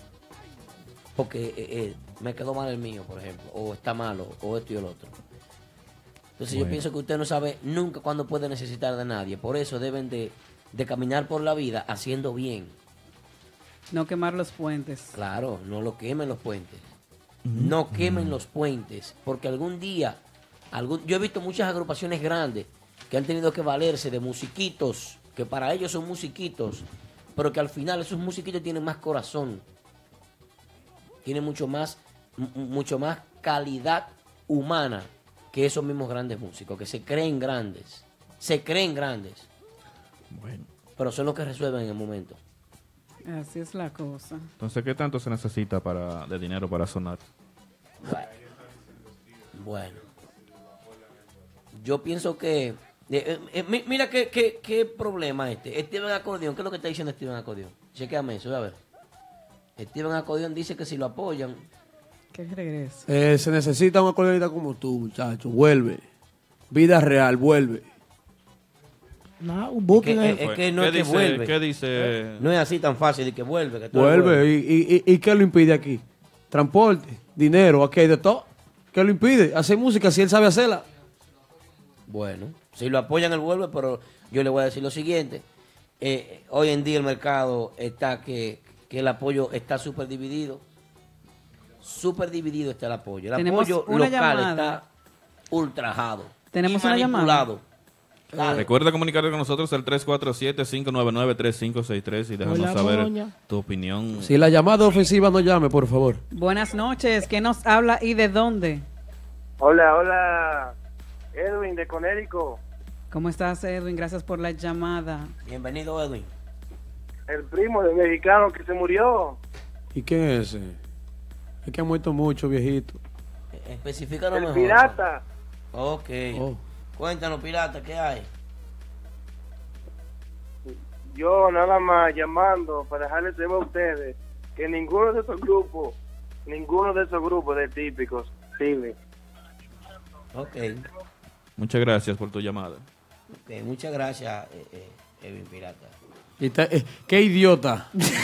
porque me quedó mal el mío, por ejemplo, o está malo, o esto y el otro. Entonces yo pienso que usted no sabe nunca cuándo puede necesitar de nadie. Por eso deben de caminar por la vida haciendo bien. No quemar los puentes. Claro, no lo quemen los puentes. No quemen los puentes, porque algún día, yo he visto muchas agrupaciones grandes que han tenido que valerse de musiquitos, que para ellos son musiquitos, pero que al final esos musiquitos tienen más corazón, tienen mucho más calidad humana que esos mismos grandes músicos, que se creen grandes, Bueno. pero son los que resuelven en el momento. Así es la cosa. Entonces, ¿qué tanto se necesita de dinero para sonar? Bueno, yo pienso que mira qué problema Steven Acordeón. ¿Qué es lo que está diciendo Steven Acordeón? Chequéame eso, a ver. Steven Acordeón dice que si lo apoyan, Que regrese. Se necesita un acordeonista como tú, muchacho. Vuelve. Vida real, vuelve. No, un booking es que no ¿Qué es que dice- vuelve. qué dice? No es así tan fácil de que vuelve. Que todo Vuelve. ¿Y qué lo impide aquí? Transporte, dinero, aquí hay de todo. ¿Qué lo impide? Hacer música si él sabe hacerla. Bueno, si lo apoyan él vuelve, pero yo le voy a decir lo siguiente. Hoy en día el mercado está que el apoyo está súper dividido. Súper dividido está el apoyo. El Tenemos apoyo una local llamada. está ultrajado. Tenemos y una llamada. manipulado. Dale. Recuerda comunicarte con nosotros al 347-599-3563 y déjanos Hola, saber moña. tu opinión. Si la llamada ofensiva no llame, por favor. Buenas noches. ¿Quién nos habla y de dónde? Hola, Edwin de Conérico, ¿Cómo estás, Edwin? Gracias por la llamada. Bienvenido, Edwin. el primo del mexicano que se murió. ¿Y quién es ese? Es que ha muerto mucho, viejito. Especifícanos El mejor. pirata. Ok. Oh. Cuéntanos, pirata, ¿qué hay? Yo nada más llamando para dejarles saber a ustedes que ninguno de esos grupos de típicos sirve. Ok. Muchas gracias por tu llamada. Ok, muchas gracias, Edwin Pirata. ¡Qué idiota!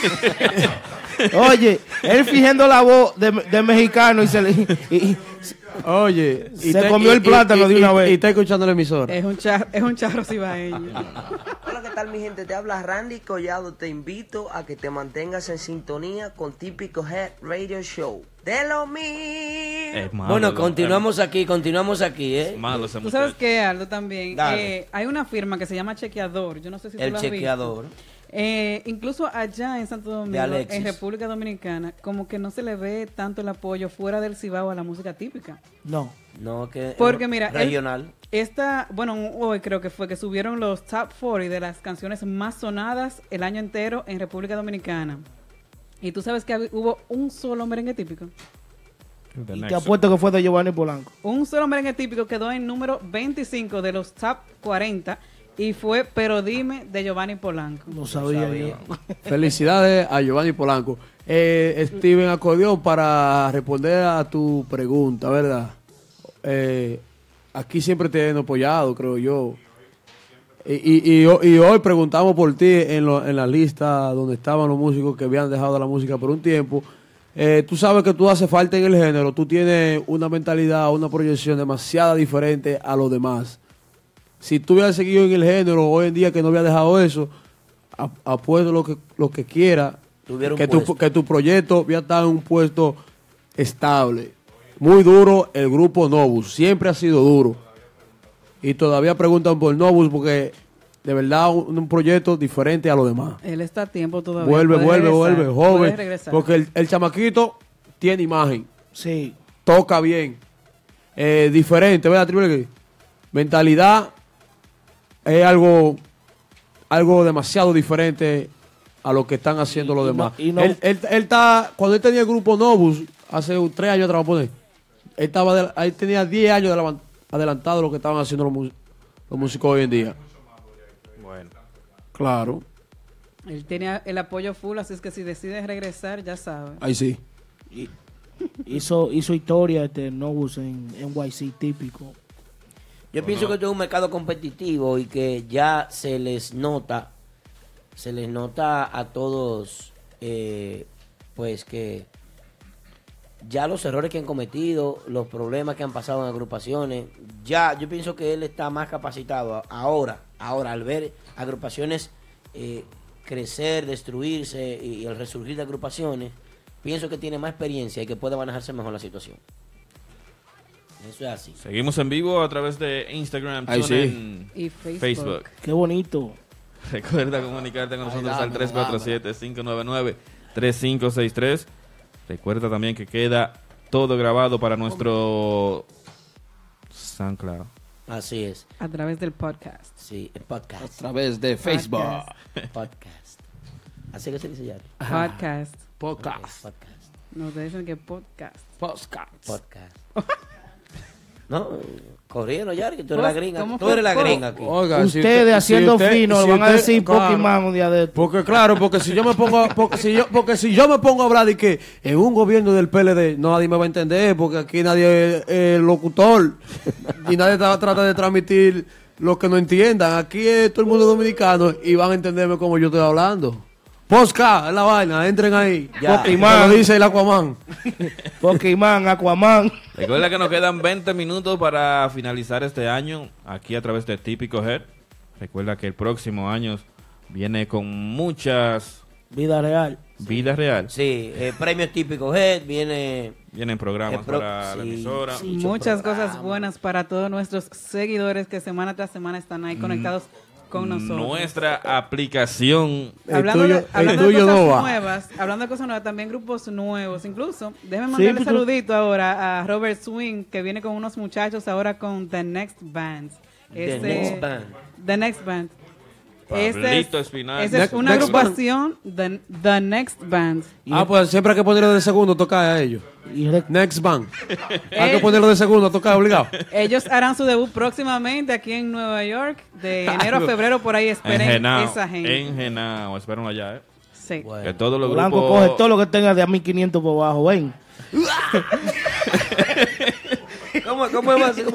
Oye, él fingiendo la voz de mexicano y se le... Oye, Se comió el plátano de una vez. Y está escuchando la emisora. Es un charro cibaeño. Hola, ¿qué tal mi gente? Te habla Randy Collado. Te invito a que te mantengas en sintonía con Típico Head Radio Show. De lo mío. Bueno, continuamos aquí, ¿eh? Malo ese Tú sabes que, Aldo, también. Dale. Hay una firma que se llama Chequeador. Yo no sé si tú El lo has visto. Chequeador. Incluso allá en Santo Domingo, Alexis. en República Dominicana, como que no se le ve tanto el apoyo fuera del Cibao a la música típica. No. No, que Porque mira, regional. Hoy creo que fue que subieron los top 40 de las canciones más sonadas el año entero en República Dominicana. Y tú sabes que hubo un solo merengue típico. Y te apuesto que fue de Giovanni Polanco. Un solo merengue típico quedó en número 25 de los top 40 y fue Pero Dime de Giovanni Polanco. No sabía yo. Felicidades a Giovanni Polanco. Steven Acordeón, para responder a tu pregunta, ¿verdad? Aquí siempre te han apoyado, creo yo. Y hoy preguntamos por ti en la lista donde estaban los músicos que habían dejado la música por un tiempo. Tú sabes que tú haces falta en el género, tú tienes una mentalidad, una proyección demasiado diferente a los demás. Si tú hubieras seguido en el género hoy en día que no habías dejado eso, apuesto lo que quiera, que tu proyecto había estado en un puesto estable. Muy duro el grupo Novus, siempre ha sido duro. Y todavía preguntan por Novus porque de verdad un proyecto diferente a los demás. Él está a tiempo todavía. Vuelve, Puede joven. regresar. Porque el chamaquito tiene imagen. Sí. Toca bien. Diferente, ¿verdad, Triple X? Mentalidad es algo demasiado diferente a lo que están haciendo los demás. Él está, cuando él tenía el grupo Novus, hace 3 años atrás, vamos a poner, él tenía 10 años adelantado de lo que estaban haciendo los músicos hoy en día. Bueno. Claro. Él tenía el apoyo full, así es que si decide regresar, ya sabe. Ahí sí. Hizo historia Novus en NYC típico. Yo pienso que esto es un mercado competitivo y que ya se les nota a todos, pues que ya los errores que han cometido, los problemas que han pasado en agrupaciones, ya yo pienso que él está más capacitado ahora al ver agrupaciones crecer, destruirse y el resurgir de agrupaciones, pienso que tiene más experiencia y que puede manejarse mejor la situación. Eso es así. Seguimos en vivo a través de Instagram, y Facebook. Qué bonito. Recuerda comunicarte con nosotros al 347-599-3563. Recuerda también que queda todo grabado para nuestro SoundCloud. Así es. A través del podcast. Sí, el podcast. A través de Facebook. Podcast. Así que se dice ya. Podcast. Podcast. Nos dicen que podcast. Podcast. No, corriendo ya, que tú eres la gringa. ¿Cómo Tú eres la fue? gringa aquí. Oiga, Ustedes haciendo fino, le van a decir Pokémon un día de esto. Porque si yo me pongo a hablar de que en un gobierno del PLD nadie me va a entender, porque aquí nadie es locutor y nadie trata de transmitir lo que no entiendan. Aquí es todo el mundo dominicano y van a entenderme como yo estoy hablando. Posca, es la vaina, entren ahí. Pokémon. Lo dice el Aquaman. Pokémon, Aquaman. Recuerda que nos quedan 20 minutos para finalizar este año aquí a través de Típico Head. Recuerda que el próximo año viene con muchas... Vida real. Vida real. Sí, premios Típico Head, vienen programas para la emisora. Sí, muchas cosas buenas para todos nuestros seguidores que semana tras semana están ahí conectados con nosotros. Nuestra aplicación. Hablando de cosas nuevas, también grupos nuevos. Incluso, déjenme mandarle un saludito ahora a Robert Swing, que viene con unos muchachos ahora con The Next Band. The Next Band. Pablito Espinal. Esa es una agrupación, The Next Band. Pues siempre hay que ponerlo de segundo a tocar a ellos. Next Band. Hay que ponerlo de segundo a tocar, obligado. Ellos harán su debut próximamente aquí en Nueva York, de enero a febrero, por ahí esperen esa gente. En Genao, espérenlo allá, Sí. Bueno. Que todos los Blanco grupos... coge todo lo que tenga de a 1500 por abajo, ven. ¿Cómo es más?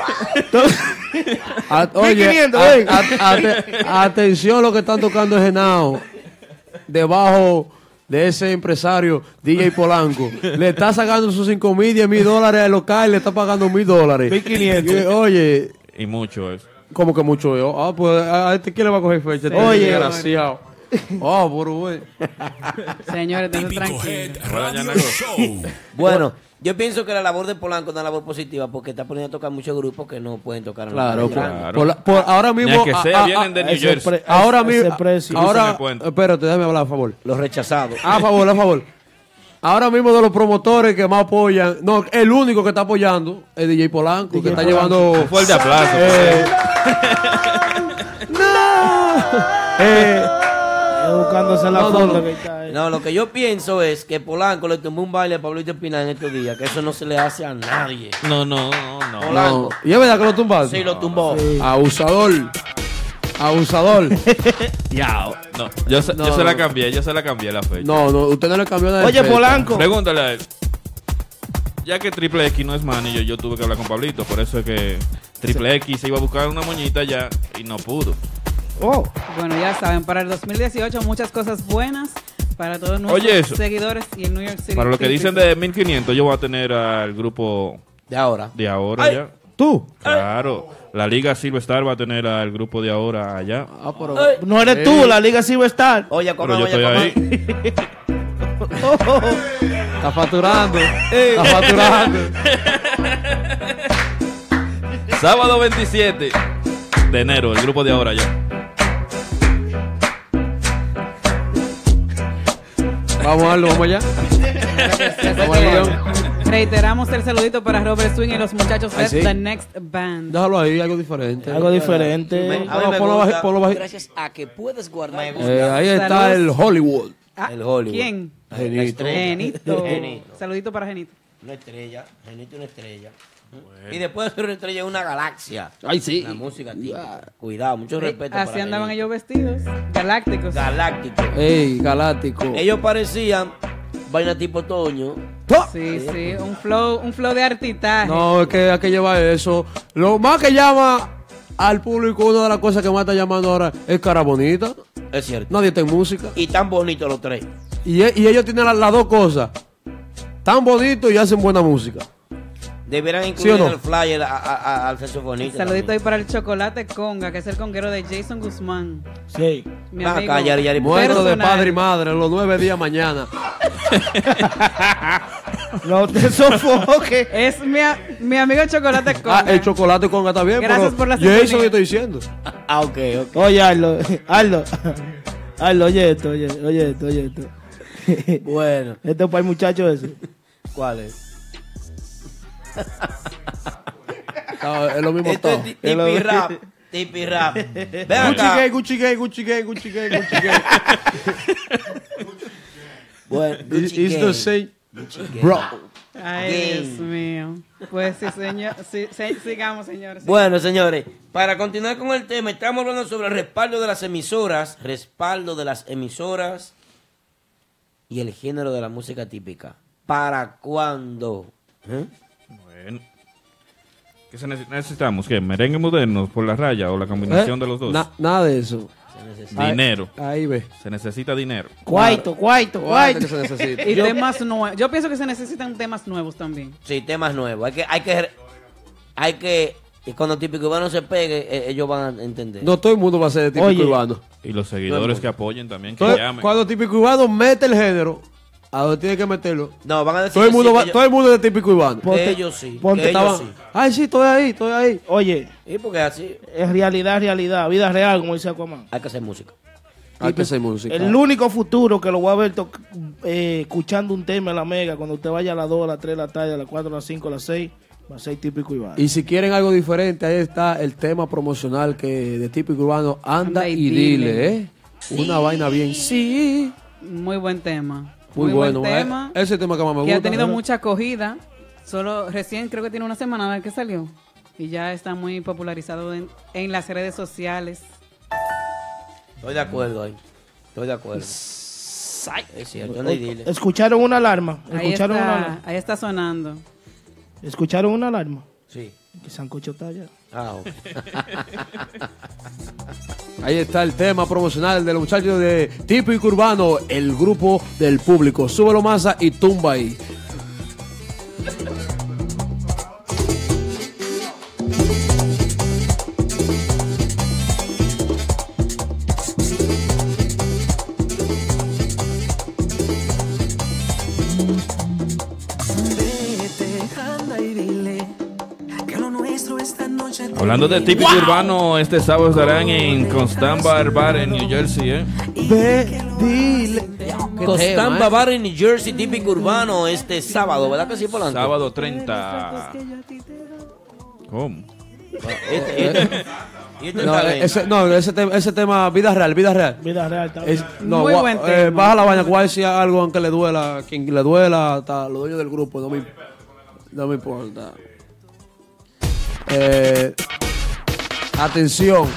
Oye, atención lo que están tocando en Genao. Debajo de ese empresario DJ Polanco. Le está sacando sus 5,000, 10,000 dólares al local, le está pagando $1,000. 1,500. Oye. Y mucho eso. ¿Cómo que mucho? Pues a este quién le va a coger fecha. Oye, desgraciado. Señores, tranquilos. Bueno, yo pienso que la labor de Polanco es una labor positiva porque está poniendo a tocar muchos grupos que no pueden tocar. Claro. Ahora mismo. Que sea, vienen de New Jersey. Ahora mismo. Espérate, déjame hablar a favor. Los rechazados. A favor. Ahora mismo de los promotores que más apoyan, no, el único que está apoyando es DJ Polanco, que está llevando... Un fuerte aplauso. Buscándose la foto que está ahí. No, lo que yo pienso es que Polanco le tumbó un baile a Pablito Espinal en estos días, que eso no se le hace a nadie. No. Polanco. ¿Y es verdad que lo tumbaste? Sí, lo tumbó. Sí. Abusador. Ya. No, yo se la cambié la fecha. No, usted no le cambió nada. Oye, Polanco. Pregúntale a él. Ya que Triple X no es manager, yo tuve que hablar con Pablito, por eso es que Triple X se iba a buscar una moñita ya y no pudo. Bueno, ya saben, para el 2018 muchas cosas buenas para todos nuestros seguidores y el New York City. Para lo que dicen de 1500, yo voy a tener al grupo de ahora. Ay, ya. ¿Tú? Claro. La Liga Silverstar va a a al grupo de ahora allá. Pero no eres tú, la Liga Silverstar. Oye, pero yo estoy ahí. Está facturando. Está facturando. Sábado 27 de enero, el grupo de ahora ya. Vamos a darlo, vamos allá. Reiteramos el saludito para Robert Swing y los muchachos de The Next Band. Déjalo ahí, algo diferente. Algo diferente. Gracias a que puedes guardar. Ahí está el Hollywood. El Hollywood. ¿Quién? Genito. Saludito para Genito. Una estrella. Genito, una estrella. Bueno. Y después de ser una estrella, una galaxia. Ay, sí. La música, tío. Cuidado, mucho respeto. Así andaban ellos vestidos. Galácticos. Galácticos. Ey, galáctico. Ellos parecían vaina tipo Toño. Sí, sí. Un flow de artitaje. No, es que hay que llevar eso. Lo más que llama al público, una de las cosas que más está llamando ahora es cara bonita. Es cierto. Nadie está en música. Y tan bonitos los tres. Y ellos tienen las dos cosas. Tan bonitos y hacen buena música. Deberán incluir en el flyer al saxofonista. Saludito ahí para el Chocolate Conga, que es el conguero de Jason Guzmán. Sí. Mi amigo. Muerto de padre y madre los 9 días mañana. No te sofoques. Es mi amigo Chocolate Conga. El Chocolate Conga está bien. Gracias por la sintonía. Jason, ¿qué estoy diciendo? Ok. Oye, Aldo, oye esto. Bueno. Esto es para el muchacho ese. ¿Cuál es? Es lo mismo todo. Tipi rap. Gucci Gang. Bueno, It's the same. Bro. Ay, Dios mío. Pues sí, señor. Sigamos, señores. Bueno, señores, para continuar con el tema, estamos hablando sobre el respaldo de las emisoras. Y el género de la música típica. ¿Para cuándo? Bueno. ¿Qué necesitamos? ¿Qué? ¿Merengue moderno por la raya o la combinación de los dos? Nada de eso. Dinero. Ahí ve. Se necesita dinero. Cuaito. Que se necesita. Y temas nuevos. Yo pienso que se necesitan temas nuevos también. Sí, temas nuevos. Hay que y cuando Típico Urbano se pegue, ellos van a entender. No todo el mundo va a ser de Típico Urbano. Y los seguidores que apoyen también, que llamen. Cuando Típico Urbano mete el género, a donde tiene que meterlo. No, van a decir todo el mundo es de Típico Urbano. Ellos sí. Ellos sí. Ay, sí, estoy ahí. Oye. ¿Y por qué así? Es realidad, vida real, como dice Aquaman. Hay que hacer música. El único futuro que lo voy a ver escuchando un tema en la Mega, cuando usted vaya a las 2, a las 3 de la tarde, a las 4, a las 5, a las 6, va a ser Típico Urbano. Y si quieren algo diferente, ahí está el tema promocional que de Típico Urbano, Anda y Dile, Sí. Una vaina bien. Sí. Muy buen tema. Muy bueno. Buen tema. Ese tema que más me gusta. Que ha tenido mucha acogida. Solo recién creo que tiene una semana que salió. Y ya está muy popularizado en las redes sociales. Estoy de acuerdo ahí. Es cierto, no hay dile. ¿Escucharon una alarma? Ahí está sonando. ¿Escucharon una alarma? Sí. Que Sancocho está allá. Ok. Ahí está el tema promocional de los muchachos de Típico Urbano, el grupo del público. Súbelo masa y tumba ahí. Hablando de Típico Urbano, este sábado estarán en Constamba Bar en New Jersey, Constamba Bar en New Jersey, Típico Urbano, este sábado, ¿verdad que sí, Polanco? Sábado 30. ¿Cómo? Ese tema, vida real. Vida real también. Muy buen tema. Baja la vaina, cuál decía algo aunque le duela, quien le duela, hasta los dueños del grupo, no me importa. Atención.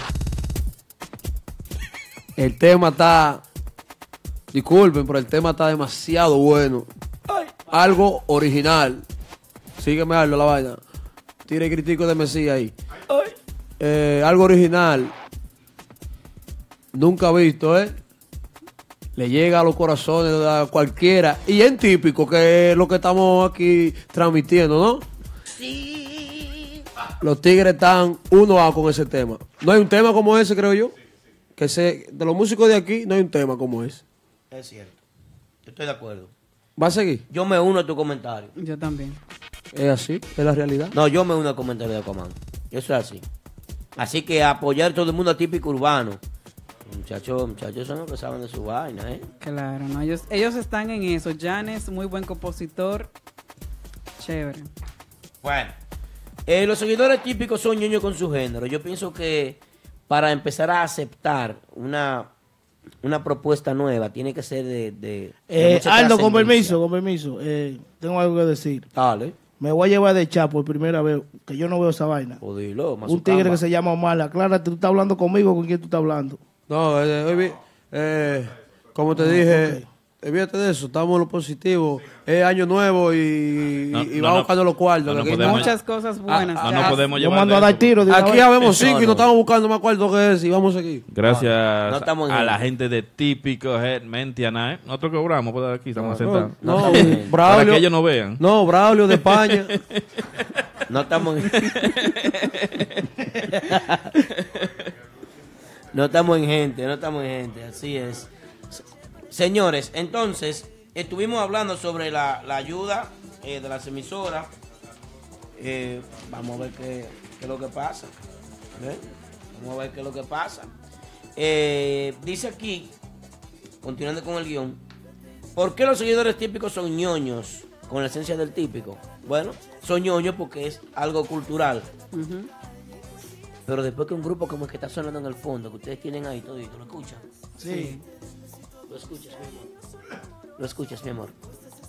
El tema está, disculpen, pero el tema está demasiado bueno. Algo original. Sígueme algo la vaina. Tira el crítico de Mesías ahí. Algo original. nunca visto, le llega a los corazones a cualquiera. Y es típico, que es lo que estamos aquí transmitiendo, ¿no? Sí. Los tigres están 1A con ese tema. No hay un tema como ese, creo yo. De los músicos de aquí, no hay un tema como ese. Es cierto. Yo estoy de acuerdo. ¿Va a seguir? Yo me uno a tu comentario. Yo también. ¿Es así? ¿Es la realidad? No, yo me uno al comentario de Aquaman. Eso es así. Así que apoyar todo el mundo a típico urbano. Muchachos son los que saben de su vaina, ¿eh? Claro, no, ellos están en eso. Janes, muy buen compositor. Chévere. Bueno, los seguidores típicos son ñoños con su género. Yo pienso que para empezar a aceptar una propuesta nueva tiene que ser de mucha Aldo, con trascendencia. permiso. Tengo algo que decir. Dale. Me voy a llevar de chat por primera vez, que yo no veo esa vaina. O dilo, Un tigre que se llama Omar. Aclárate, ¿tú estás hablando conmigo o con quién tú estás hablando? No, como te dije, olvídate de eso, estamos en lo positivo. Es año nuevo y vamos buscando los cuartos. no que aquí podemos- Muchas cosas buenas. No podemos Yo llevar mando de a dar eso. tiro. de una Aquí vez. habemos 5 y no. no estamos buscando más cuartos que ese y vamos a seguir. Gracias No estamos en a él. la gente de Típico Head Mentiana, ¿eh? Nosotros cobramos por aquí, estamos sentados. No, Para Braulio. que ellos no vean. No, Braulio de España. No estamos en... No estamos en gente, así es. Señores, entonces, estuvimos hablando sobre la ayuda de las emisoras. Vamos a ver qué es lo que pasa. Vamos a ver qué es lo que pasa. Dice aquí, continuando con el guión, ¿por qué los seguidores típicos son ñoños con la esencia del típico? Bueno, son ñoños porque es algo cultural. Pero después que un grupo como el que está sonando en el fondo, que ustedes tienen ahí todito, ¿lo escuchan? Sí. Lo escuchas, mi amor. Lo escuchas, mi amor.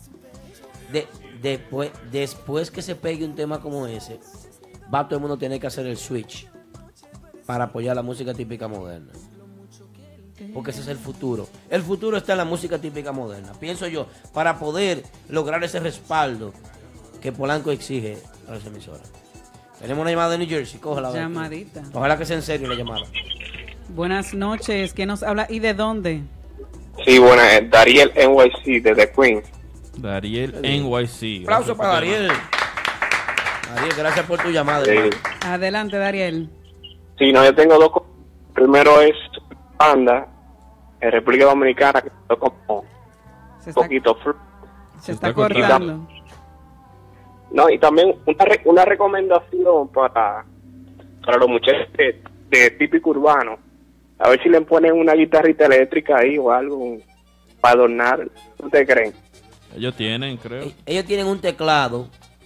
Después que se pegue un tema como ese, va todo el mundo a tener que hacer el switch para apoyar la música típica moderna. Porque ese es el futuro. El futuro está en la música típica moderna. Pienso yo, para poder lograr ese respaldo que Polanco exige a las emisoras. Tenemos una llamada de New Jersey, cógela. Llamadita. Ojalá que sea en serio la llamada. Buenas noches. ¿Quién nos habla y de dónde? Sí, bueno, Dariel NYC desde Queens. Dariel NYC. Aplauso para Dariel. Dariel, gracias por tu llamada. Sí. hermano. Adelante, Dariel. Sí, no, yo tengo dos cosas. Primero es banda en República Dominicana, que está como Se un poquito Se está cortando. No, y también una recomendación para los muchachos de típico urbano. A ver si le ponen una guitarrita eléctrica ahí o algo para adornar. ¿Ustedes creen? Ellos tienen, creo. Ellos tienen un teclado.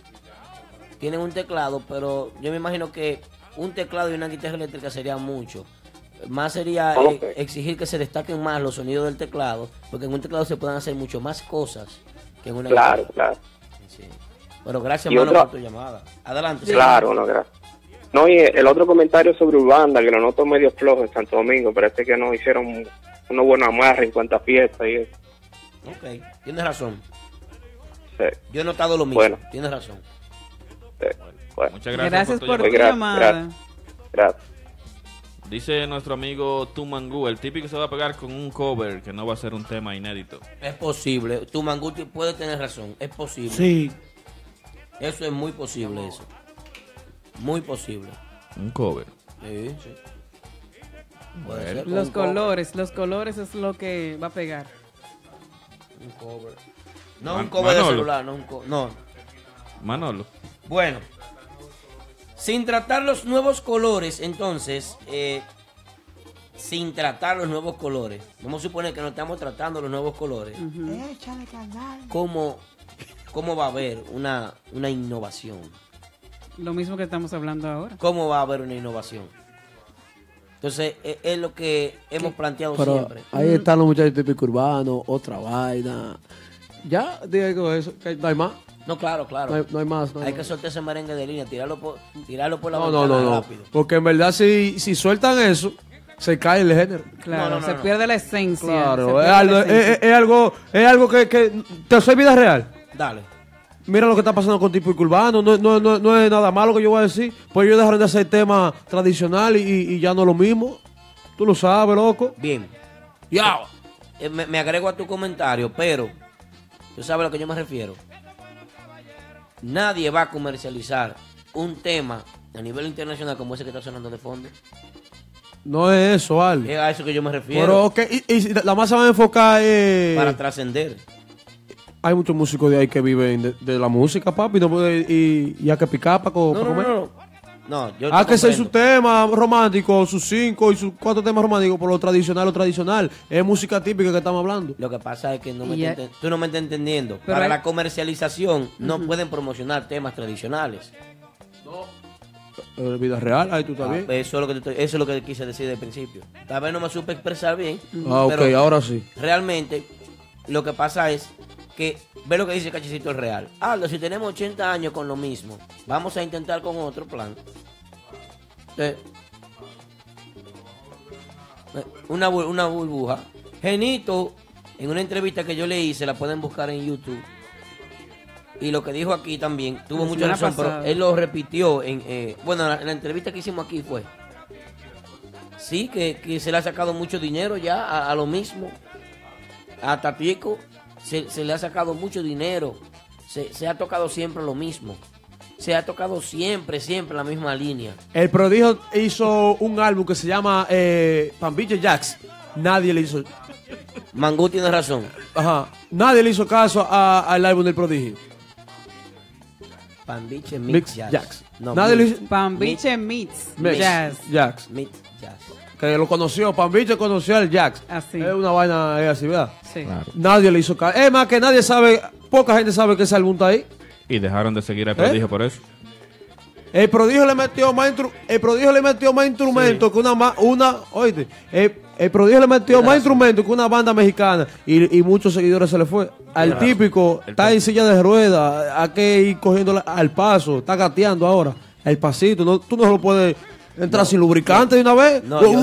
Pero yo me imagino que un teclado y una guitarra eléctrica sería mucho. Más sería exigir que se destaquen más los sonidos del teclado, porque en un teclado se pueden hacer mucho más cosas que en una guitarra. Claro. Sí. Pero gracias, Y hermano, otra- por tu llamada. Adelante. Claro, no, gracias. No, y el otro comentario sobre Urbanda, que lo noto medio flojo en Santo Domingo, parece que no hicieron unos buenos amarres en cuanto a fiestas y eso. Ok, tienes razón. Sí. Yo he notado lo mismo. Bueno. Tienes razón. Sí. Bueno. Muchas Gracias por tu Gracias, llamada. Gracias. Dice nuestro amigo Tumangú, el típico se va a pegar con un cover que no va a ser un tema inédito. Es posible. Tu Manguti puede tener razón. Es posible. Sí. Eso es muy posible, eso. Muy posible. Un cover. Sí. Puede Bueno. ser con Los un cover. colores es lo que va a pegar. Un cover. No un cover de Manolo. celular, no. Manolo. Bueno, sin tratar los nuevos colores, entonces, vamos a suponer que no estamos tratando los nuevos colores. ¿Cómo va a haber una innovación? Lo mismo que estamos hablando ahora. ¿Cómo va a haber una innovación? Entonces, es lo que hemos planteado Pero siempre. ahí están los muchachos típicos urbanos, otra vaina. Ya, digo eso, que no hay más. No, claro. No hay más. Hay que soltar ese merengue de línea, tirarlo por la No, ventana no. rápido. Porque en verdad si sueltan eso, se cae el género. Claro, se pierde la esencia. Claro, se es pierde algo, la esencia. es algo que te soy vida real. Dale. Mira lo que está pasando con típico urbano, no es nada malo que yo voy a decir. Pues ellos dejaron de hacer temas tradicionales y ya no es lo mismo. Tú lo sabes, loco. Bien. Ya. Me agrego a tu comentario, pero tú sabes a lo que yo me refiero. Nadie va a comercializar un tema a nivel internacional como ese que está sonando de fondo. No es eso, Ale. Es a eso que yo me refiero. Pero, ok, y la masa va a enfocar... para trascender. Hay muchos músicos de ahí que viven de la música, papi, no puede, y hay que picar para comer. No, yo Hay que hacer su tema romántico, sus 5 y sus 4 temas románticos por lo tradicional. Es música típica que estamos hablando. Lo que pasa es que tú no me estás entendiendo. Pero Para hay- la comercialización no pueden promocionar temas tradicionales. Vida real, ahí tú estás bien. Eso es lo que quise decir desde el principio. Tal vez no me supe expresar bien. Ah, ok, pero ahora sí. Realmente, lo que pasa es que, ve lo que dice Cachecito el Real. Aldo, si tenemos 80 años con lo mismo, vamos a intentar con otro plan. Una burbuja. Genito, en una entrevista que yo le hice, la pueden buscar en YouTube. Y lo que dijo aquí también, tuvo La mucha semana razón, pasada. pero él lo repitió en la entrevista que hicimos aquí fue. Sí, que se le ha sacado mucho dinero ya a lo mismo. A Tatico se le ha sacado mucho dinero. Se ha tocado siempre lo mismo. Se ha tocado siempre la misma línea. El Prodigio hizo un álbum que se llama Pambiche Jax. Nadie le hizo... Mangú tiene razón. Ajá. Nadie le hizo caso al álbum del Prodigio. Pambiche Mix Jazz. Jax. No, Nadie le Mix. hizo... Pambiche Meets Mix Jazz. Jax. Mix Jazz. Que lo conoció, Pambiche conoció al Jax. Así. Es una vaina así, ¿verdad? Sí. Nadie le hizo caso. Es más que nadie sabe, poca gente sabe que ese álbum está ahí. Y dejaron de seguir al Prodigio por eso. El Prodigio le metió más instrumentos que oíste, el Prodigio le metió más instrumentos que una banda mexicana y muchos seguidores se le fue. Al típico está en silla de ruedas, hay que ir cogiendo al paso, está gateando ahora, el pasito, tú no lo puedes entrar sin lubricante de una vez.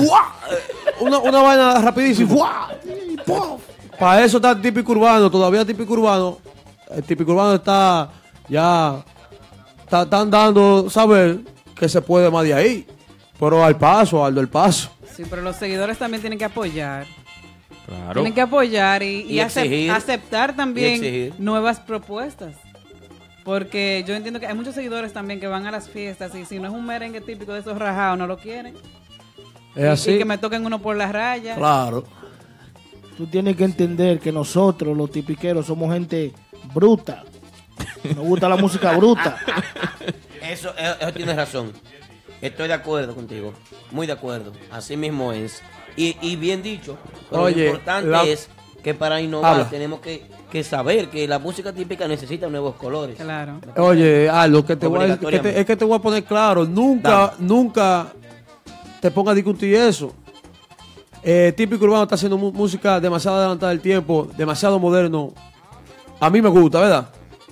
Una vaina rapidísima. Para eso está el típico urbano, todavía típico urbano. El típico urbano está ya... Están dando saber que se puede más de ahí. Pero al paso, Aldo, el paso. Sí, pero los seguidores también tienen que apoyar. Claro. Tienen que apoyar y Y exigir. aceptar también Y exigir. nuevas propuestas. Porque yo entiendo que hay muchos seguidores también que van a las fiestas y si no es un merengue típico de esos rajados, no lo quieren. Es así. Y que me toquen uno por la raya. Claro. Tú tienes que entender que nosotros, los tipiqueros, somos gente bruta. Nos gusta la música bruta. Eso tienes razón. Estoy de acuerdo contigo. Muy de acuerdo. Así mismo es. Y bien dicho. Pero Oye, lo importante es que para innovar tenemos que saber que la música típica necesita nuevos colores. Claro. Oye, Aldo, que te voy a, Obligatoriamente. es que te voy a poner claro. Nunca te pongas a discutir eso. Típico urbano está haciendo música demasiado adelantada del tiempo, demasiado moderno. A mí me gusta, ¿verdad?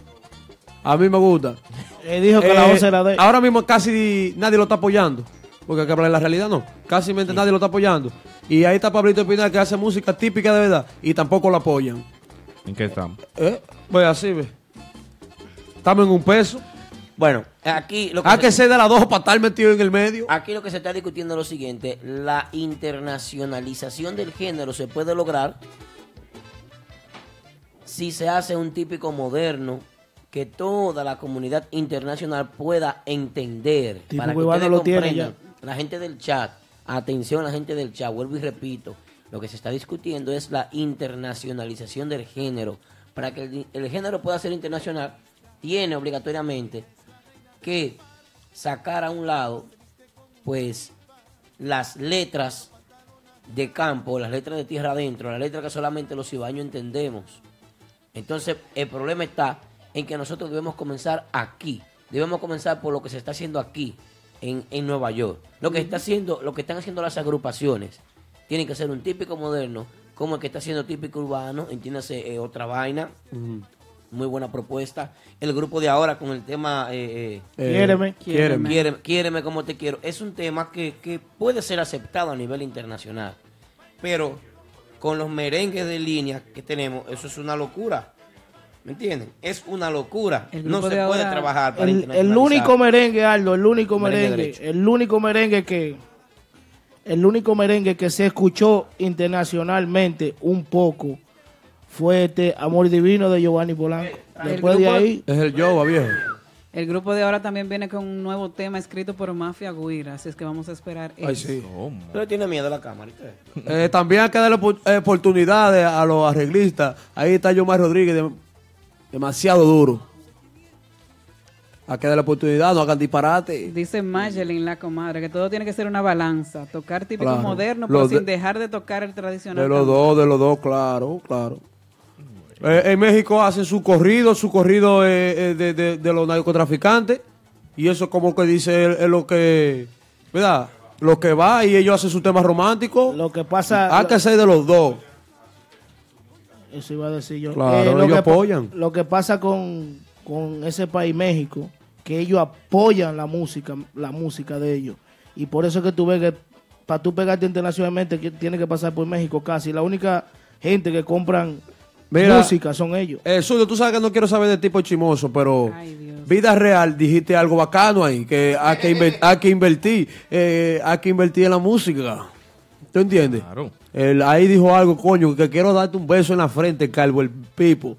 A mí me gusta. Dijo que la voz era de... Ahora mismo casi nadie lo está apoyando. Porque hay que hablar de la realidad, no. Casi nadie lo está apoyando. Y ahí está Pablito Espinal que hace música típica de verdad. Y tampoco lo apoyan. ¿En qué estamos? Pues así, ve. Estamos en un peso. Bueno, aquí lo Hay que ser de las dos para estar metido en el medio. Aquí lo que se está discutiendo es lo siguiente: la internacionalización del género se puede lograr si se hace un típico moderno que toda la comunidad internacional pueda entender. Típico Para que urbano ustedes lo tiene comprendan, la gente del chat, atención la gente del chat, vuelvo y repito, lo que se está discutiendo es la internacionalización del género. Para que el género pueda ser internacional, tiene obligatoriamente que sacar a un lado pues las letras de campo, las letras de tierra adentro, las letras que solamente los cibaños entendemos. Entonces el problema está en que nosotros debemos comenzar aquí, debemos comenzar por lo que se está haciendo aquí en Nueva York. Lo que están haciendo las agrupaciones tiene que ser un típico moderno como el que está haciendo típico urbano, entiéndase, otra vaina. Muy buena propuesta. El grupo de ahora con el tema Quiéreme como te quiero. Es un tema que puede ser aceptado a nivel internacional. Pero con los merengues de línea que tenemos, eso es una locura. ¿Me entienden? Es una locura. No se puede trabajar para el internacionalizar. único merengue, Aldo, el único Merengue merengue, derecho. el único merengue que el único merengue que se escuchó internacionalmente un poco fue este Amor Divino de Giovanni Polanco. Después de ahí... Es el Yoba, viejo. El grupo de ahora también viene con un nuevo tema escrito por Mafia Guira, así es que vamos a esperar Ay, eso. sí. Pero tiene miedo a la cámara. ¿Y qué? También hay que darle oportunidades a los arreglistas. Ahí está Yomar Rodríguez, demasiado duro. Hay que darle oportunidad, no hagan disparate. Dice Mayelin, la comadre, que todo tiene que ser una balanza. Tocar típico Claro. moderno, pero Los sin de- dejar de tocar el tradicional. De los dos, claro. En México hacen su corrido de los narcotraficantes. Y eso como que dice es lo que, ¿verdad? Lo que va y ellos hacen su tema romántico. Lo que pasa... Hay que ser de los dos. Eso iba a decir yo. Claro, lo ellos que pa- apoyan. Lo que pasa con ese país, México, que ellos apoyan la música de ellos. Y por eso es que tú ves que para tú pegarte internacionalmente tienes que pasar por México casi. La única gente que compran música son ellos. Suyo, tú sabes que no quiero saber de tipo chimoso, pero vida real, dijiste algo bacano ahí, que hay que invertir en la música. ¿Tú entiendes? Claro. Ahí dijo algo, coño, que quiero darte un beso en la frente, Calvo, el Pipo.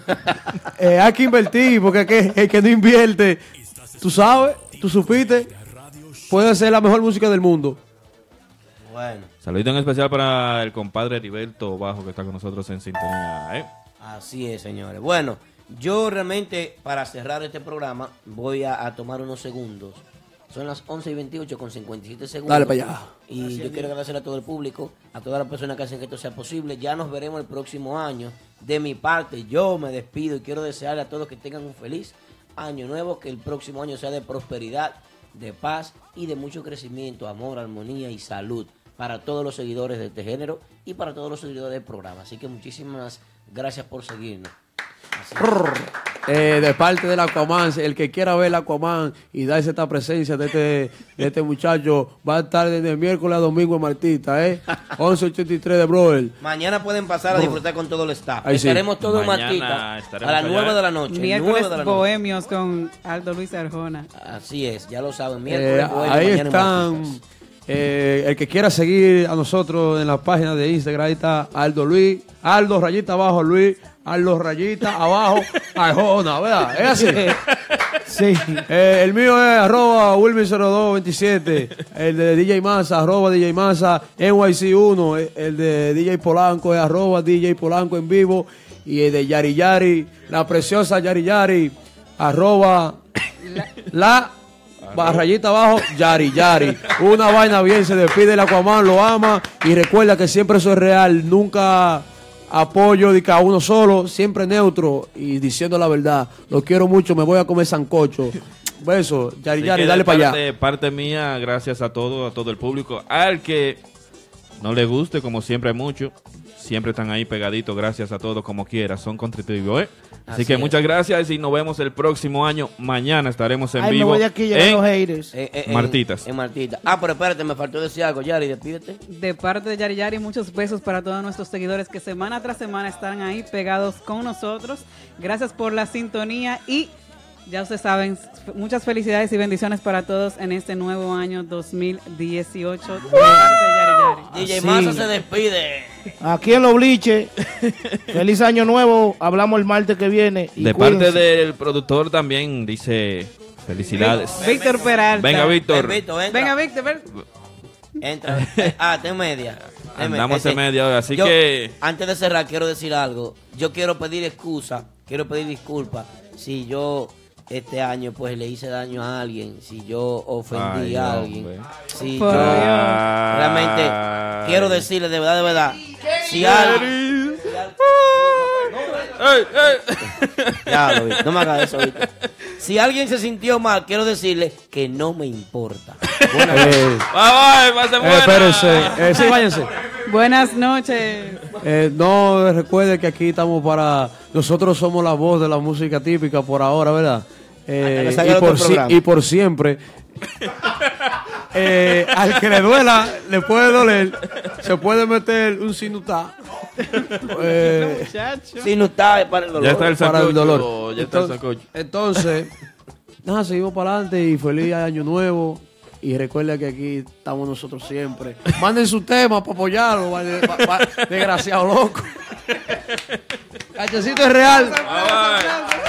Hay que invertir, porque el que no invierte, tú sabes, tú supiste, puede ser la mejor música del mundo. Bueno. Saludito en especial para el compadre Heriberto Bajo, que está con nosotros en sintonía. Así es, señores. Bueno, yo realmente, para cerrar este programa, voy a tomar unos segundos. Son las 11:28 con 57 segundos. Dale para allá. Y yo quiero agradecer a todo el público, a todas las personas que hacen que esto sea posible. Ya nos veremos el próximo año. De mi parte, yo me despido y quiero desearle a todos que tengan un feliz año nuevo, que el próximo año sea de prosperidad, de paz y de mucho crecimiento, amor, armonía y salud para todos los seguidores de este género y para todos los seguidores del programa. Así que muchísimas gracias por seguirnos. De parte del Aquaman, el que quiera ver el Aquaman y darse esta presencia de este muchacho, va a estar desde miércoles a domingo en Martita, 11:83 de Brother. Mañana pueden pasar a disfrutar con todo el staff. Ahí sí. Estaremos todos en Mañana Martita estaremos a las allá. 9 de la noche. Miércoles 9 de la noche. bohemios con Aldo Luis Arjona. Así es, ya lo saben. Miércoles bohemios, Ahí mañana en están. Martitas. El que quiera seguir a nosotros en la página de Instagram, ahí está Aldo Luis, Aldo rayita abajo Luis, Aldo rayita abajo Arjona, ¿verdad? Es así. Sí. El mío es @Wilmy0227, el de DJ Massa, @DJ Massa, NYC1, el de DJ Polanco es @DJ Polanco en vivo, y el de Yari Yari, la preciosa Yari Yari, la rayita abajo, Yari Yari. Una vaina bien, se despide el Aquaman, lo ama, y recuerda que siempre eso es real, nunca apoyo de cada uno solo, siempre neutro y diciendo la verdad. Lo quiero mucho, me voy a comer sancocho. Beso, Yari Así Yari, que dale de para allá. parte mía, gracias a todo el público. Al que no le guste, como siempre hay mucho, siempre están ahí pegaditos, gracias a todos como quiera, son contributivos, Así que es. muchas gracias y nos vemos el próximo año. Mañana estaremos en Ay, me vivo voy de aquí, llegan en los haters. Martitas. En Martita. Pero espérate, me faltó decir algo. Yari, despídete. De parte de Yari Yari, muchos besos para todos nuestros seguidores que semana tras semana están ahí pegados con nosotros. Gracias por la sintonía y ya ustedes saben, muchas felicidades y bendiciones para todos en este nuevo año 2018. De parte de Yari Yari. DJ Así. Massa se despide. Aquí en Los Bliches, feliz año nuevo, hablamos el martes que viene. Y De cuídense. parte del productor también dice felicidades. Víctor Peralta. Venga, Víctor. Ven, Víctor, entra. Venga, Víctor, ven. Entra. Ten media. Andamos en media hora, así que... Antes de cerrar, quiero decir algo. Yo quiero pedir excusa, quiero pedir disculpas si yo este año pues le hice daño a alguien, si yo ofendí Ay, a alguien, hombre. si Por yo Dios. realmente quiero decirle de verdad, si alguien... Ya, lo vi. No me hagas eso, Víctor. Si alguien se sintió mal, quiero decirle que no me importa. Buenas noches. Bye, bye, pasen buena. Espérense, sí, váyanse. Buenas noches. No, recuerde que aquí estamos nosotros somos la voz de la música típica por ahora, ¿verdad? que salga el otro programa. Y por siempre. Al que le duela, le puede doler, se puede meter un sinutá. Sinutá para el dolor. Ya está el Para el dolor. sancocho, ya está el sancocho. Entonces, nada, seguimos para adelante y feliz año nuevo. Y recuerda que aquí estamos nosotros siempre. Manden su tema para apoyarlo, desgraciado loco. Cachecito es real. Bye, bye.